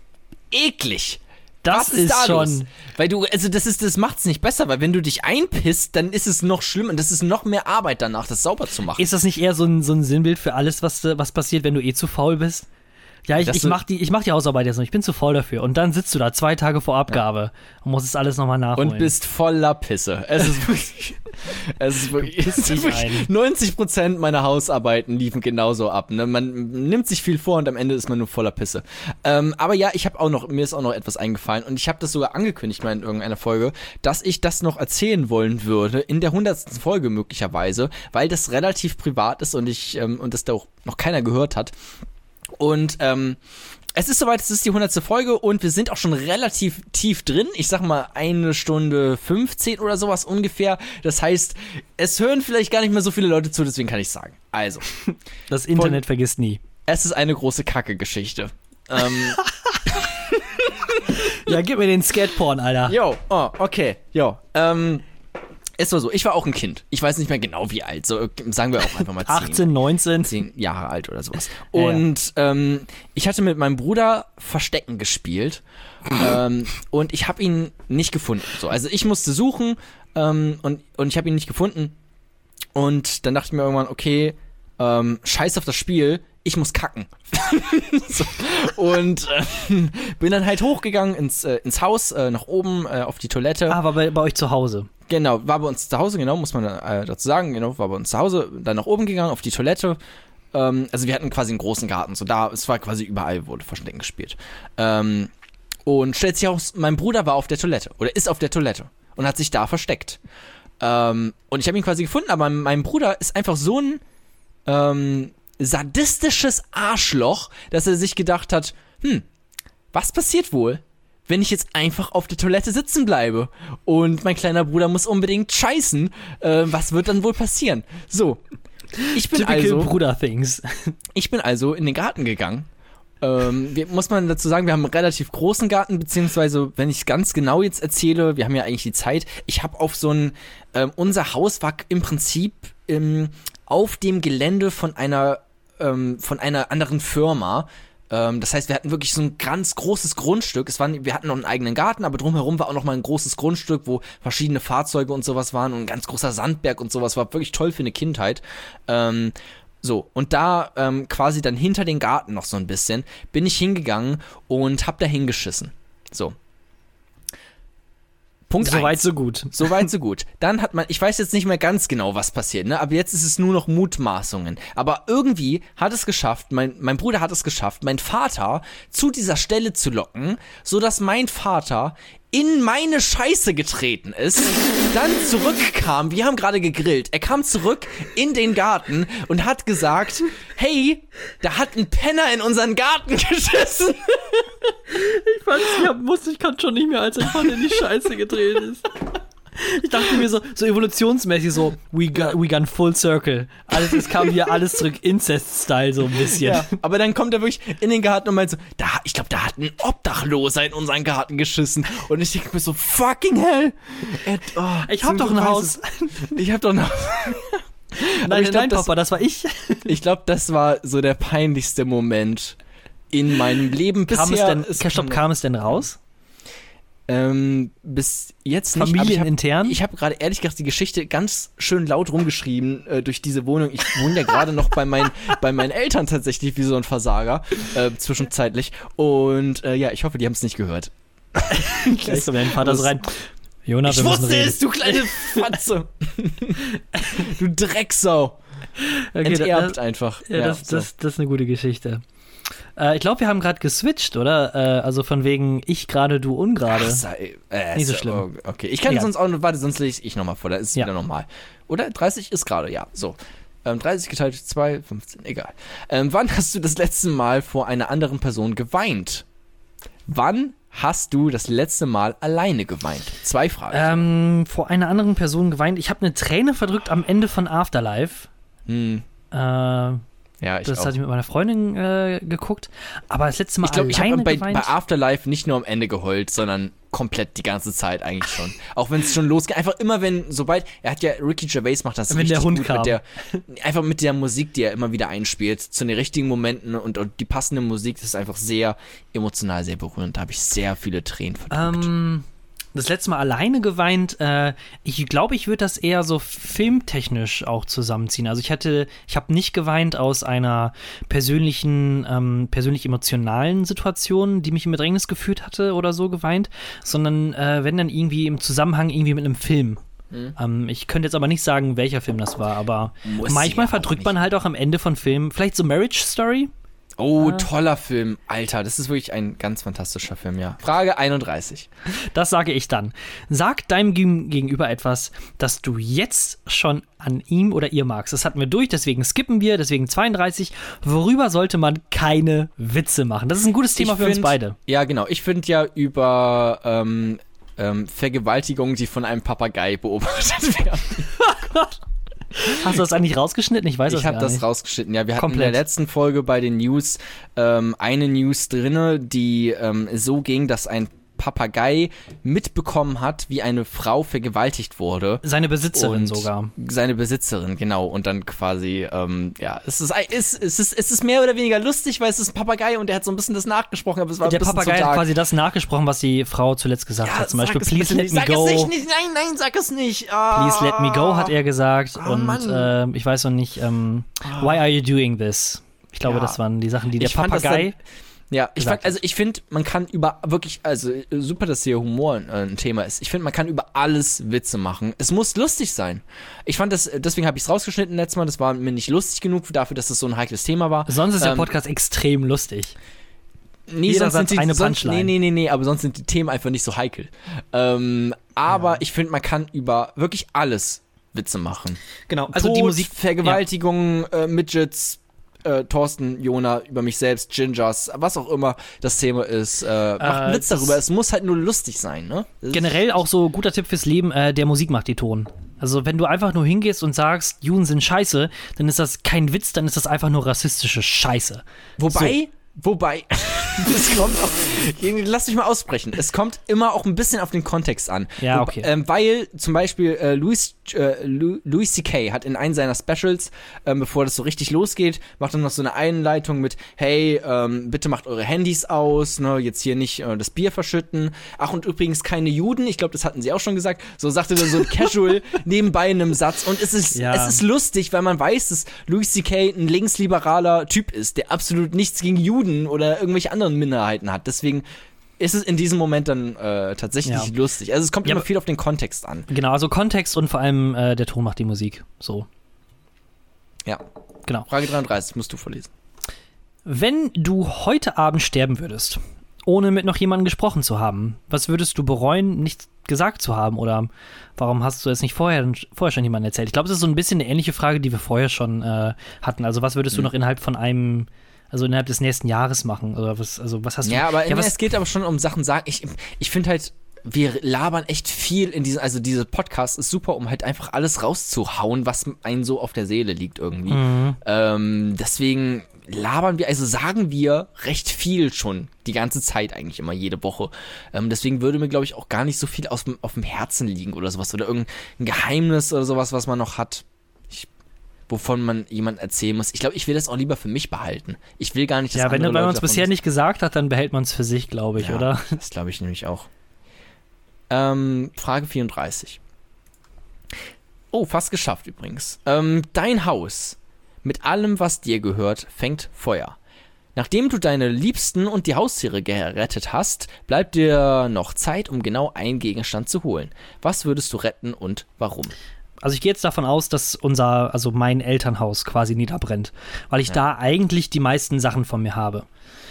Eklig! Das Was ist, da schon. los? Weil du, also das ist, das macht's nicht besser, weil wenn du dich einpisst, dann ist es noch schlimmer und das ist noch mehr Arbeit danach, das sauber zu machen. Ist das nicht eher so ein, so ein Sinnbild für alles, was, äh, was passiert, wenn du eh zu faul bist? Ja, ich, Dass ich du- mach die, ich mach die Hausarbeit jetzt noch, ich bin zu faul dafür. Und dann sitzt du da zwei Tage vor Abgabe und musst es alles nochmal nachholen. Und bist voller Pisse. Es ist wirklich, es ist wirklich, Du pisst es ist dich wirklich ein. neunzig Prozent meiner Hausarbeiten liefen genauso ab. Ne? Man nimmt sich viel vor und am Ende ist man nur voller Pisse. Ähm, aber ja, ich habe auch noch, mir ist auch noch etwas eingefallen und ich habe das sogar angekündigt mal in irgendeiner Folge, dass ich das noch erzählen wollen würde in der hundertsten Folge möglicherweise, weil das relativ privat ist und ich ähm, und das da auch noch keiner gehört hat. Und ähm, es ist soweit, es ist die hundertste Folge und wir sind auch schon relativ tief drin. Ich sag mal eine Stunde fünfzehn oder sowas ungefähr. Das heißt, es hören vielleicht gar nicht mehr so viele Leute zu, deswegen kann ich sagen. Also, das Internet vergisst nie. es ist eine große Kacke-Geschichte. Ähm, Ja, gib mir den Skatporn, Alter. jo, oh, okay, jo. Ähm, es war so, ich war auch ein Kind. Ich weiß nicht mehr genau wie alt, so sagen wir auch einfach mal zehn. achtzehn, neunzehn. zehn Jahre alt oder sowas. Ja, ja. Und ähm, ich hatte mit meinem Bruder Verstecken gespielt ähm, und ich habe ihn nicht gefunden. So, also ich musste suchen ähm, und, und ich habe ihn nicht gefunden. Und dann dachte ich mir irgendwann, okay, ähm, scheiß auf das Spiel, ich muss kacken. so. Und ähm, bin dann halt hochgegangen ins, äh, ins Haus, äh, nach oben, äh, auf die Toilette. Ah, war bei, bei euch zu Hause. Genau, war bei uns zu Hause, genau, muss man äh, dazu sagen, genau, war bei uns zu Hause, dann nach oben gegangen, auf die Toilette. Ähm, also wir hatten quasi einen großen Garten, so da, es war quasi überall, wurde Verstecken gespielt. Ähm, und stellt sich heraus, mein Bruder war auf der Toilette, oder ist auf der Toilette und hat sich da versteckt. Ähm, und ich habe ihn quasi gefunden, aber mein Bruder ist einfach so ein ähm, sadistisches Arschloch, dass er sich gedacht hat, hm, was passiert wohl, wenn ich jetzt einfach auf der Toilette sitzen bleibe und mein kleiner Bruder muss unbedingt scheißen, äh, was wird dann wohl passieren? So, ich bin Typical also, Bruder-Things. ich bin also in den Garten gegangen. Ähm, wir, muss man dazu sagen, wir haben einen relativ großen Garten, beziehungsweise, wenn ich ganz genau jetzt erzähle, wir haben ja eigentlich die Zeit, ich habe auf so ein, ähm, unser Haus war im Prinzip ähm, auf dem Gelände von einer, ähm, von einer anderen Firma. Ähm, das heißt, wir hatten wirklich so ein ganz großes Grundstück. Es waren, wir hatten noch einen eigenen Garten, aber drumherum war auch noch mal ein großes Grundstück, wo verschiedene Fahrzeuge und sowas waren und ein ganz großer Sandberg und sowas. War wirklich toll für eine Kindheit. Ähm, So, und da ähm, quasi dann hinter den Garten noch so ein bisschen, bin ich hingegangen und hab da hingeschissen. So. Punkt eins. Soweit, so gut. Soweit, so gut. Dann hat man, ich weiß jetzt nicht mehr ganz genau, was passiert, ne? Aber jetzt ist es nur noch Mutmaßungen. Aber irgendwie hat es geschafft, mein, mein Bruder hat es geschafft, meinen Vater zu dieser Stelle zu locken, sodass mein Vater in meine Scheiße getreten ist, dann zurückkam, wir haben gerade gegrillt, er kam zurück in den Garten und hat gesagt, hey, da hat ein Penner in unseren Garten geschissen. Ich fand's, ja, musste, ich kann schon nicht mehr, als ein Mann in die Scheiße gedreht ist. Ich dachte mir so, so evolutionsmäßig so, we got, we got full circle. Alles, es kam hier alles zurück, Incest-Style so ein bisschen. Ja, aber dann kommt er wirklich in den Garten und meint so, da, ich glaube, da hat ein Obdachloser in unseren Garten geschissen. Und ich denke mir so, fucking hell. Er, oh, ich hab doch ein Haus. Ich hab doch ein Haus. Nein, ich glaub, nein, das, Papa, das war ich. Ich glaube, das war so der peinlichste Moment in meinem Leben kam bisher. Es denn, stopp, kam es denn raus? Ähm, bis jetzt nicht. Familienintern? Ich habe hab gerade ehrlich gesagt die Geschichte ganz schön laut rumgeschrieben äh, durch diese Wohnung. Ich wohne ja gerade noch bei, mein, bei meinen Eltern tatsächlich wie so ein Versager, äh, zwischenzeitlich. Und äh, ja, ich hoffe, die haben es nicht gehört. Gleich kommt dein Vater so rein. Jonas, ich wir müssen wusste reden. es, du kleine Fatze. Du Drecksau. Okay, Enterbt das, einfach. Ja, ja, das, so. das, das ist eine gute Geschichte. Äh, ich glaube, wir haben gerade geswitcht, oder? Äh, also von wegen ich gerade, du ungerade. Ach, sei, äh, Nicht so so, schlimm. Oh, okay, ich kann Egal. sonst auch, warte, sonst lese ich nochmal vor, da ist es Ja. wieder normal. Oder? dreißig ist gerade, ja, so. Ähm, dreißig geteilt durch zwei, fünfzehn, egal. Ähm, wann hast du das letzte Mal vor einer anderen Person geweint? Wann hast du das letzte Mal alleine geweint? Zwei Fragen. Ähm, vor einer anderen Person geweint. Ich habe eine Träne verdrückt am Ende von Afterlife. Hm. Äh, Ja, ich das auch. hatte ich mit meiner Freundin äh, geguckt. Aber das letzte Mal Ich glaube, ich alleine habe bei, geweint. bei Afterlife nicht nur am Ende geheult, sondern komplett die ganze Zeit eigentlich schon. Auch wenn es schon losgeht. Einfach immer, wenn, sobald, er hat ja, Ricky Gervais macht das Wenn richtig der Hund gut kam. mit der, einfach mit der Musik, die er immer wieder einspielt, zu den richtigen Momenten und, und die passende Musik, das ist einfach sehr emotional, sehr berührend. Da habe ich sehr viele Tränen verdrückt. Ähm, das letzte Mal alleine geweint. Äh, ich glaube, ich würde das eher so filmtechnisch auch zusammenziehen. Also ich hatte, ich habe nicht geweint aus einer persönlichen, ähm, persönlich emotionalen Situation, die mich in Bedrängnis geführt hatte oder so geweint, sondern äh, wenn dann irgendwie im Zusammenhang irgendwie mit einem Film. Mhm. Ähm, ich könnte jetzt aber nicht sagen, welcher Film das war, aber Muss manchmal ja auch verdrückt man nicht. halt auch am Ende von Filmen, vielleicht so Marriage Story. Oh, äh, toller Film. Alter, das ist wirklich ein ganz fantastischer Film, ja. Frage einunddreißig. Das sage ich dann. Sag deinem Gem- Gegenüber etwas, das du jetzt schon an ihm oder ihr magst. Das hatten wir durch, deswegen skippen wir, deswegen zweiunddreißig. Worüber sollte man keine Witze machen? Das ist ein gutes Thema Ich für uns find- beide. Ja, genau. Ich finde ja über ähm, ähm, Vergewaltigungen, die von einem Papagei beobachtet werden. Hast du das eigentlich rausgeschnitten? Ich weiß Ich das habe gar das nicht. rausgeschnitten. Ja, wir hatten Komplett. in der letzten Folge bei den News ähm, eine News drinne, die ähm, so ging, dass ein Papagei mitbekommen hat, wie eine Frau vergewaltigt wurde. Seine Besitzerin Und sogar. Seine Besitzerin, genau. Und dann quasi, ähm, ja, es ist, es, ist, es, ist, es ist mehr oder weniger lustig, weil es ist ein Papagei und der hat so ein bisschen das nachgesprochen, aber es war Der ein bisschen Papagei zu hat dark. quasi das nachgesprochen, was die Frau zuletzt gesagt Ja, hat. Zum sag Beispiel, es please bitte let nicht. me Sag go. es nicht, nicht, nein, nein, sag es nicht. Ah. Please let me go, hat er gesagt. Oh, und Mann. äh, ich weiß noch nicht, ähm, why are you doing this? Ich glaube, Ja. das waren die Sachen, die der Ich fand das Papagei. Ja, ich gesagt fand, also ich finde, man kann über wirklich, also äh, super, dass hier Humor ein, äh, ein Thema ist. Ich finde, man kann über alles Witze machen. Es muss lustig sein. Ich fand das, deswegen habe ich es rausgeschnitten letztes Mal, das war mir nicht lustig genug dafür, dass es so ein heikles Thema war. Sonst ist der Ähm, Podcast extrem lustig. Nee, jeder sonst sind Satz die, eine sonst, Punchline. nee, nee, nee, nee, aber sonst sind die Themen einfach nicht so heikel. Ähm, aber ich finde, man kann über wirklich alles Witze machen. Genau, also Tod, die Musik. Vergewaltigungen, äh, Midgets, äh, Thorsten, Jona, über mich selbst, Gingers, was auch immer das Thema ist, äh, macht einen Äh, Witz darüber. Es muss halt nur lustig sein, ne? Das ist- Generell auch so guter Tipp fürs Leben, äh, der Musik macht die Ton. Also wenn du einfach nur hingehst und sagst, Juden sind scheiße, dann ist das kein Witz, dann ist das einfach nur rassistische Scheiße. Wobei, so. wobei, das kommt auch, lass mich mal aussprechen, es kommt immer auch ein bisschen auf den Kontext an. Ja, okay. Wobei, ähm, weil zum Beispiel äh, Louis, äh, Louis C K hat in einem seiner Specials, ähm, bevor das so richtig losgeht, macht dann noch so eine Einleitung mit, hey, ähm, bitte macht eure Handys aus, ne, jetzt hier nicht äh, das Bier verschütten. Ach, und übrigens keine Juden, ich glaube, das hatten sie auch schon gesagt. So sagte dann so ein Casual nebenbei in einem Satz. Und es ist, ja. es ist lustig, weil man weiß, dass Louis C K ein linksliberaler Typ ist, der absolut nichts gegen Juden oder irgendwelche anderen Minderheiten hat. Deswegen ist es in diesem Moment dann äh, tatsächlich ja. lustig. Also es kommt ja, immer viel auf den Kontext an. Genau, also Kontext und vor allem äh, der Ton macht die Musik. So. Ja. Genau. Frage dreiunddreißig, musst du vorlesen. Wenn du heute Abend sterben würdest, ohne mit noch jemandem gesprochen zu haben, was würdest du bereuen, nicht gesagt zu haben? Oder warum hast du es nicht vorher, vorher schon jemandem erzählt? Ich glaube, das ist so ein bisschen eine ähnliche Frage, die wir vorher schon äh, hatten. Also was würdest mhm. du noch innerhalb von einem Also innerhalb des nächsten Jahres machen? Oder was, also was hast du? Ja, aber ja, was, es geht aber schon um Sachen sagen. Ich, ich finde halt, wir labern echt viel in diesem, also dieser Podcast ist super, um halt einfach alles rauszuhauen, was einem so auf der Seele liegt irgendwie. Mhm. Ähm, deswegen labern wir, also sagen wir recht viel schon, die ganze Zeit eigentlich immer, jede Woche. Ähm, deswegen würde mir, glaube ich, auch gar nicht so viel aus, auf dem Herzen liegen oder sowas. Oder irgendein Geheimnis oder sowas, was man noch hat. Wovon man jemand erzählen muss. Ich glaube, ich will das auch lieber für mich behalten. Ich will gar nicht, dass ja, wenn, andere wenn man es Leute bisher nicht gesagt hat, dann behält man es für sich, glaube ich, ja, oder? Das glaube ich nämlich auch. Ähm, Frage vierunddreißig. Oh, fast geschafft übrigens. Ähm, dein Haus mit allem, was dir gehört, fängt Feuer. Nachdem du deine Liebsten und die Haustiere gerettet hast, bleibt dir noch Zeit, um genau einen Gegenstand zu holen. Was würdest du retten und warum? Also ich gehe jetzt davon aus, dass unser, also mein Elternhaus quasi niederbrennt, weil ich ja. da eigentlich die meisten Sachen von mir habe.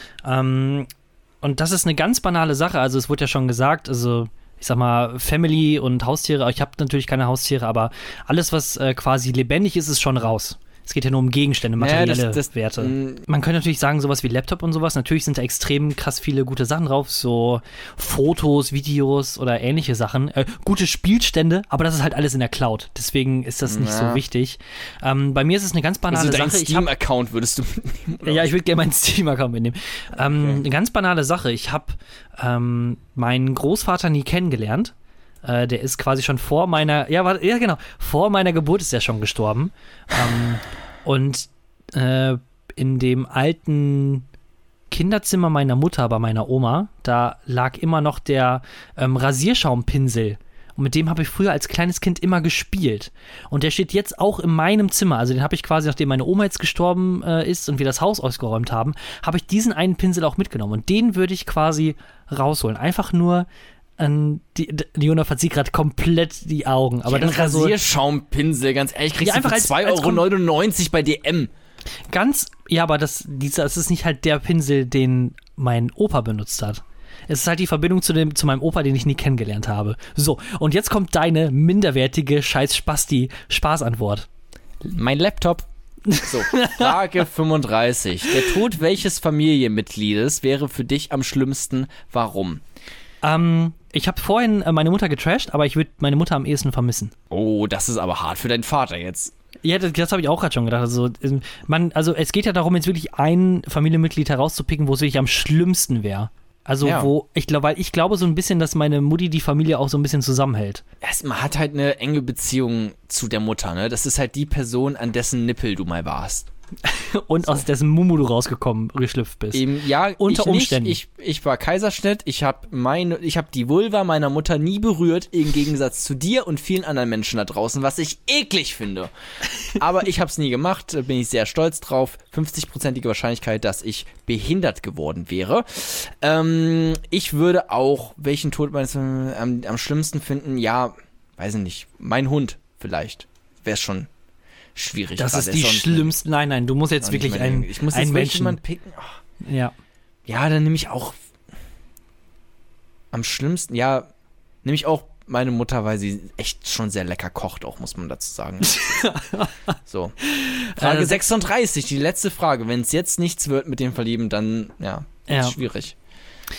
Ähm, und das ist eine ganz banale Sache. Also es wurde ja schon gesagt, also ich sag mal Family und Haustiere, ich habe natürlich keine Haustiere, aber alles, was äh, quasi lebendig ist, ist schon raus. Es geht ja nur um Gegenstände, materielle naja, das, das, Werte. Man könnte natürlich sagen, sowas wie Laptop und sowas, natürlich sind da extrem krass viele gute Sachen drauf, so Fotos, Videos oder ähnliche Sachen. Äh, gute Spielstände, aber das ist halt alles in der Cloud. Deswegen ist das nicht ja. so wichtig. Ähm, bei mir ist es eine ganz banale also Sache. Deinen Steam-Account würdest du mitnehmen? Ja, ich würde gerne meinen Steam-Account mitnehmen. Ähm, okay. Eine ganz banale Sache. Ich habe ähm, meinen Großvater nie kennengelernt. Äh, der ist quasi schon vor meiner, ja, warte, ja genau, vor meiner Geburt ist er schon gestorben. Ähm, und äh, in dem alten Kinderzimmer meiner Mutter, bei meiner Oma, da lag immer noch der ähm, Rasierschaumpinsel. Und mit dem habe ich früher als kleines Kind immer gespielt. Und der steht jetzt auch in meinem Zimmer. Also den habe ich quasi, nachdem meine Oma jetzt gestorben äh, ist und wir das Haus ausgeräumt haben, habe ich diesen einen Pinsel auch mitgenommen. Und den würde ich quasi rausholen. Einfach nur Die, die Jona verzieht gerade komplett die Augen. Aber ja, das ein so, Rasierschaumppinsel, ganz ehrlich, kriegst ja, du für zwei Euro neunundneunzig bei D M. Ganz, ja, aber das, dieser, das ist nicht halt der Pinsel, den mein Opa benutzt hat. Es ist halt die Verbindung zu, dem, zu meinem Opa, den ich nie kennengelernt habe. So, und jetzt kommt deine minderwertige Scheiß-Spasti-Spaßantwort. Mein Laptop. So, Frage fünfunddreißig. Der Tod welches Familienmitgliedes wäre für dich am schlimmsten? Warum? Ähm, ich habe vorhin äh, meine Mutter getrasht, aber ich würde meine Mutter am ehesten vermissen. Oh, das ist aber hart für deinen Vater jetzt. Ja, das, das habe ich auch gerade schon gedacht. Also, man, also es geht ja darum, jetzt wirklich ein Familienmitglied herauszupicken, wo es wirklich am schlimmsten wäre. Also ja. wo, ich glaube, weil ich glaube so ein bisschen, dass meine Mutti die Familie auch so ein bisschen zusammenhält. Es, man hat halt eine enge Beziehung zu der Mutter, ne? Das ist halt die Person, an dessen Nippel du mal warst. Und so. Aus dessen Mumu du rausgekommen, geschlüpft bist. Eben, ja, unter ich Umständen. Nicht. Ich, ich war Kaiserschnitt, ich habe meine, ich habe die Vulva meiner Mutter nie berührt, im Gegensatz zu dir und vielen anderen Menschen da draußen, was ich eklig finde. Aber ich habe es nie gemacht, bin ich sehr stolz drauf. fünfzig-prozentige Wahrscheinlichkeit, dass ich behindert geworden wäre. Ähm, ich würde auch, welchen Tod meinst du am, am schlimmsten finden? Ja, weiß ich nicht, mein Hund vielleicht. Wäre schon schwierig. Das ist die schlimmste. Nein, nein, du musst jetzt wirklich einen, ich muss einen jetzt Menschen jemanden picken. Oh. Ja. Ja, dann nehme ich auch am schlimmsten, ja, nehme ich auch meine Mutter, weil sie echt schon sehr lecker kocht, auch muss man dazu sagen. So. Frage äh, sechsunddreißig, die letzte Frage. Wenn es jetzt nichts wird mit dem Verlieben, dann, ja, ja. ist schwierig.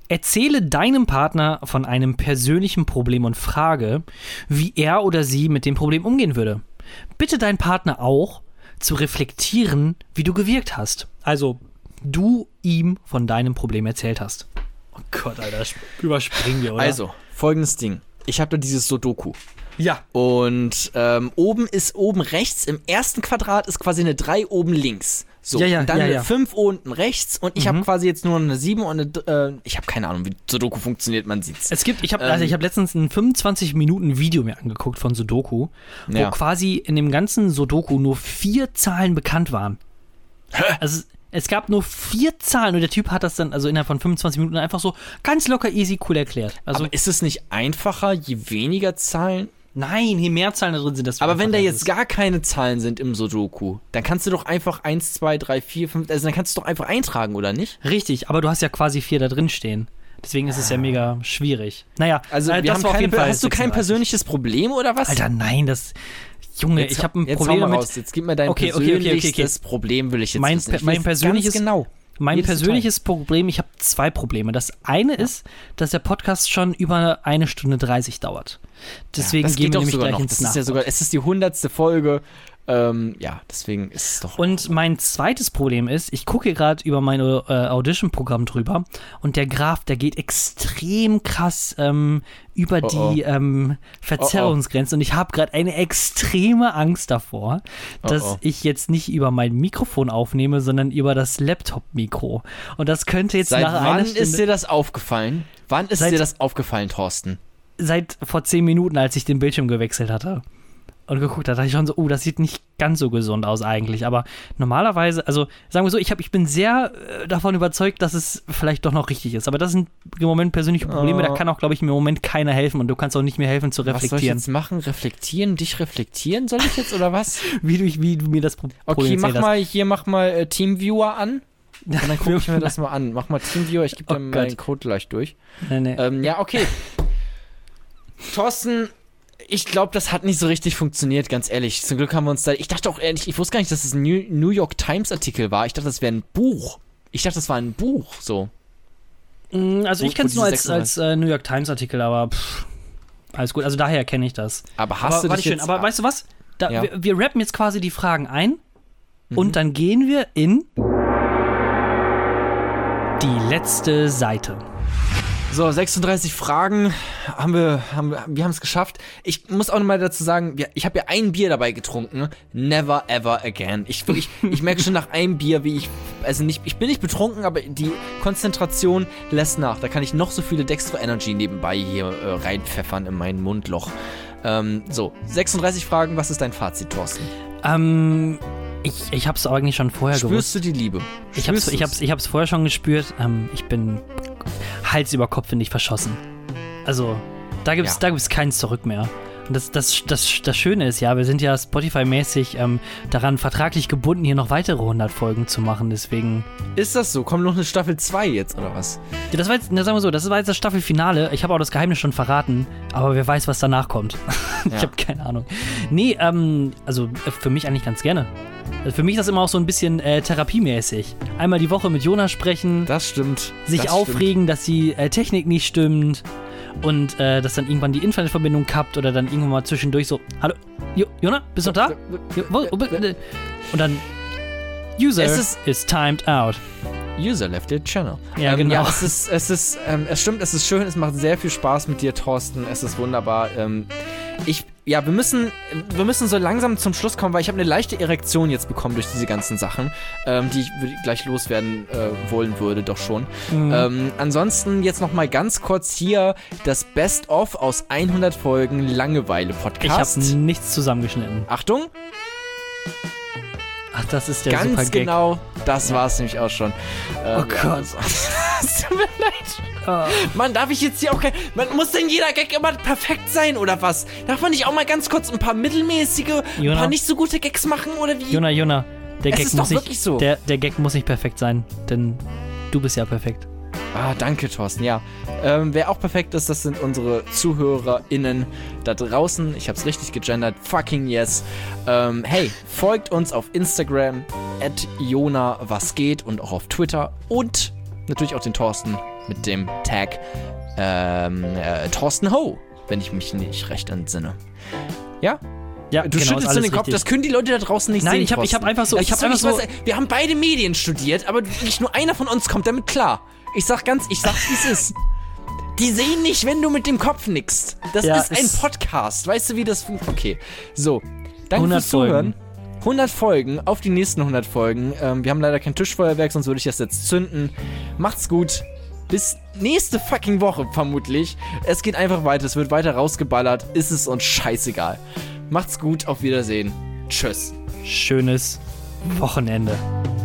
Erzähle deinem Partner von einem persönlichen Problem und frage, wie er oder sie mit dem Problem umgehen würde. Bitte deinen Partner auch, zu reflektieren, wie du gewirkt hast. Also, du ihm von deinem Problem erzählt hast. Oh Gott, Alter, das überspringen wir, oder? Also, folgendes Ding. Ich habe da dieses Sudoku. Ja. Und ähm, oben ist oben rechts, im ersten Quadrat ist quasi eine drei oben links. So, ja, ja, und dann ja, eine ja. fünf unten rechts und ich Mhm. habe quasi jetzt nur eine sieben und eine, äh, ich habe keine Ahnung, wie Sudoku funktioniert, man sieht's. Es gibt, ich habe Ähm, also ich habe letztens ein fünfundzwanzig Minuten Video mir angeguckt von Sudoku, wo Ja. quasi in dem ganzen Sudoku nur vier Zahlen bekannt waren. Hä? Also es gab nur vier Zahlen und der Typ hat das dann also innerhalb von fünfundzwanzig Minuten einfach so ganz locker, easy, cool erklärt. Also Aber ist es nicht einfacher, je weniger Zahlen? nein, je mehr Zahlen da drin sind, desto Aber wenn da einfacher jetzt ist es. gar keine Zahlen sind im Sudoku, dann kannst du doch einfach eins, zwei, drei, vier, fünf, also dann kannst du doch einfach eintragen, oder nicht? Richtig, aber du hast ja quasi vier da drin stehen. Deswegen ist es ja mega schwierig. Naja, Also äh, wir das haben war auf keine, jeden Fall hast du kein sechsunddreißig. persönliches Problem oder was? Alter, nein, das Junge, jetzt, ich habe ein jetzt Problem hau mal damit. raus. Jetzt gib mir dein Okay, okay, okay, okay, persönlichstes okay. Problem, will ich jetzt Mein wissen. per- Ich mein weiß persönliches- ganz genau. Mein Jedes persönliches Problem, ich habe zwei Probleme. Das eine ist, dass der Podcast schon über eine Stunde dreißig dauert. Deswegen das gehen geht wir doch nämlich sogar gleich noch. ins Das ist ja Nachwort. sogar, es ist die hundertste Folge. Ähm, ja, deswegen ist es doch. Und mein zweites Problem ist, ich gucke gerade über mein äh, Audition-Programm drüber und der Graph, der geht extrem krass ähm, über Oh, die ähm, Verzerrungsgrenze und ich habe gerade eine extreme Angst davor, dass Oh, oh. ich jetzt nicht über mein Mikrofon aufnehme, sondern über das Laptop-Mikro. Und das könnte jetzt Seit nach einer wann Stunde... ist dir das aufgefallen? Wann ist Seit- dir das aufgefallen, Thorsten? seit vor zehn Minuten, als ich den Bildschirm gewechselt hatte und geguckt habe, dachte ich schon so, oh, das sieht nicht ganz so gesund aus eigentlich. Aber normalerweise, also sagen wir so, ich, hab, ich bin sehr äh, davon überzeugt, dass es vielleicht doch noch richtig ist. Aber das sind im Moment persönliche Probleme, Oh. da kann auch, glaube ich, mir im Moment keiner helfen und du kannst auch nicht mehr helfen zu Was soll ich reflektieren. jetzt machen? Reflektieren? Dich reflektieren soll ich jetzt oder was? Wie du, wie du mir das Pro Problem Okay, mach erzählt mal hier, mach mal äh, Teamviewer an. Und dann gucke ich mir das mal an. Mach mal Teamviewer, ich gebe Oh dann Gott. meinen Code gleich durch. hast. Nee, nee. Ähm, ja, okay. Thorsten, ich glaube, das hat nicht so richtig funktioniert, ganz ehrlich. Zum Glück haben wir uns da. Ich dachte auch ehrlich, ich wusste gar nicht, dass es ein New, New York Times Artikel war. Ich dachte, das wäre ein Buch. Ich dachte, das war ein Buch, so. Mm, also wo- ich kenne es wo nur diese als, als äh, New York Times Artikel, aber pff, alles gut. Also daher kenne ich das. Aber hast aber, du warte dich schön, jetzt... aber weißt du was? Da, Ja. wir, wir rappen jetzt quasi die Fragen ein Mhm. und dann gehen wir in die letzte Seite. So, sechsunddreißig Fragen haben wir, haben wir, wir haben es geschafft. Ich muss auch nochmal dazu sagen, wir- ich habe ja ein Bier dabei getrunken. Never ever again. Ich, ich, ich merke schon nach einem Bier, wie ich, also nicht, ich bin nicht betrunken, aber die Konzentration lässt nach. Da kann ich noch so viele Dextro Energy nebenbei hier äh, reinpfeffern in mein Mundloch. Ähm, so, sechsunddreißig Fragen, was ist dein Fazit, Thorsten? Ähm, ich, ich hab's eigentlich schon vorher gewusst. Spürst du die Liebe? Ich hab's, Spürst ich, du's? hab's, ich hab's vorher schon gespürt. Ähm, ich bin Hals über Kopf in dich verschossen. Also, da gibt's, Ja. da gibt's kein Zurück mehr. Und das, das, das, das Schöne ist ja, wir sind ja Spotify-mäßig ähm, daran vertraglich gebunden, hier noch weitere hundert Folgen zu machen. Deswegen. Ist das so? Kommt noch eine Staffel zwei jetzt, oder was? Ja, das war jetzt, na, sagen wir so, das war jetzt das Staffelfinale. Ich habe auch das Geheimnis schon verraten, aber wer weiß, was danach kommt. ich Ja. habe keine Ahnung. Nee, ähm, also äh, für mich eigentlich ganz gerne. Also für mich ist das immer auch so ein bisschen äh, therapiemäßig. Einmal die Woche mit Jonas sprechen, Das stimmt. sich das aufregen, dass die äh, Technik nicht stimmt und äh, dass dann irgendwann die Internetverbindung kappt oder dann irgendwann mal zwischendurch so, hallo, jo, Jona, bist du noch da? Jo, wo, wo, und dann, User Es ist- is timed out. User left your channel. Ja, ähm, genau. Ja, es ist, es ist, ähm, es stimmt, es ist schön, es macht sehr viel Spaß mit dir, Thorsten. Es ist wunderbar. Ähm, ich, ja, wir müssen, wir müssen so langsam zum Schluss kommen, weil ich habe eine leichte Erektion jetzt bekommen durch diese ganzen Sachen, ähm, die ich würd- gleich loswerden äh, wollen würde, doch schon. Mhm. Ähm, ansonsten jetzt noch mal ganz kurz hier das Best-of aus hundert Folgen Ich habe Langeweile-Podcast. nichts zusammengeschnitten. Achtung, Ach, das ist der super ganz Gag. genau, das war's nämlich auch schon. Ähm, Oh Gott. Es tut mir leid. Ah. Mann, darf ich jetzt hier auch kein... Man, muss denn jeder Gag immer perfekt sein, oder was? Darf man nicht auch mal ganz kurz ein paar mittelmäßige, ein Jona. paar nicht so gute Gags machen, oder wie? Jona, Jona, der Es Gag ist muss doch nicht, wirklich so. der, der Gag muss nicht perfekt sein, denn du bist ja perfekt. Ah, danke, Thorsten, ja. Ähm, wer auch perfekt ist, das sind unsere ZuhörerInnen da draußen. Ich hab's richtig gegendert. Fucking yes. Ähm, hey, folgt uns auf Instagram, at Jona was geht und auch auf Twitter. Und natürlich auch den Thorsten mit dem Tag ähm, äh, Thorsten Ho, wenn ich mich nicht recht entsinne. Ja? Ja, du genau, schüttelst so den Kopf, richtig. Das können die Leute da draußen nicht Nein, sehen. ich habe ich hab einfach so, Das ich habe ist einfach so so, was, wir haben beide Medien studiert, aber wirklich nur einer von uns kommt damit klar. Ich sag ganz, ich sag, wie es ist. Die sehen nicht, wenn du mit dem Kopf nickst. Das Ja, ist ein es- Podcast. Weißt du, wie das funktioniert? Okay, so. Danke hundert fürs Zuhören. Folgen. hundert Folgen, auf die nächsten hundert Folgen. Ähm, wir haben leider kein Tischfeuerwerk, sonst würde ich das jetzt zünden. Macht's gut. Bis nächste fucking Woche vermutlich. Es geht einfach weiter, es wird weiter rausgeballert. Ist es uns scheißegal. Macht's gut, auf Wiedersehen. Tschüss. schönes Wochenende.